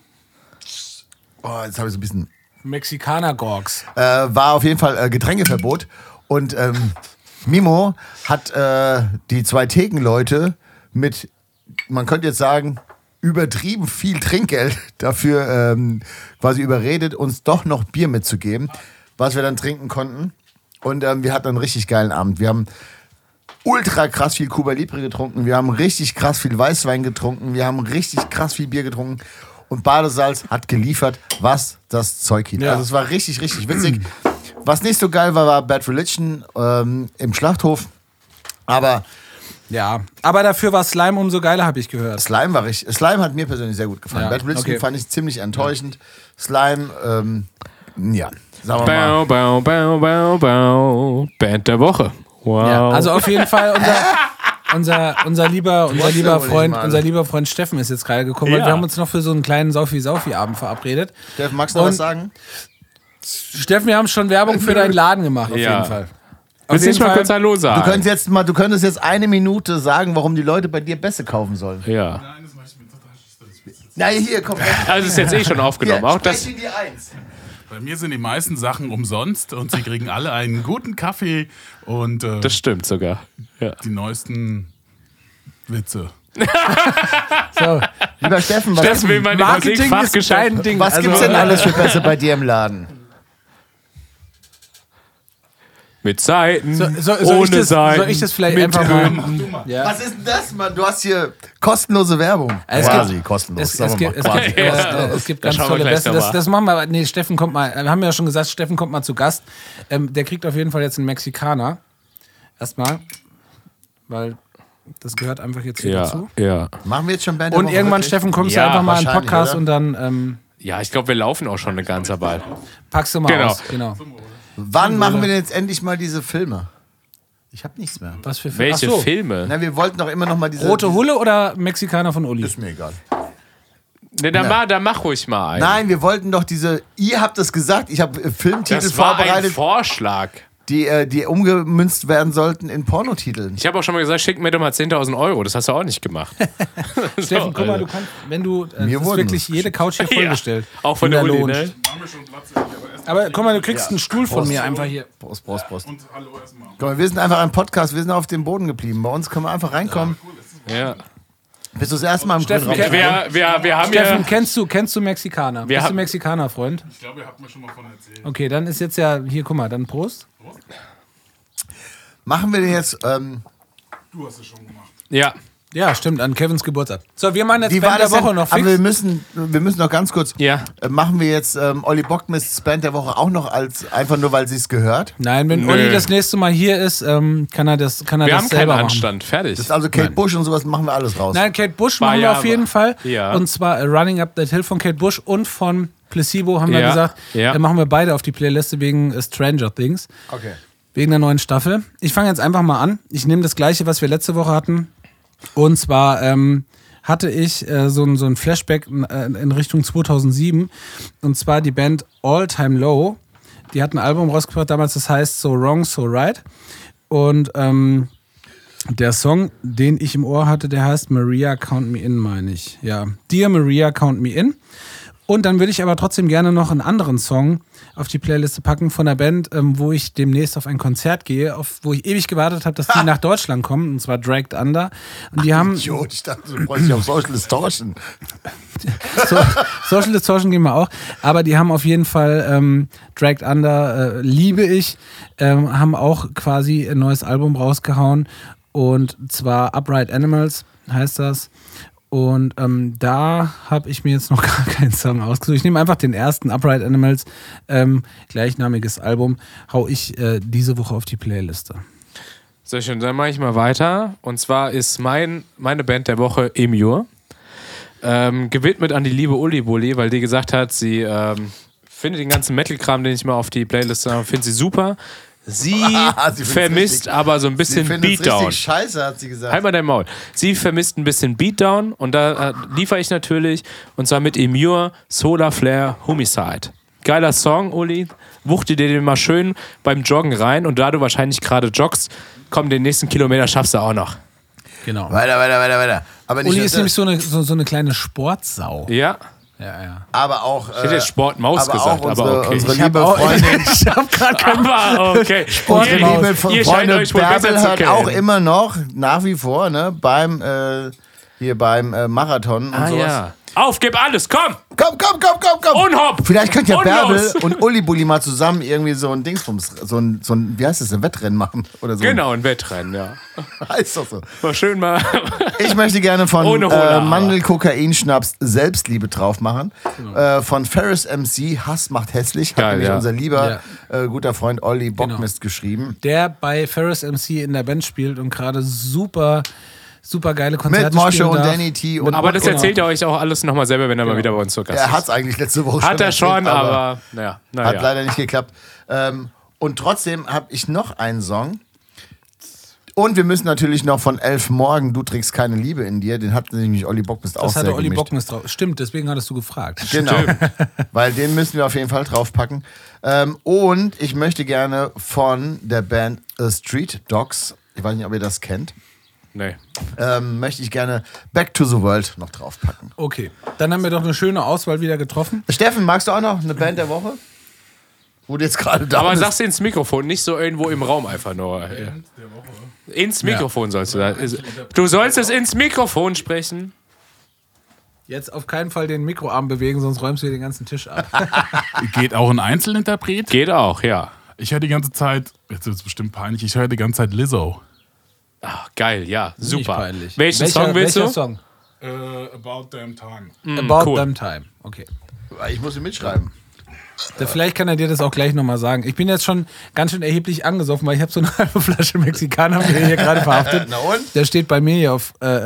Speaker 1: Oh, jetzt habe ich so ein bisschen.
Speaker 3: Mexikaner-Gorgs.
Speaker 1: War auf jeden Fall Getränkeverbot. Und Mimo hat die 2 Thekenleute mit, man könnte jetzt sagen, übertrieben viel Trinkgeld dafür quasi überredet, uns doch noch Bier mitzugeben, was wir dann trinken konnten. Und wir hatten einen richtig geilen Abend. Wir haben ultra krass viel Cuba Libre getrunken. Wir haben richtig krass viel Weißwein getrunken. Wir haben richtig krass viel Bier getrunken. Und Badesalz hat geliefert, was das Zeug hielt.
Speaker 3: Ja.
Speaker 1: Also es war richtig, richtig witzig. Was nicht so geil war Bad Religion im Schlachthof. Aber
Speaker 3: Ja, aber dafür war Slime umso geiler, habe ich gehört.
Speaker 1: Slime war richtig. Slime hat mir persönlich sehr gut gefallen.
Speaker 3: Ja,
Speaker 1: Bad Religion
Speaker 3: okay.
Speaker 1: fand ich ziemlich enttäuschend. Slime, ja, sagen wir mal.
Speaker 2: Bau, bau, bau, bau, bau. Band der Woche. Wow.
Speaker 3: Ja, also auf jeden Fall unser lieber Freund Steffen ist jetzt gerade gekommen, weil
Speaker 2: Ja.
Speaker 3: wir haben uns noch für so einen kleinen Saufi-Saufi-Abend verabredet.
Speaker 1: Steffen, magst du noch
Speaker 3: Und-
Speaker 1: was sagen?
Speaker 3: Steffen, wir haben schon Werbung für deinen Laden gemacht, auf
Speaker 2: Ja.
Speaker 3: jeden Fall.
Speaker 2: Willst du nicht mal kurz Hallo sagen?
Speaker 1: Du könntest jetzt 1 Minute sagen, warum die Leute bei dir Bässe kaufen sollen.
Speaker 2: Ja.
Speaker 1: Na hier, komm.
Speaker 2: Also ist jetzt eh schon aufgenommen. Auch das.
Speaker 1: Sprech in die 1.
Speaker 7: Bei mir sind die meisten Sachen umsonst und sie kriegen alle einen guten Kaffee und
Speaker 2: Das stimmt sogar. Ja.
Speaker 7: die neuesten Witze.
Speaker 3: So,
Speaker 1: Lieber Steffen,
Speaker 2: Das will mein
Speaker 3: Marketing ist dein Ding.
Speaker 1: was gibt's denn alles für Bässe bei dir im Laden?
Speaker 2: Mit Seiten,
Speaker 3: soll
Speaker 2: ohne Seiten.
Speaker 3: soll ich das vielleicht
Speaker 2: mit
Speaker 3: einfach mal...
Speaker 2: Hünden.
Speaker 3: Ja.
Speaker 1: Was ist denn das, Mann? Du hast hier kostenlose Werbung.
Speaker 3: Es
Speaker 1: Quasi
Speaker 3: gibt-
Speaker 1: kostenlos.
Speaker 3: Es
Speaker 1: sagen wir
Speaker 3: gibt,
Speaker 1: mal.
Speaker 3: es, gibt, es gibt
Speaker 2: Da
Speaker 3: ganz
Speaker 2: schauen wir
Speaker 3: tolle
Speaker 2: gleich
Speaker 3: Bässe.
Speaker 2: noch mal.
Speaker 3: Das machen wir, nee, Steffen kommt mal, wir haben ja schon gesagt, Steffen kommt mal zu Gast. Der kriegt auf jeden Fall jetzt einen Mexikaner. Erstmal, weil das gehört einfach jetzt hier
Speaker 2: Ja,
Speaker 3: dazu.
Speaker 2: ja.
Speaker 1: Machen wir jetzt schon Band der
Speaker 3: Und
Speaker 1: Woche
Speaker 3: irgendwann,
Speaker 1: wirklich?
Speaker 3: Steffen, kommst du
Speaker 2: Ja,
Speaker 3: einfach mal in den
Speaker 1: wahrscheinlich,
Speaker 3: Podcast
Speaker 1: oder?
Speaker 3: und dann
Speaker 2: Ja, ich glaube, wir laufen auch schon eine ganze Weile.
Speaker 3: packst du mal
Speaker 2: Genau.
Speaker 3: aus. Genau.
Speaker 1: Wann machen wir denn jetzt endlich mal diese Filme? Ich hab nichts mehr.
Speaker 3: Was für
Speaker 2: Welche
Speaker 3: Ach so.
Speaker 2: Filme?
Speaker 1: Na, wir wollten doch immer noch mal diese...
Speaker 3: Rote Hulle oder Mexikaner von Uli?
Speaker 1: Ist mir egal.
Speaker 2: Ne, dann mach ruhig mal einen.
Speaker 1: Nein, wir wollten doch diese... Ihr habt das gesagt, ich habe Filmtitel
Speaker 2: das war ein
Speaker 1: vorbereitet,
Speaker 2: Vorschlag.
Speaker 1: die umgemünzt werden sollten in Pornotiteln.
Speaker 2: Ich habe auch schon mal gesagt, schick mir doch mal 10.000 Euro. Das hast du auch nicht gemacht.
Speaker 3: Steffen, guck mal, du kannst, wenn du,
Speaker 1: Mir
Speaker 3: ist
Speaker 1: wurden
Speaker 3: wirklich jede Couch hier vollgestellt.
Speaker 2: Auch von der Uli,
Speaker 3: Wunderlohn.
Speaker 2: ne?
Speaker 3: Aber guck mal, du kriegst einen Stuhl von
Speaker 1: Prost.
Speaker 3: mir einfach hier.
Speaker 1: Prost, Prost, Prost.
Speaker 7: Und hallo erstmal.
Speaker 1: Guck mal, wir sind einfach ein Podcast, wir sind auf dem Boden geblieben. Bei uns können wir einfach reinkommen.
Speaker 2: Ja.
Speaker 1: Bist du das erste Mal im
Speaker 3: Steffen,
Speaker 1: Grünraum?
Speaker 2: Wir haben
Speaker 3: Steffen,
Speaker 2: ja...
Speaker 3: kennst du Mexikaner? Bist du
Speaker 2: haben-
Speaker 3: Mexikaner, Freund?
Speaker 7: Ich glaube, ihr habt mir schon mal von erzählt.
Speaker 3: Okay, dann ist jetzt ja, hier, guck mal, dann Prost.
Speaker 1: Machen wir den jetzt...
Speaker 7: Du hast es schon gemacht.
Speaker 2: Ja.
Speaker 3: Ja, stimmt, an Kevins Geburtstag. So, wir machen jetzt
Speaker 1: Wie war
Speaker 3: Band der
Speaker 1: das denn?
Speaker 3: Woche noch
Speaker 1: Aber wir
Speaker 3: fix.
Speaker 1: müssen noch ganz kurz...
Speaker 2: Ja.
Speaker 1: Machen wir jetzt Olli Bockmists Band der Woche auch noch als... Einfach nur, weil sie es gehört?
Speaker 3: Nein, wenn
Speaker 2: Nö.
Speaker 3: Uli das nächste Mal hier ist, kann er das
Speaker 2: Wir haben keinen
Speaker 3: selber machen.
Speaker 2: Anstand. Fertig.
Speaker 1: Das ist also Kate Bush und sowas machen wir alles raus.
Speaker 3: Nein, Kate Bush
Speaker 2: War
Speaker 3: machen wir
Speaker 2: ja
Speaker 3: auf jeden
Speaker 2: aber-
Speaker 3: Fall.
Speaker 2: Ja.
Speaker 3: Und zwar Running Up That Hill von Kate Bush und von Placebo haben wir
Speaker 2: Ja.
Speaker 3: gesagt,
Speaker 2: Ja.
Speaker 3: machen wir beide auf die Playliste wegen Stranger Things.
Speaker 1: Okay.
Speaker 3: Wegen der neuen Staffel. Ich fange jetzt einfach mal an. Ich nehme das gleiche, was wir letzte Woche hatten. Und zwar hatte ich so ein Flashback in Richtung 2007. Und zwar die Band All Time Low. Die hat ein Album rausgebracht damals, das heißt So Wrong, So Right. Und der Song, den ich im Ohr hatte, der heißt Maria Count Me In, meine ich. Ja, Dear Maria Count Me In. Und dann würde ich aber trotzdem gerne noch einen anderen Song auf die Playliste packen von einer Band, wo ich demnächst auf ein Konzert gehe, wo ich ewig gewartet habe, dass die nach Deutschland kommen, und zwar Dragged Under. Und die haben.
Speaker 1: Idiot, ich dachte, du freust dich auf Social Distortion.
Speaker 3: Social Distortion gehen wir auch, aber die haben auf jeden Fall Dragged Under, liebe ich, haben auch quasi ein neues Album rausgehauen, und zwar Upright Animals heißt das. Und da habe ich mir jetzt noch gar keinen Song ausgesucht. Ich nehme einfach den ersten, Upright Animals, gleichnamiges Album, hau ich diese Woche auf die Playliste.
Speaker 2: Sehr schön, dann mache ich mal weiter. Und zwar ist meine Band der Woche Emure. Gewidmet an die liebe Uli Bulli, weil die gesagt hat, sie findet den ganzen Metal-Kram, den ich mal auf die Playliste habe, findet sie super. Sie vermisst aber so ein bisschen Beatdown.
Speaker 1: Richtig scheiße, hat sie gesagt.
Speaker 2: Halt mal dein Maul. Sie vermisst ein bisschen Beatdown, und da liefere ich natürlich, und zwar mit Emure, Solar Flare, Homicide. Geiler Song, Uli. Wuchte dir den mal schön beim Joggen rein, und da du wahrscheinlich gerade joggst, komm, den nächsten Kilometer schaffst du auch noch.
Speaker 3: Genau.
Speaker 1: Weiter. Aber nicht
Speaker 3: Uli ist nämlich so eine kleine Sportsau.
Speaker 2: Ja.
Speaker 3: Ja.
Speaker 1: Aber auch.
Speaker 2: Ich hätte jetzt Sportmaus gesagt, aber okay.
Speaker 1: Unsere liebe Freundin.
Speaker 3: Ich habe gerade keinen
Speaker 2: Aber okay.
Speaker 1: Liebe Freundin
Speaker 2: euch wohl
Speaker 1: Bärbel
Speaker 2: besser zu
Speaker 1: hört
Speaker 2: kennen.
Speaker 1: auch immer noch, nach wie vor, ne, beim Marathon und sowas.
Speaker 2: Ja. Auf, gib alles, komm!
Speaker 1: Komm!
Speaker 2: Und hopp!
Speaker 1: Vielleicht könnt ja
Speaker 2: Und
Speaker 1: Bärbel
Speaker 2: los.
Speaker 1: und Uli Bulli mal zusammen irgendwie so ein Dingsbums, so ein, wie heißt das, ein Wettrennen machen oder so.
Speaker 2: Genau, ein Wettrennen, ja.
Speaker 1: Heißt doch so.
Speaker 2: War schön mal.
Speaker 1: Ich möchte gerne von
Speaker 2: Ohne Hola.
Speaker 1: Mandel-Kokain-Schnaps Selbstliebe drauf machen. Von Ferris MC, Hass macht hässlich. Hat
Speaker 2: Geil,
Speaker 1: nämlich
Speaker 2: ja.
Speaker 1: unser lieber guter Freund Olli Bockmist geschrieben.
Speaker 3: Der bei Ferris MC in der Band spielt und gerade super geile Konzerte
Speaker 1: Mit Mosche
Speaker 3: spielen
Speaker 1: und
Speaker 3: darf.
Speaker 1: Danny T. Und
Speaker 2: Aber das erzählt er euch auch alles nochmal selber, wenn er mal wieder bei uns zu Gast ist.
Speaker 1: Er hat es eigentlich letzte Woche
Speaker 2: Hat er schon,
Speaker 1: erzählt,
Speaker 2: aber naja.
Speaker 1: hat leider nicht geklappt. Und trotzdem habe ich noch einen Song. Und wir müssen natürlich noch von Elf Morgen, Du trägst keine Liebe in dir. Den hat nämlich Olli Bockmist auch
Speaker 3: Das
Speaker 1: sehr
Speaker 3: hatte Olli
Speaker 1: gemischt.
Speaker 3: Bockmist drauf. Stimmt, deswegen hattest du gefragt.
Speaker 1: Genau, weil den müssen wir auf jeden Fall draufpacken. Und ich möchte gerne von der Band Street Dogs, ich weiß nicht, ob ihr das kennt,
Speaker 2: Nee.
Speaker 1: möchte ich gerne Back to the World noch draufpacken.
Speaker 3: Okay, dann haben wir doch eine schöne Auswahl wieder getroffen.
Speaker 1: Steffen, magst du auch noch eine Band der Woche? Wo du jetzt gerade da
Speaker 2: Aber
Speaker 1: bist.
Speaker 2: sag's ins Mikrofon, nicht so irgendwo im Raum einfach nur. Ins Mikrofon sollst du da. Du sollst es ins Mikrofon sprechen.
Speaker 3: Jetzt auf keinen Fall den Mikroarm bewegen, sonst räumst du hier den ganzen Tisch ab.
Speaker 7: Geht auch ein Einzelinterpret?
Speaker 2: Geht auch, ja.
Speaker 7: Ich höre die ganze Zeit, jetzt wird es bestimmt peinlich, ich höre die ganze Zeit Lizzo.
Speaker 2: Ach, geil, ja, super.
Speaker 3: Nicht peinlich.
Speaker 2: Welchen Song willst
Speaker 3: welcher
Speaker 2: du?
Speaker 3: Song?
Speaker 7: About Damn Time.
Speaker 3: About
Speaker 2: cool.
Speaker 3: Them Time. Okay.
Speaker 1: Ich muss ihn mitschreiben.
Speaker 3: Vielleicht kann er dir das auch gleich nochmal sagen. Ich bin jetzt schon ganz schön erheblich angesoffen, weil ich habe so eine halbe Flasche Mexikaner hier gerade verhaftet.
Speaker 1: Na und?
Speaker 3: Der steht bei mir hier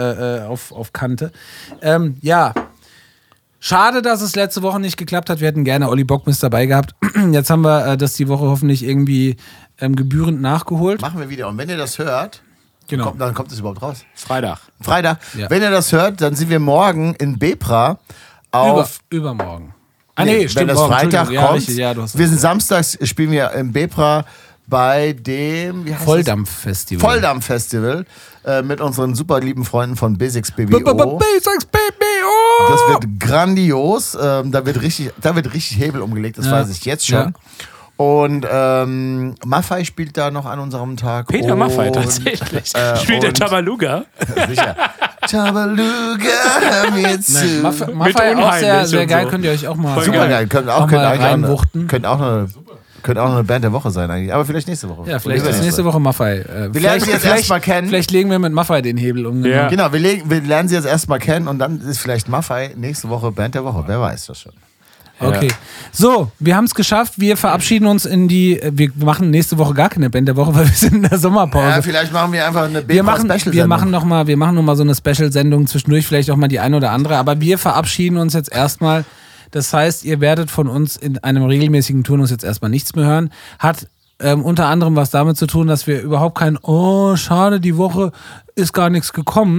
Speaker 3: auf Kante. Ja. Schade, dass es letzte Woche nicht geklappt hat. Wir hätten gerne Olli Bockmist dabei gehabt. Jetzt haben wir das die Woche hoffentlich irgendwie gebührend nachgeholt.
Speaker 1: Machen wir wieder. Und wenn ihr das hört,
Speaker 3: Genau.
Speaker 1: dann kommt es überhaupt raus.
Speaker 2: Freitag.
Speaker 1: Freitag.
Speaker 3: Ja.
Speaker 1: Wenn ihr das hört, dann sind wir morgen in Bepra auf.
Speaker 3: Übermorgen. Ah, nee, stimmt.
Speaker 1: wenn das
Speaker 3: morgen.
Speaker 1: Freitag
Speaker 3: Entschuldigung. Ja,
Speaker 1: kommt.
Speaker 3: richtig, ja, du hast
Speaker 1: wir sind
Speaker 3: recht.
Speaker 1: samstags, spielen wir in Bepra bei dem wie heißt
Speaker 3: Volldampf-Festival.
Speaker 1: das? Volldampf-Festival mit unseren super lieben Freunden von Basics BBO.
Speaker 3: Basics BBO!
Speaker 1: Das wird grandios. Da wird richtig Hebel umgelegt, das
Speaker 3: Ja.
Speaker 1: weiß ich jetzt schon.
Speaker 3: Ja.
Speaker 1: Und Maffei spielt da noch an unserem Tag.
Speaker 2: Peter
Speaker 1: und,
Speaker 2: Maffay tatsächlich. Spielt der
Speaker 1: und-
Speaker 2: Tabaluga.
Speaker 1: Sicher. Tabaluga, hör mir zu.
Speaker 3: Nein, Maffei auch
Speaker 2: Unheimlich
Speaker 3: sehr, sehr
Speaker 2: und
Speaker 3: geil.
Speaker 2: so.
Speaker 3: Könnt ihr euch auch mal
Speaker 2: Voll
Speaker 1: Super geil. Könnt
Speaker 3: mal
Speaker 1: eigentlich
Speaker 3: reinwuchten.
Speaker 1: Könnte auch noch eine Band der Woche sein eigentlich. Aber vielleicht nächste Woche.
Speaker 3: Ja, vielleicht
Speaker 1: Oder
Speaker 3: ist nächste Woche Maffei.
Speaker 1: Wir lernen sie jetzt erstmal kennen.
Speaker 3: Vielleicht legen wir mit Maffei den Hebel um.
Speaker 2: Ja.
Speaker 1: Genau, wir lernen sie jetzt erstmal kennen und dann ist vielleicht Maffei nächste Woche Band der Woche. Wer weiß das schon.
Speaker 3: Okay. So, wir haben es geschafft. Wir verabschieden uns in die. Wir machen nächste Woche gar keine Band der Woche, weil wir sind in der Sommerpause.
Speaker 1: Ja, vielleicht machen wir einfach eine
Speaker 3: wir machen
Speaker 1: Bepra-Special-Sendung.
Speaker 3: noch mal so eine Special-Sendung zwischendurch, vielleicht auch mal die eine oder andere. Aber wir verabschieden uns jetzt erstmal. Das heißt, ihr werdet von uns in einem regelmäßigen Turnus jetzt erstmal nichts mehr hören. Hat unter anderem was damit zu tun, dass wir überhaupt kein schade, die Woche ist gar nichts gekommen,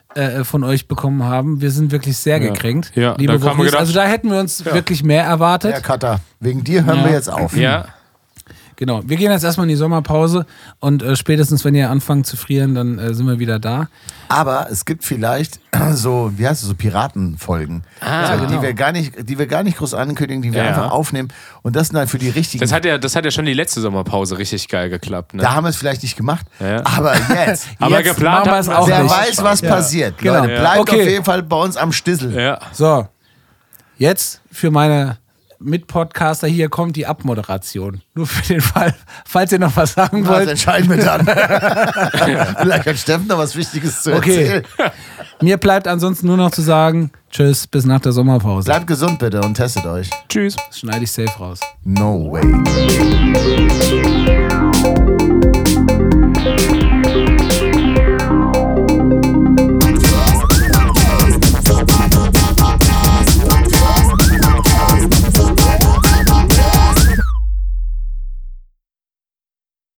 Speaker 3: von euch bekommen haben. Wir sind wirklich sehr gekränkt.
Speaker 2: Ja,
Speaker 3: liebe Wochis. Also da hätten wir uns wirklich mehr erwartet.
Speaker 1: Ja, Cutter, wegen dir hören wir jetzt auf.
Speaker 2: Ja.
Speaker 3: Genau, wir gehen jetzt erstmal in die Sommerpause und spätestens, wenn ihr anfangt zu frieren, dann sind wir wieder da.
Speaker 1: Aber es gibt vielleicht so, wie heißt es, so Piratenfolgen, die wir gar nicht groß ankündigen, die wir einfach aufnehmen. Und das sind dann für die richtigen.
Speaker 2: Das hat ja schon die letzte Sommerpause richtig geil geklappt. Ne?
Speaker 1: Da haben wir es vielleicht nicht gemacht, aber jetzt.
Speaker 2: Aber geplant
Speaker 3: machen wir es auch
Speaker 1: Wer
Speaker 3: nicht.
Speaker 1: weiß, was passiert.
Speaker 3: Genau.
Speaker 1: Leute, bleibt
Speaker 3: Okay.
Speaker 1: auf jeden Fall bei uns am Stissel.
Speaker 2: Ja.
Speaker 3: So, jetzt für meine Mitpodcaster, hier kommt die Abmoderation. Nur für den Fall, falls ihr noch was sagen
Speaker 1: Das
Speaker 3: wollt.
Speaker 1: entscheiden wir dann. Vielleicht hat Steffen noch was Wichtiges zu erzählen.
Speaker 3: Mir bleibt ansonsten nur noch zu sagen, tschüss, bis nach der Sommerpause.
Speaker 1: Bleibt gesund bitte und testet euch.
Speaker 2: Tschüss.
Speaker 3: Das schneide ich safe raus.
Speaker 1: No way.